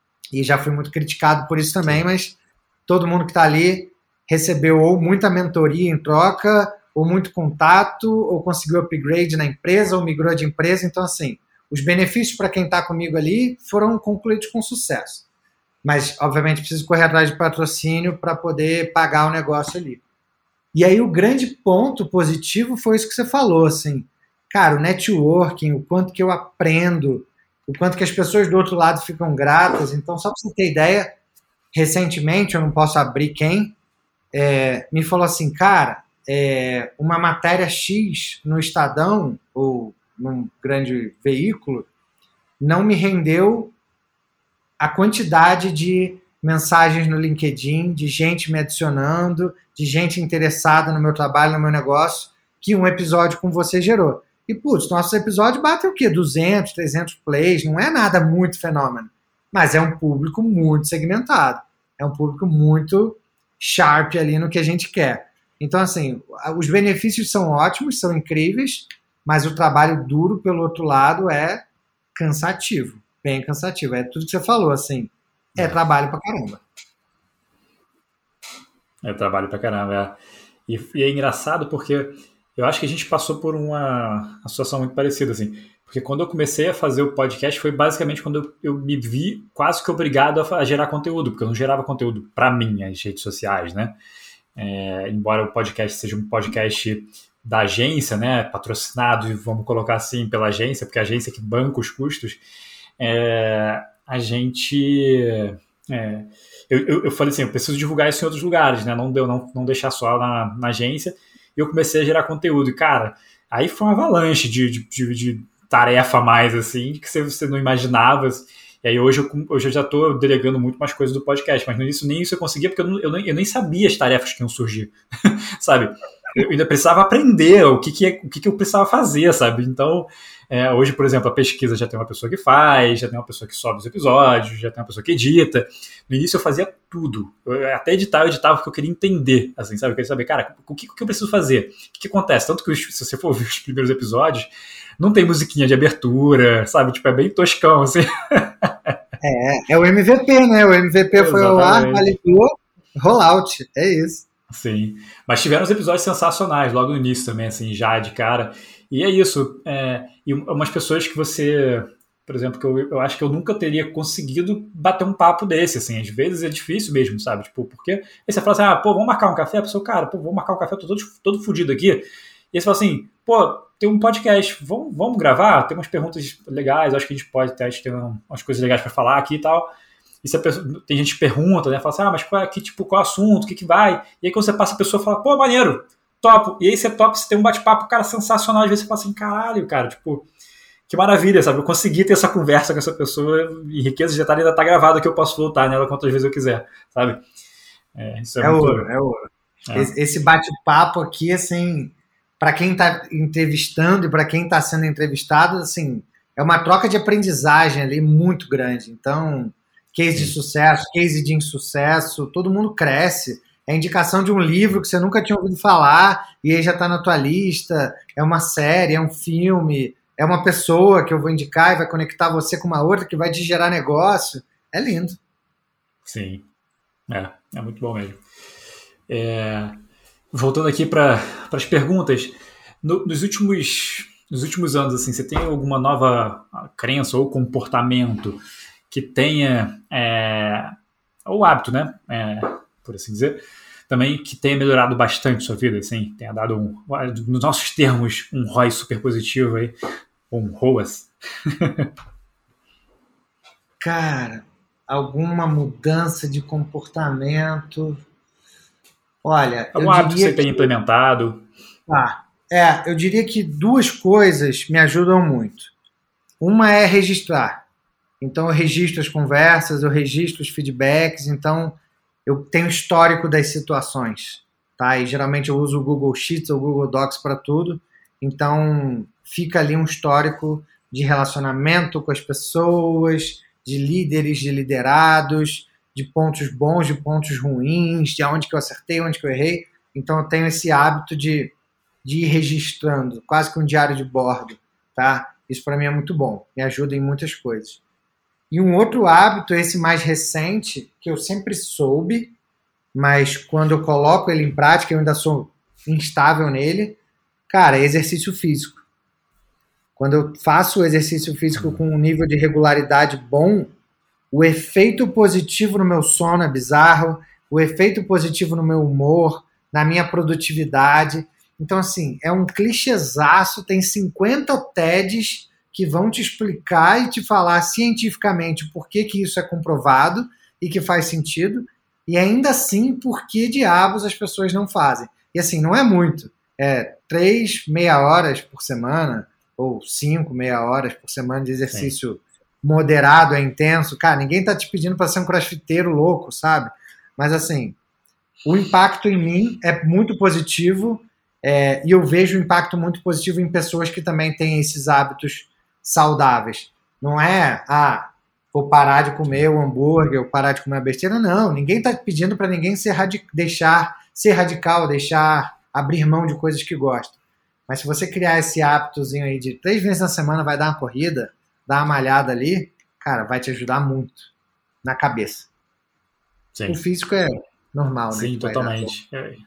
E já fui muito criticado por isso também, mas todo mundo que está ali recebeu ou muita mentoria em troca, ou muito contato, ou conseguiu upgrade na empresa, ou migrou de empresa. Então, assim, os benefícios para quem está comigo ali foram concluídos com sucesso. Mas, obviamente, preciso correr atrás de patrocínio para poder pagar o negócio ali. E aí o grande ponto positivo foi isso que você falou, assim. Cara, o networking, o quanto que eu aprendo, o quanto que as pessoas do outro lado ficam gratas. Então, só para você ter ideia, recentemente, eu não posso abrir quem, é, me falou assim, cara, é, uma matéria X no Estadão, ou num grande veículo, não me rendeu a quantidade de mensagens no LinkedIn, de gente me adicionando, de gente interessada no meu trabalho, no meu negócio, que um episódio com você gerou. E, putz, nossos episódios batem o quê? duzentos, trezentos plays, não é nada muito fenômeno. Mas é um público muito segmentado. É um público muito sharp ali no que a gente quer. Então, assim, os benefícios são ótimos, são incríveis, mas o trabalho duro, pelo outro lado, é cansativo. Bem cansativo. É tudo que você falou, assim. É trabalho pra caramba. É trabalho pra caramba, é. E, e é engraçado porque eu acho que a gente passou por uma, uma situação muito parecida, assim. Porque quando eu comecei a fazer o podcast foi basicamente quando eu, eu me vi quase que obrigado a, a gerar conteúdo, porque eu não gerava conteúdo para mim, as redes sociais, né? É, embora o podcast seja um podcast da agência, né, patrocinado, vamos colocar assim, pela agência, porque a agência que banca os custos, é, a gente... É, eu, eu, eu falei assim, eu preciso divulgar isso em outros lugares, né, não, deu, não, não deixar só na, na agência, e eu comecei a gerar conteúdo, e cara, aí foi uma avalanche de, de, de, de tarefa a mais, assim, que você, você não imaginava. E aí hoje eu, hoje eu já estou delegando muito mais coisas do podcast, mas no início nem isso eu conseguia, porque eu, não, eu, nem, eu nem sabia as tarefas que iam surgir, sabe? Eu ainda precisava aprender o que, que, o que, que eu precisava fazer, sabe? Então, é, hoje, por exemplo, a pesquisa já tem uma pessoa que faz, já tem uma pessoa que sobe os episódios, já tem uma pessoa que edita. No início eu fazia tudo. Eu, até editar, eu editava porque eu queria entender, assim, sabe? Eu queria saber, cara, o que, o que eu preciso fazer? O que, que acontece? Tanto que se você for ouvir os primeiros episódios, não tem musiquinha de abertura, sabe? Tipo, é bem toscão, assim. É, é o M V P, né? O M V P foi ao ar, validou, rollout, é isso. Sim, mas tiveram uns episódios sensacionais logo no início também, assim, já de cara. E é isso, é, e umas pessoas que você, por exemplo, que eu, eu acho que eu nunca teria conseguido bater um papo desse, assim, às vezes é difícil mesmo, sabe? Tipo, porque aí você fala assim, ah, pô, vamos marcar um café? A pessoa, cara, pô, vamos marcar um café, eu tô todo, todo fudido aqui. E aí você fala assim, pô, tem um podcast, vamos, vamos gravar? Tem umas perguntas legais, acho que a gente pode até ter umas coisas legais para falar aqui e tal. E se a pessoa, tem gente que pergunta, né? Fala assim, ah, mas qual, que, tipo, qual assunto, o que, que vai? E aí quando você passa a pessoa fala, pô, maneiro, topo. E aí você topa, você tem um bate-papo, cara, sensacional. Às vezes você fala assim, caralho, cara, tipo, que maravilha, sabe? Eu consegui ter essa conversa com essa pessoa e riqueza de detalhe ainda tá gravada que eu posso voltar nela quantas vezes eu quiser, sabe? É, isso é, é muito... ouro, é ouro. É. Esse bate-papo aqui, assim, para quem tá entrevistando e para quem tá sendo entrevistado, assim, é uma troca de aprendizagem ali muito grande. Então... case Sim. de sucesso, case de insucesso, todo mundo cresce. É indicação de um livro que você nunca tinha ouvido falar e aí já está na tua lista. É uma série, é um filme, é uma pessoa que eu vou indicar e vai conectar você com uma outra que vai te gerar negócio. É lindo. Sim, é, é muito bom mesmo. É, voltando aqui para as perguntas, no, nos últimos, nos últimos anos, assim, você tem alguma nova crença ou comportamento que tenha é, o hábito, né, é, por assim dizer, também que tenha melhorado bastante sua vida, assim, tenha dado, um, nos nossos termos, um R O I super positivo aí, ou um R O A S? Cara, alguma mudança de comportamento? Olha, algum hábito que você que... tenha implementado? Ah, é, eu diria que duas coisas me ajudam muito. Uma é registrar. Então, eu registro as conversas, eu registro os feedbacks, então eu tenho histórico das situações, tá? E geralmente eu uso o Google Sheets ou o Google Docs para tudo, então fica ali um histórico de relacionamento com as pessoas, de líderes, de liderados, de pontos bons, de pontos ruins, de onde que eu acertei, onde que eu errei. Então, eu tenho esse hábito de, de ir registrando, quase que um diário de bordo, tá? Isso para mim é muito bom, me ajuda em muitas coisas. E um outro hábito, esse mais recente, que eu sempre soube, mas quando eu coloco ele em prática, eu ainda sou instável nele, cara, é exercício físico. Quando eu faço o exercício físico com um nível de regularidade bom, o efeito positivo no meu sono é bizarro, o efeito positivo no meu humor, na minha produtividade. Então, assim, é um clichêzaço, tem cinquenta TEDs que vão te explicar e te falar cientificamente por que, que isso é comprovado e que faz sentido, e ainda assim, por que diabos as pessoas não fazem. E assim, não é muito. É três, meia horas por semana, ou cinco, meia horas por semana de exercício Sim. moderado, é intenso. Cara, ninguém tá te pedindo para ser um crossfiteiro louco, sabe? Mas assim, o impacto em mim é muito positivo, é, e eu vejo o impacto muito positivo em pessoas que também têm esses hábitos saudáveis. Não é, ah, vou parar de comer o hambúrguer, ou parar de comer a besteira. Não, ninguém está pedindo para ninguém ser radic- deixar ser radical, deixar abrir mão de coisas que gosta. Mas se você criar esse hábitozinho aí de três vezes na semana vai dar uma corrida, dar uma malhada ali, cara, vai te ajudar muito na cabeça. Sim. O físico é normal, né? Sim, totalmente. É.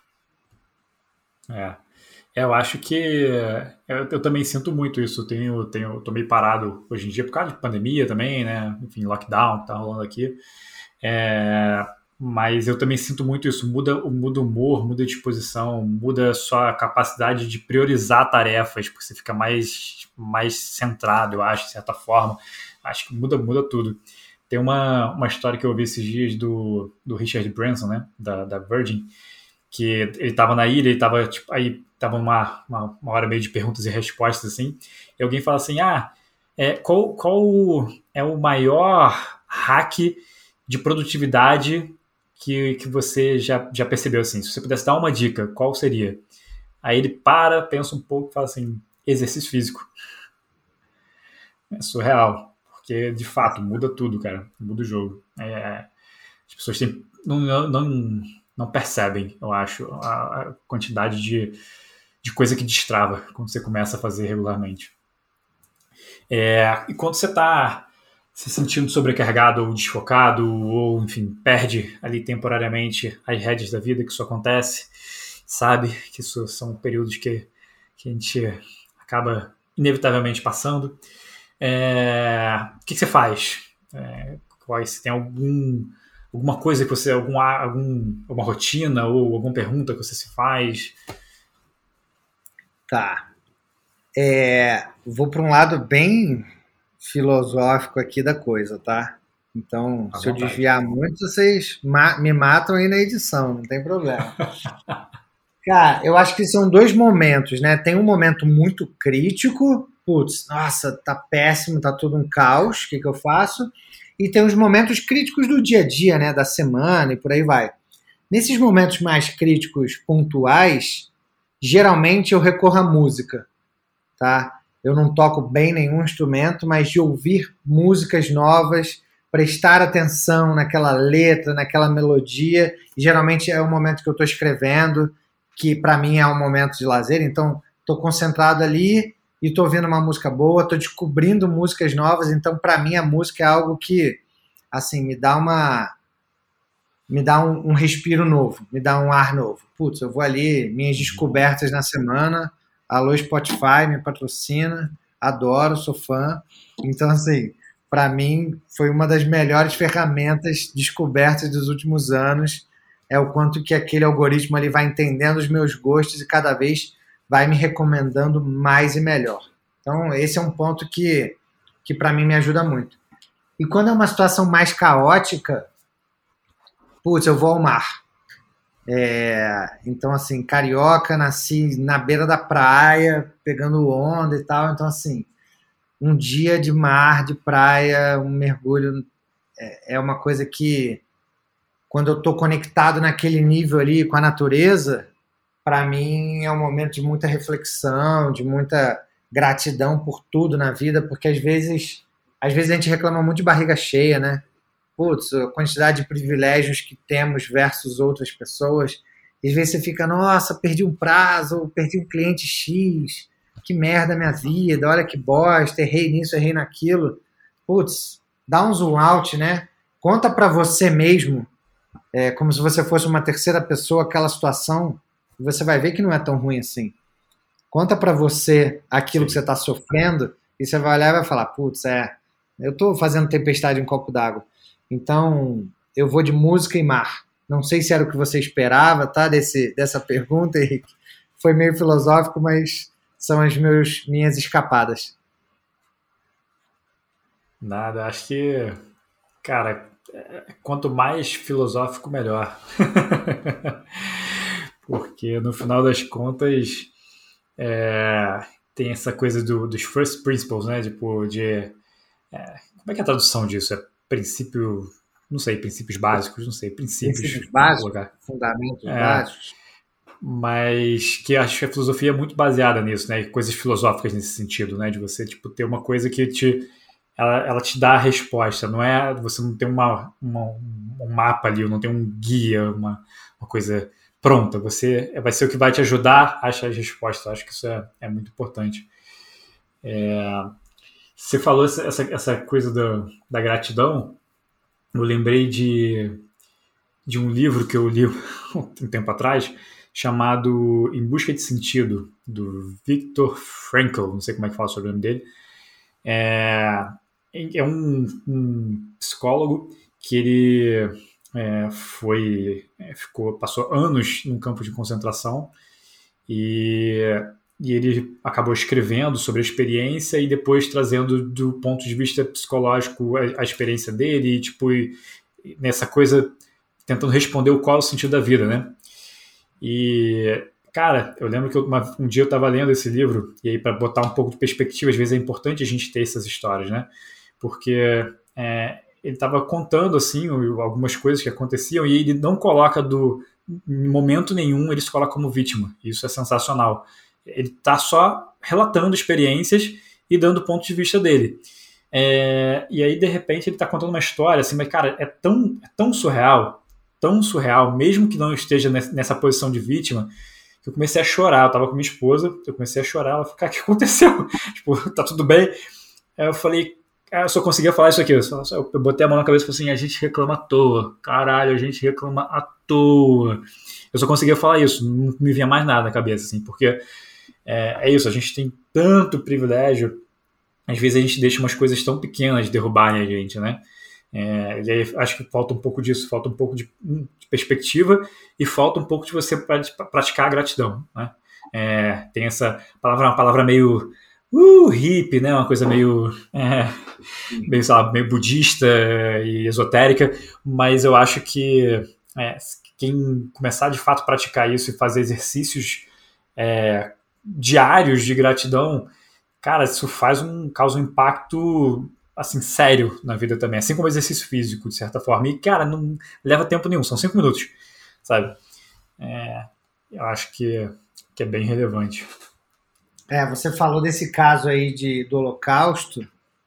é. Eu acho que eu, eu também sinto muito isso. Eu tenho, tenho, tô meio parado hoje em dia por causa de pandemia também, né? Enfim, lockdown que tá rolando aqui. É, mas eu também sinto muito isso, muda, muda o humor, muda a disposição, muda a sua capacidade de priorizar tarefas, porque você fica mais, mais centrado, eu acho, de certa forma. Acho que muda, muda tudo. Tem uma, uma história que eu ouvi esses dias do, do Richard Branson, né, da, da Virgin, que ele estava na ilha, ele estava, tipo, aí estava uma, uma, uma hora meio de perguntas e respostas, assim, e alguém fala assim, ah, é, qual, qual é o maior hack de produtividade que, que você já, já percebeu, assim? Se você pudesse dar uma dica, qual seria? Aí ele para, pensa um pouco e fala assim, exercício físico. É surreal, porque de fato muda tudo, cara, muda o jogo. É, as pessoas têm, não, não, não percebem, eu acho, a, a quantidade de, de coisa que destrava quando você começa a fazer regularmente. É, e quando você está se sentindo sobrecarregado ou desfocado, ou, enfim, perde ali temporariamente as rédeas da vida, que isso acontece, sabe que isso são períodos que, que a gente acaba inevitavelmente passando. É, o que, que você faz? É, se tem algum, alguma coisa que você, algum, algum, alguma rotina ou alguma pergunta que você se faz? Tá. É, vou para um lado bem filosófico aqui da coisa, tá? Então, À se eu vontade. desviar muito, vocês ma- me matam aí na edição, não tem problema. Cara, eu acho que são dois momentos, né? Tem um momento muito crítico, putz, nossa, tá péssimo, tá tudo um caos, o que que eu faço? E tem os momentos críticos do dia a dia, né? Da semana e por aí vai. Nesses momentos mais críticos, pontuais, geralmente eu recorro à música, tá? Eu não toco bem nenhum instrumento, mas de ouvir músicas novas, prestar atenção naquela letra, naquela melodia, e geralmente é o momento que eu estou escrevendo, que para mim é um momento de lazer, então estou concentrado ali e estou ouvindo uma música boa, estou descobrindo músicas novas, então para mim a música é algo que assim me dá uma me dá um, um respiro novo, me dá um ar novo. Putz, eu vou ali, minhas descobertas na semana, alô Spotify, me patrocina, adoro, sou fã. Então, assim, para mim foi uma das melhores ferramentas descobertas dos últimos anos, é o quanto que aquele algoritmo ali vai entendendo os meus gostos e cada vez vai me recomendando mais e melhor. Então, esse é um ponto que, que para mim me ajuda muito. E quando é uma situação mais caótica, putz, eu vou ao mar. É, então, assim, carioca, nasci na beira da praia, pegando onda e tal. Então, assim, um dia de mar, de praia, um mergulho é, é uma coisa que, quando eu estou conectado naquele nível ali com a natureza, para mim é um momento de muita reflexão, de muita gratidão por tudo na vida, porque às vezes, às vezes a gente reclama muito de barriga cheia, né? Putz, a quantidade de privilégios que temos versus outras pessoas. E às vezes você fica, nossa, perdi um prazo, perdi um cliente X, que merda minha vida, olha que bosta, errei nisso, errei naquilo. Putz, dá um zoom out, né? Conta para você mesmo, é, como se você fosse uma terceira pessoa, aquela situação, e você vai ver que não é tão ruim assim. Conta para você aquilo Sim. que você está sofrendo, e você vai olhar e vai falar, putz, é, eu estou fazendo tempestade em copo d'água. Então, eu vou de música e mar. Não sei se era o que você esperava, tá? Desse, dessa pergunta, Henrique. Foi meio filosófico, mas são as meus, minhas escapadas. Nada, acho que, cara, quanto mais filosófico, melhor. Porque, no final das contas, é, tem essa coisa do, dos first principles, né? Tipo, de... É, como é que é a tradução disso? É princípio, não sei, princípios básicos, não sei, princípios. Princípios básicos, fundamentos é, básicos. Mas que acho que a filosofia é muito baseada nisso, né? Coisas filosóficas nesse sentido, né? De você tipo, ter uma coisa que te, ela, ela te dá a resposta, não é? Você não tem uma, uma, um mapa ali, não tem um guia, uma, uma coisa pronta. Você vai ser o que vai te ajudar a achar as respostas. Acho que isso é, é muito importante. É, você falou essa, essa, essa coisa da, da gratidão. Eu lembrei de, de um livro que eu li um tempo atrás, chamado Em Busca de Sentido, do Viktor Frankl, não sei como é que fala sobre o nome dele. É, é um, um psicólogo que ele, é, foi, é, ficou, passou anos num campo de concentração e, e ele acabou escrevendo sobre a experiência e depois trazendo do ponto de vista psicológico a, a experiência dele e, tipo, e, e nessa coisa, tentando responder o qual é o sentido da vida, né? E, cara, eu lembro que eu, uma, um dia eu estava lendo esse livro, e aí para botar um pouco de perspectiva, às vezes é importante a gente ter essas histórias, né? Porque é, ele estava contando, assim, algumas coisas que aconteciam, e ele não coloca do, em momento nenhum, ele se coloca como vítima. Isso é sensacional. Ele está só relatando experiências e dando o ponto de vista dele. É, e aí, de repente, ele está contando uma história, assim, mas, cara, é tão, é tão surreal, tão surreal, mesmo que não esteja nessa posição de vítima, que eu comecei a chorar. Eu tava com minha esposa, eu comecei a chorar. Ela falou, cara, o que aconteceu? Tipo, tá tudo bem? Aí eu falei, cara, eu só conseguia falar isso aqui. Eu, só, eu botei a mão na cabeça e falei assim, a gente reclama à toa. Caralho, a gente reclama à toa. Eu só conseguia falar isso, não me vinha mais nada na cabeça, assim, porque é, é isso, a gente tem tanto privilégio, às vezes a gente deixa umas coisas tão pequenas derrubarem a gente, né? É, e aí acho que falta um pouco disso, falta um pouco de, de perspectiva e falta um pouco de você praticar a gratidão, né? É, tem essa palavra, uma palavra meio uh, hippie, né? Uma coisa meio, é, meio, sei lá, meio budista e esotérica, mas eu acho que é, quem começar de fato a praticar isso e fazer exercícios é, diários de gratidão, cara, isso faz um, causa um impacto assim, sério na vida também, assim como exercício físico, de certa forma. E, cara, não leva tempo nenhum, são cinco minutos, sabe? É, eu acho que, que é bem relevante. É, você falou desse caso aí de, do Holocausto.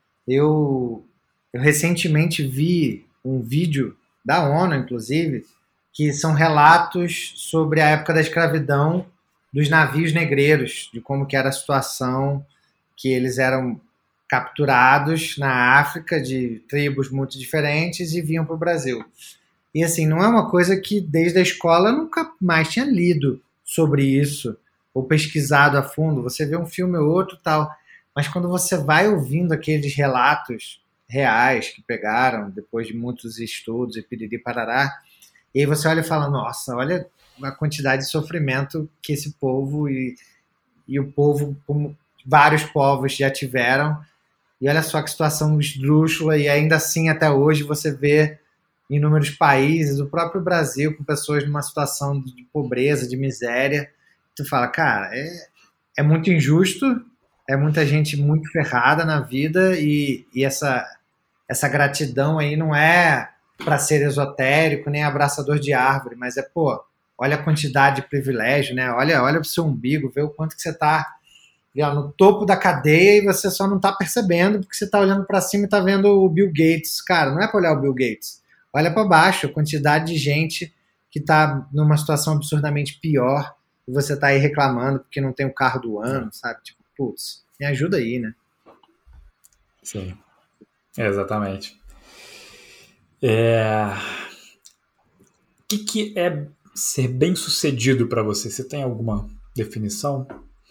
Eu, eu recentemente vi um vídeo da ONU, inclusive, que são relatos sobre a época da escravidão dos navios negreiros, de como que era a situação, que eles eram capturados na África de tribos muito diferentes e vinham para o Brasil. E assim, não é uma coisa que desde a escola eu nunca mais tinha lido sobre isso ou pesquisado a fundo. Você vê um filme ou outro tal, mas quando você vai ouvindo aqueles relatos reais que pegaram depois de muitos estudos e piriri parará, e aí você olha e fala, nossa, olha a quantidade de sofrimento que esse povo e, e o povo, como vários povos já tiveram. E olha só que situação esdrúxula, e ainda assim, até hoje, você vê inúmeros países, o próprio Brasil, com pessoas numa situação de pobreza, de miséria. Tu fala, cara, é, é muito injusto, é muita gente muito ferrada na vida, e, e essa, essa gratidão aí não é para ser esotérico, nem abraçador de árvore, mas é, pô, olha a quantidade de privilégio, né? Olha, olha pro seu umbigo, vê o quanto que você tá no topo da cadeia e você só não está percebendo porque você está olhando para cima e está vendo o Bill Gates. Cara, não é para olhar o Bill Gates. Olha para baixo, a quantidade de gente que está numa situação absurdamente pior e você está aí reclamando porque não tem o carro do ano, sabe? Tipo, putz, me ajuda aí, né? Sim, exatamente. É... O que, que é ser bem-sucedido para você? Você tem alguma definição?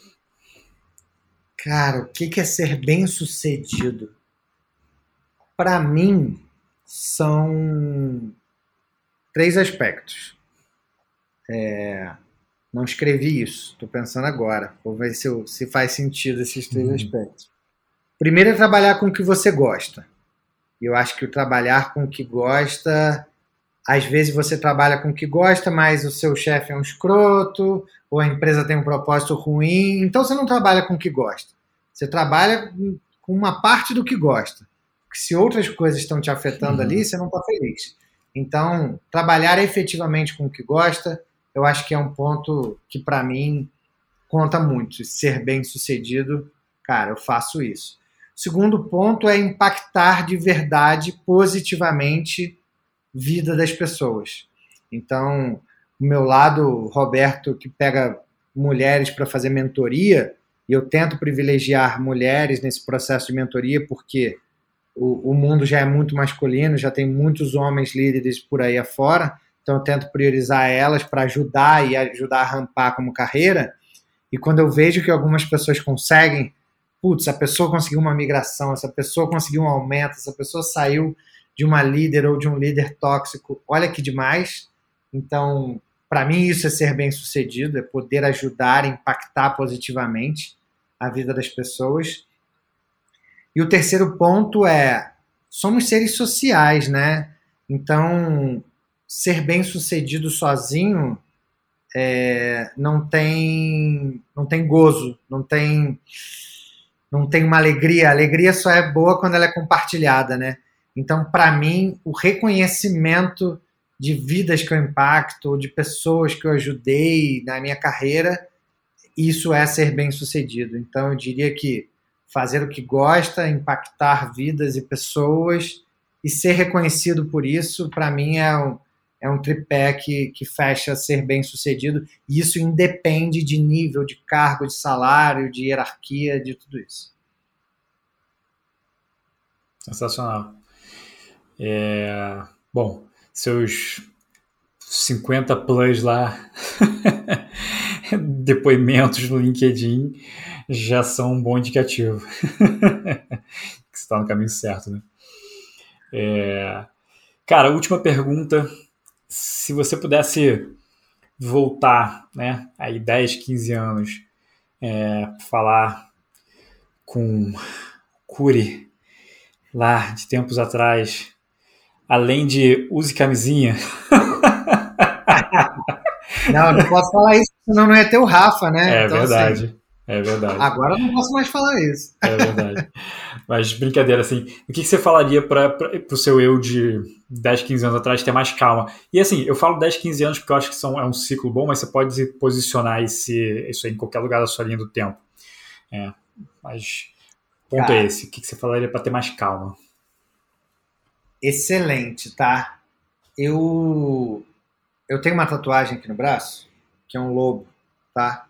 Cara, o que é ser bem-sucedido? Para mim, são três aspectos. É, não escrevi isso, estou pensando agora. Vou ver se, eu, se faz sentido esses três uhum. aspectos. Primeiro é trabalhar com o que você gosta. Eu acho que o trabalhar com o que gosta... Às vezes você trabalha com o que gosta, mas o seu chefe é um escroto, ou a empresa tem um propósito ruim, então você não trabalha com o que gosta. Você trabalha com uma parte do que gosta. Porque se outras coisas estão te afetando uhum. ali, você não está feliz. Então, trabalhar efetivamente com o que gosta, eu acho que é um ponto que, para mim, conta muito. Ser bem-sucedido, cara, eu faço isso. O segundo ponto é impactar de verdade, positivamente, vida das pessoas. Então, o meu lado, Roberto, que pega mulheres para fazer mentoria, e eu tento privilegiar mulheres nesse processo de mentoria, porque o, o mundo já é muito masculino, já tem muitos homens líderes por aí afora, então eu tento priorizar elas para ajudar e ajudar a rampar como carreira, e quando eu vejo que algumas pessoas conseguem, putz, a pessoa conseguiu uma migração, essa pessoa conseguiu um aumento, essa pessoa saiu de uma líder ou de um líder tóxico, olha que demais. Então, para mim, isso é ser bem-sucedido, é poder ajudar, impactar positivamente a vida das pessoas. E o terceiro ponto é, somos seres sociais, né? Então, ser bem-sucedido sozinho é, não tem, não tem gozo, não tem, não tem uma alegria. A alegria só é boa quando ela é compartilhada, né? Então, para mim, o reconhecimento de vidas que eu impacto, de pessoas que eu ajudei na minha carreira, isso é ser bem-sucedido. Então, eu diria que fazer o que gosta, impactar vidas e pessoas e ser reconhecido por isso, para mim, é um, é um tripé que, que fecha ser bem-sucedido. E isso independe de nível, de cargo, de salário, de hierarquia, de tudo isso. Sensacional. É, bom, seus cinquenta plus lá, depoimentos no LinkedIn, já são um bom indicativo. Que você está no caminho certo, né? É, cara, última pergunta. Se você pudesse voltar, né, aí dez, quinze anos, é, falar com Curi lá de tempos atrás, além de use camisinha. Não, não posso falar isso, senão não ia ter o Rafa, né? É então, verdade, assim, é verdade. agora eu não posso mais falar isso. É verdade. Mas brincadeira, assim, o que, que você falaria para o seu eu de dez, quinze anos atrás ter mais calma? E assim, eu falo dez, quinze anos porque eu acho que são, é um ciclo bom, mas você pode posicionar esse, isso aí em qualquer lugar da sua linha do tempo. É, mas o ponto Cara, é esse. O que, que você falaria para ter mais calma? excelente, tá? Eu, eu tenho uma tatuagem aqui no braço, que é um lobo, tá?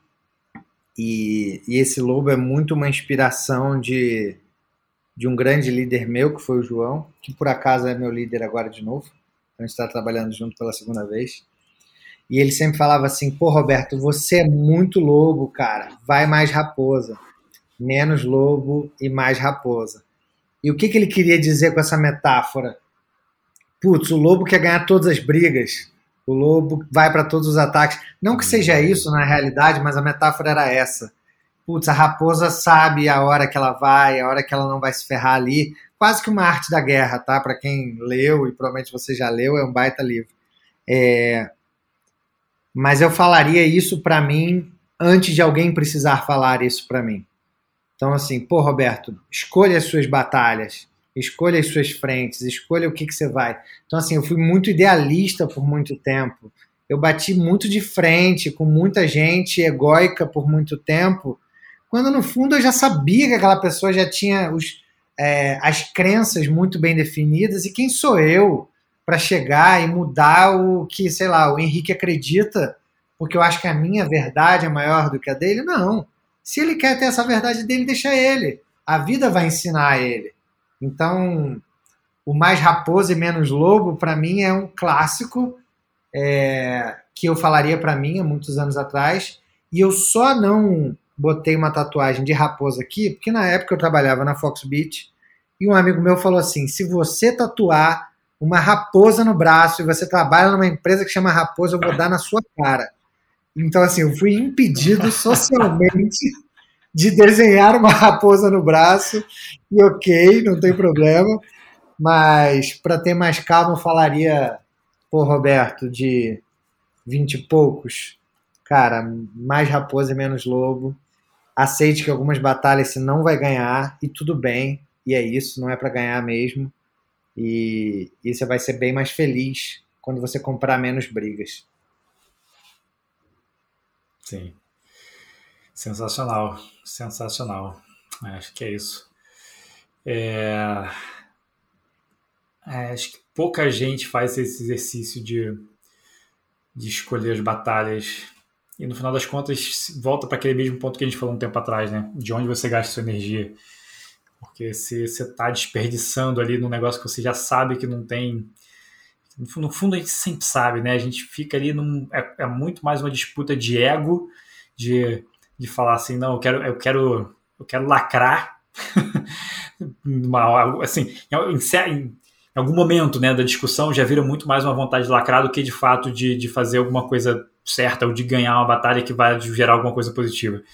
E, e esse lobo é muito uma inspiração de, de um grande líder meu, que foi o João, que por acaso é meu líder agora de novo. A gente está trabalhando junto pela segunda vez. E ele sempre falava assim, pô, Roberto, você é muito lobo, cara. Vai mais raposa. Menos lobo e mais raposa. E o que, que ele queria dizer com essa metáfora? Putz, o lobo quer ganhar todas as brigas. O lobo vai para todos os ataques. Não que seja isso na realidade, mas a metáfora era essa. Putz, a raposa sabe a hora que ela vai, a hora que ela não vai se ferrar ali. Quase que uma arte da guerra, tá? Para quem leu, e provavelmente você já leu, é um baita livro. É... Mas eu falaria isso para mim antes de alguém precisar falar isso para mim. Então, assim, pô, Roberto, escolha as suas batalhas, escolha as suas frentes, escolha o que, que você vai. Então, assim, eu fui muito idealista por muito tempo. Eu bati muito de frente com muita gente egóica por muito tempo, quando no fundo eu já sabia que aquela pessoa já tinha os, é, as crenças muito bem definidas, e quem sou eu para chegar e mudar o que, sei lá, o Henrique acredita, porque eu acho que a minha verdade é maior do que a dele? Não. Se ele quer ter essa verdade dele, deixa ele. A vida vai ensinar a ele. Então, o mais raposo e menos lobo, para mim, é um clássico é, que eu falaria para mim há muitos anos atrás. E eu só não botei uma tatuagem de raposa aqui, porque na época eu trabalhava na Foxbit e um amigo meu falou assim, se você tatuar uma raposa no braço e você trabalha numa empresa que chama Raposa, eu vou dar na sua cara. Então, assim, eu fui impedido socialmente de desenhar uma raposa no braço, e ok, não tem problema, mas para ter mais calma eu falaria, pô, Roberto, de vinte e poucos, cara, mais raposa e menos lobo, aceite que algumas batalhas você não vai ganhar, e tudo bem, e é isso, não é para ganhar mesmo, e, e você vai ser bem mais feliz quando você comprar menos brigas. Sim. Sensacional, sensacional. Acho que é isso. É... É, acho que pouca gente faz esse exercício de, de escolher as batalhas. E no final das contas, volta para aquele mesmo ponto que a gente falou um tempo atrás, né? De onde você gasta sua energia. Porque se você está desperdiçando ali num negócio que você já sabe que não tem... No fundo, a gente sempre sabe, né? A gente fica ali num... É, é muito mais uma disputa de ego, de... de falar assim, não, eu quero, eu quero, eu quero lacrar, uma, assim, em, em, em algum momento, né, da discussão, já vira muito mais uma vontade de lacrar do que, de fato, de, de fazer alguma coisa certa ou de ganhar uma batalha que vai gerar alguma coisa positiva.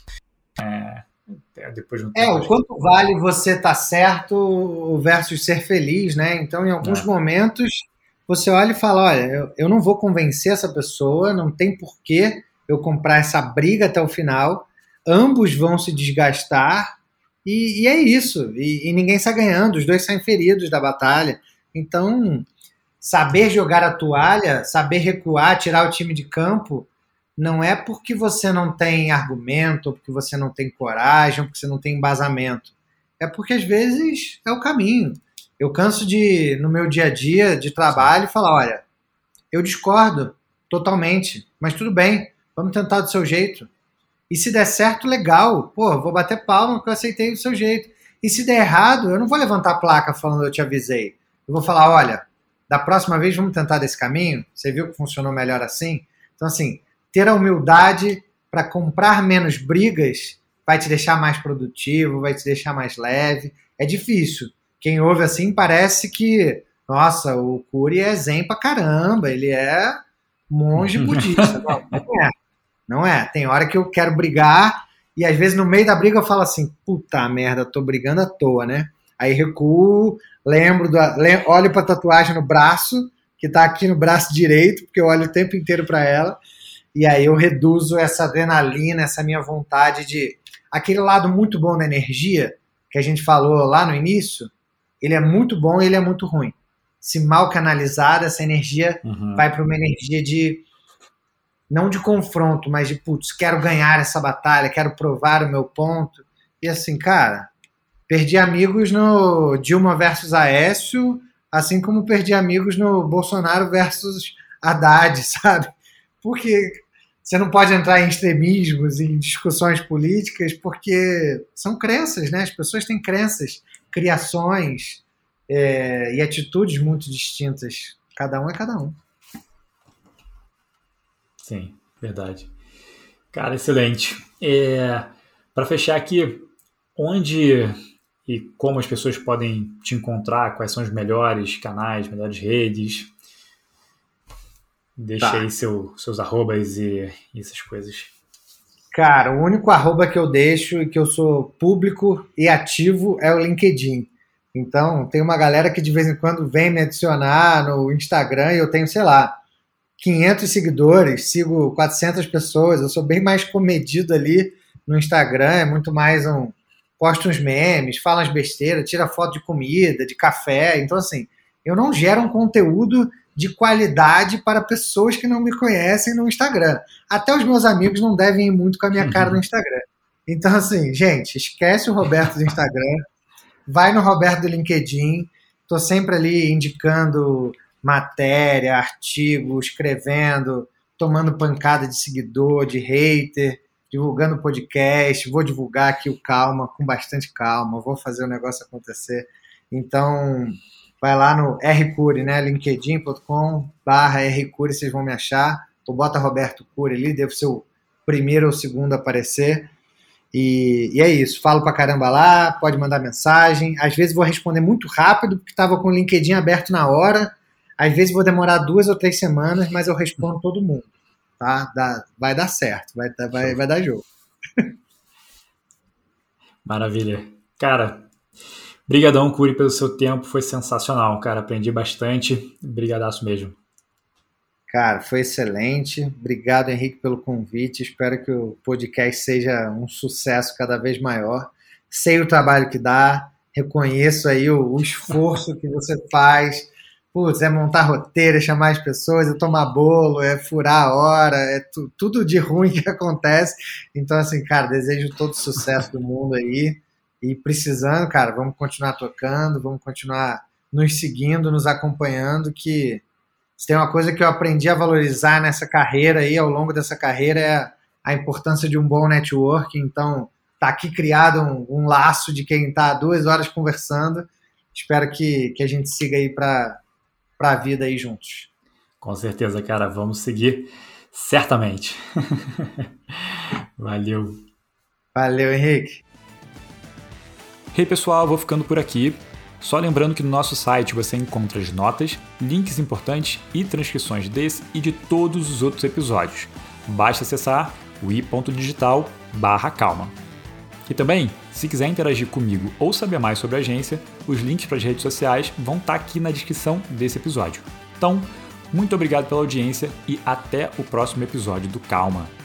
É, depois de um É, tempo, o acho quanto vale você estar certo versus ser feliz, né? Então, em alguns É. momentos, você olha e fala, olha, eu, eu não vou convencer essa pessoa, não tem porquê eu comprar essa briga até o final, ambos vão se desgastar, e, e é isso, e, e ninguém sai ganhando, os dois saem feridos da batalha. Então, saber jogar a toalha, saber recuar, tirar o time de campo, não é porque você não tem argumento, ou porque você não tem coragem, ou porque você não tem embasamento. É porque às vezes é o caminho. Eu canso de, no meu dia a dia de trabalho, falar, olha, eu discordo totalmente, mas tudo bem, vamos tentar do seu jeito. E se der certo, legal. Pô, vou bater palma porque eu aceitei do seu jeito. E se der errado, eu não vou levantar a placa falando eu te avisei. Eu vou falar, olha, da próxima vez vamos tentar desse caminho? Você viu que funcionou melhor assim? Então, assim, ter a humildade para comprar menos brigas vai te deixar mais produtivo, vai te deixar mais leve. É difícil. Quem ouve assim parece que, nossa, o Curi é zen pra caramba, ele é monge budista. Não, não é. Não é. Tem hora que eu quero brigar e às vezes no meio da briga eu falo assim, puta merda, tô brigando à toa, né? Aí recuo, lembro, da, olho pra tatuagem no braço, que tá aqui no braço direito, porque eu olho o tempo inteiro pra ela, e aí eu reduzo essa adrenalina, essa minha vontade de... Aquele lado muito bom da energia, que a gente falou lá no início, ele é muito bom e ele é muito ruim. Se mal canalizada, essa energia uhum. vai para uma energia de... não de confronto, mas de, putz, quero ganhar essa batalha, quero provar o meu ponto. E assim, cara, perdi amigos no Dilma versus Aécio, assim como perdi amigos no Bolsonaro versus Haddad, sabe? Porque você não pode entrar em extremismos, em discussões políticas, porque são crenças, né? As pessoas têm crenças, criações é, e atitudes muito distintas. Cada um é cada um. Sim, verdade. Cara, excelente. É, para fechar aqui, onde e como as pessoas podem te encontrar, quais são os melhores canais, melhores redes? Deixa tá. aí seu, seus arrobas e, e essas coisas. Cara, o único arroba que eu deixo e que eu sou público e ativo é o LinkedIn. Então, tem uma galera que de vez em quando vem me adicionar no Instagram e eu tenho, sei lá, quinhentos seguidores, sigo quatrocentas pessoas, eu sou bem mais comedido ali no Instagram, é muito mais um... posto uns memes, fala umas besteiras, tira foto de comida, de café, então assim, eu não gero um conteúdo de qualidade para pessoas que não me conhecem no Instagram. Até os meus amigos não devem ir muito com a minha cara no Instagram. Então assim, gente, esquece o Roberto do Instagram, vai no Roberto do LinkedIn, tô sempre ali indicando matéria, artigo, escrevendo, tomando pancada de seguidor, de hater, divulgando podcast, vou divulgar aqui o Calma, com bastante calma, vou fazer o negócio acontecer. Então, vai lá no rcuri, né, linkedin ponto com barra rcuri, vocês vão me achar, ou bota Roberto Curi ali, deve ser o primeiro ou segundo a aparecer. E, e é isso, falo pra caramba lá, pode mandar mensagem, às vezes vou responder muito rápido, porque estava com o LinkedIn aberto na hora, às vezes vou demorar duas ou três semanas, mas eu respondo todo mundo. Tá? Dá, vai dar certo, vai, vai, vai dar jogo. Maravilha. Cara, brigadão, Curi, pelo seu tempo, foi sensacional, cara, aprendi bastante, brigadaço mesmo. Cara, foi excelente, obrigado, Henrique, pelo convite, espero que o podcast seja um sucesso cada vez maior, sei o trabalho que dá, reconheço aí o, o esforço que você faz. Putz, é montar roteiro, é chamar as pessoas, é tomar bolo, é furar a hora, é tu, tudo de ruim que acontece. Então, assim, cara, desejo todo o sucesso do mundo aí. E precisando, cara, vamos continuar tocando, vamos continuar nos seguindo, nos acompanhando, que se tem uma coisa que eu aprendi a valorizar nessa carreira aí, ao longo dessa carreira, é a importância de um bom networking. Então, tá aqui criado um, um laço de quem tá duas horas conversando. Espero que, que a gente siga aí para para a vida aí juntos. Com certeza, cara. Vamos seguir certamente. Valeu. Valeu, Henrique. Hey, pessoal. Vou ficando por aqui. Só lembrando que no nosso site você encontra as notas, links importantes e transcrições desse e de todos os outros episódios. Basta acessar o i ponto digital barra calma. E também, se quiser interagir comigo ou saber mais sobre a agência, os links para as redes sociais vão estar aqui na descrição desse episódio. Então, muito obrigado pela audiência e até o próximo episódio do Calma.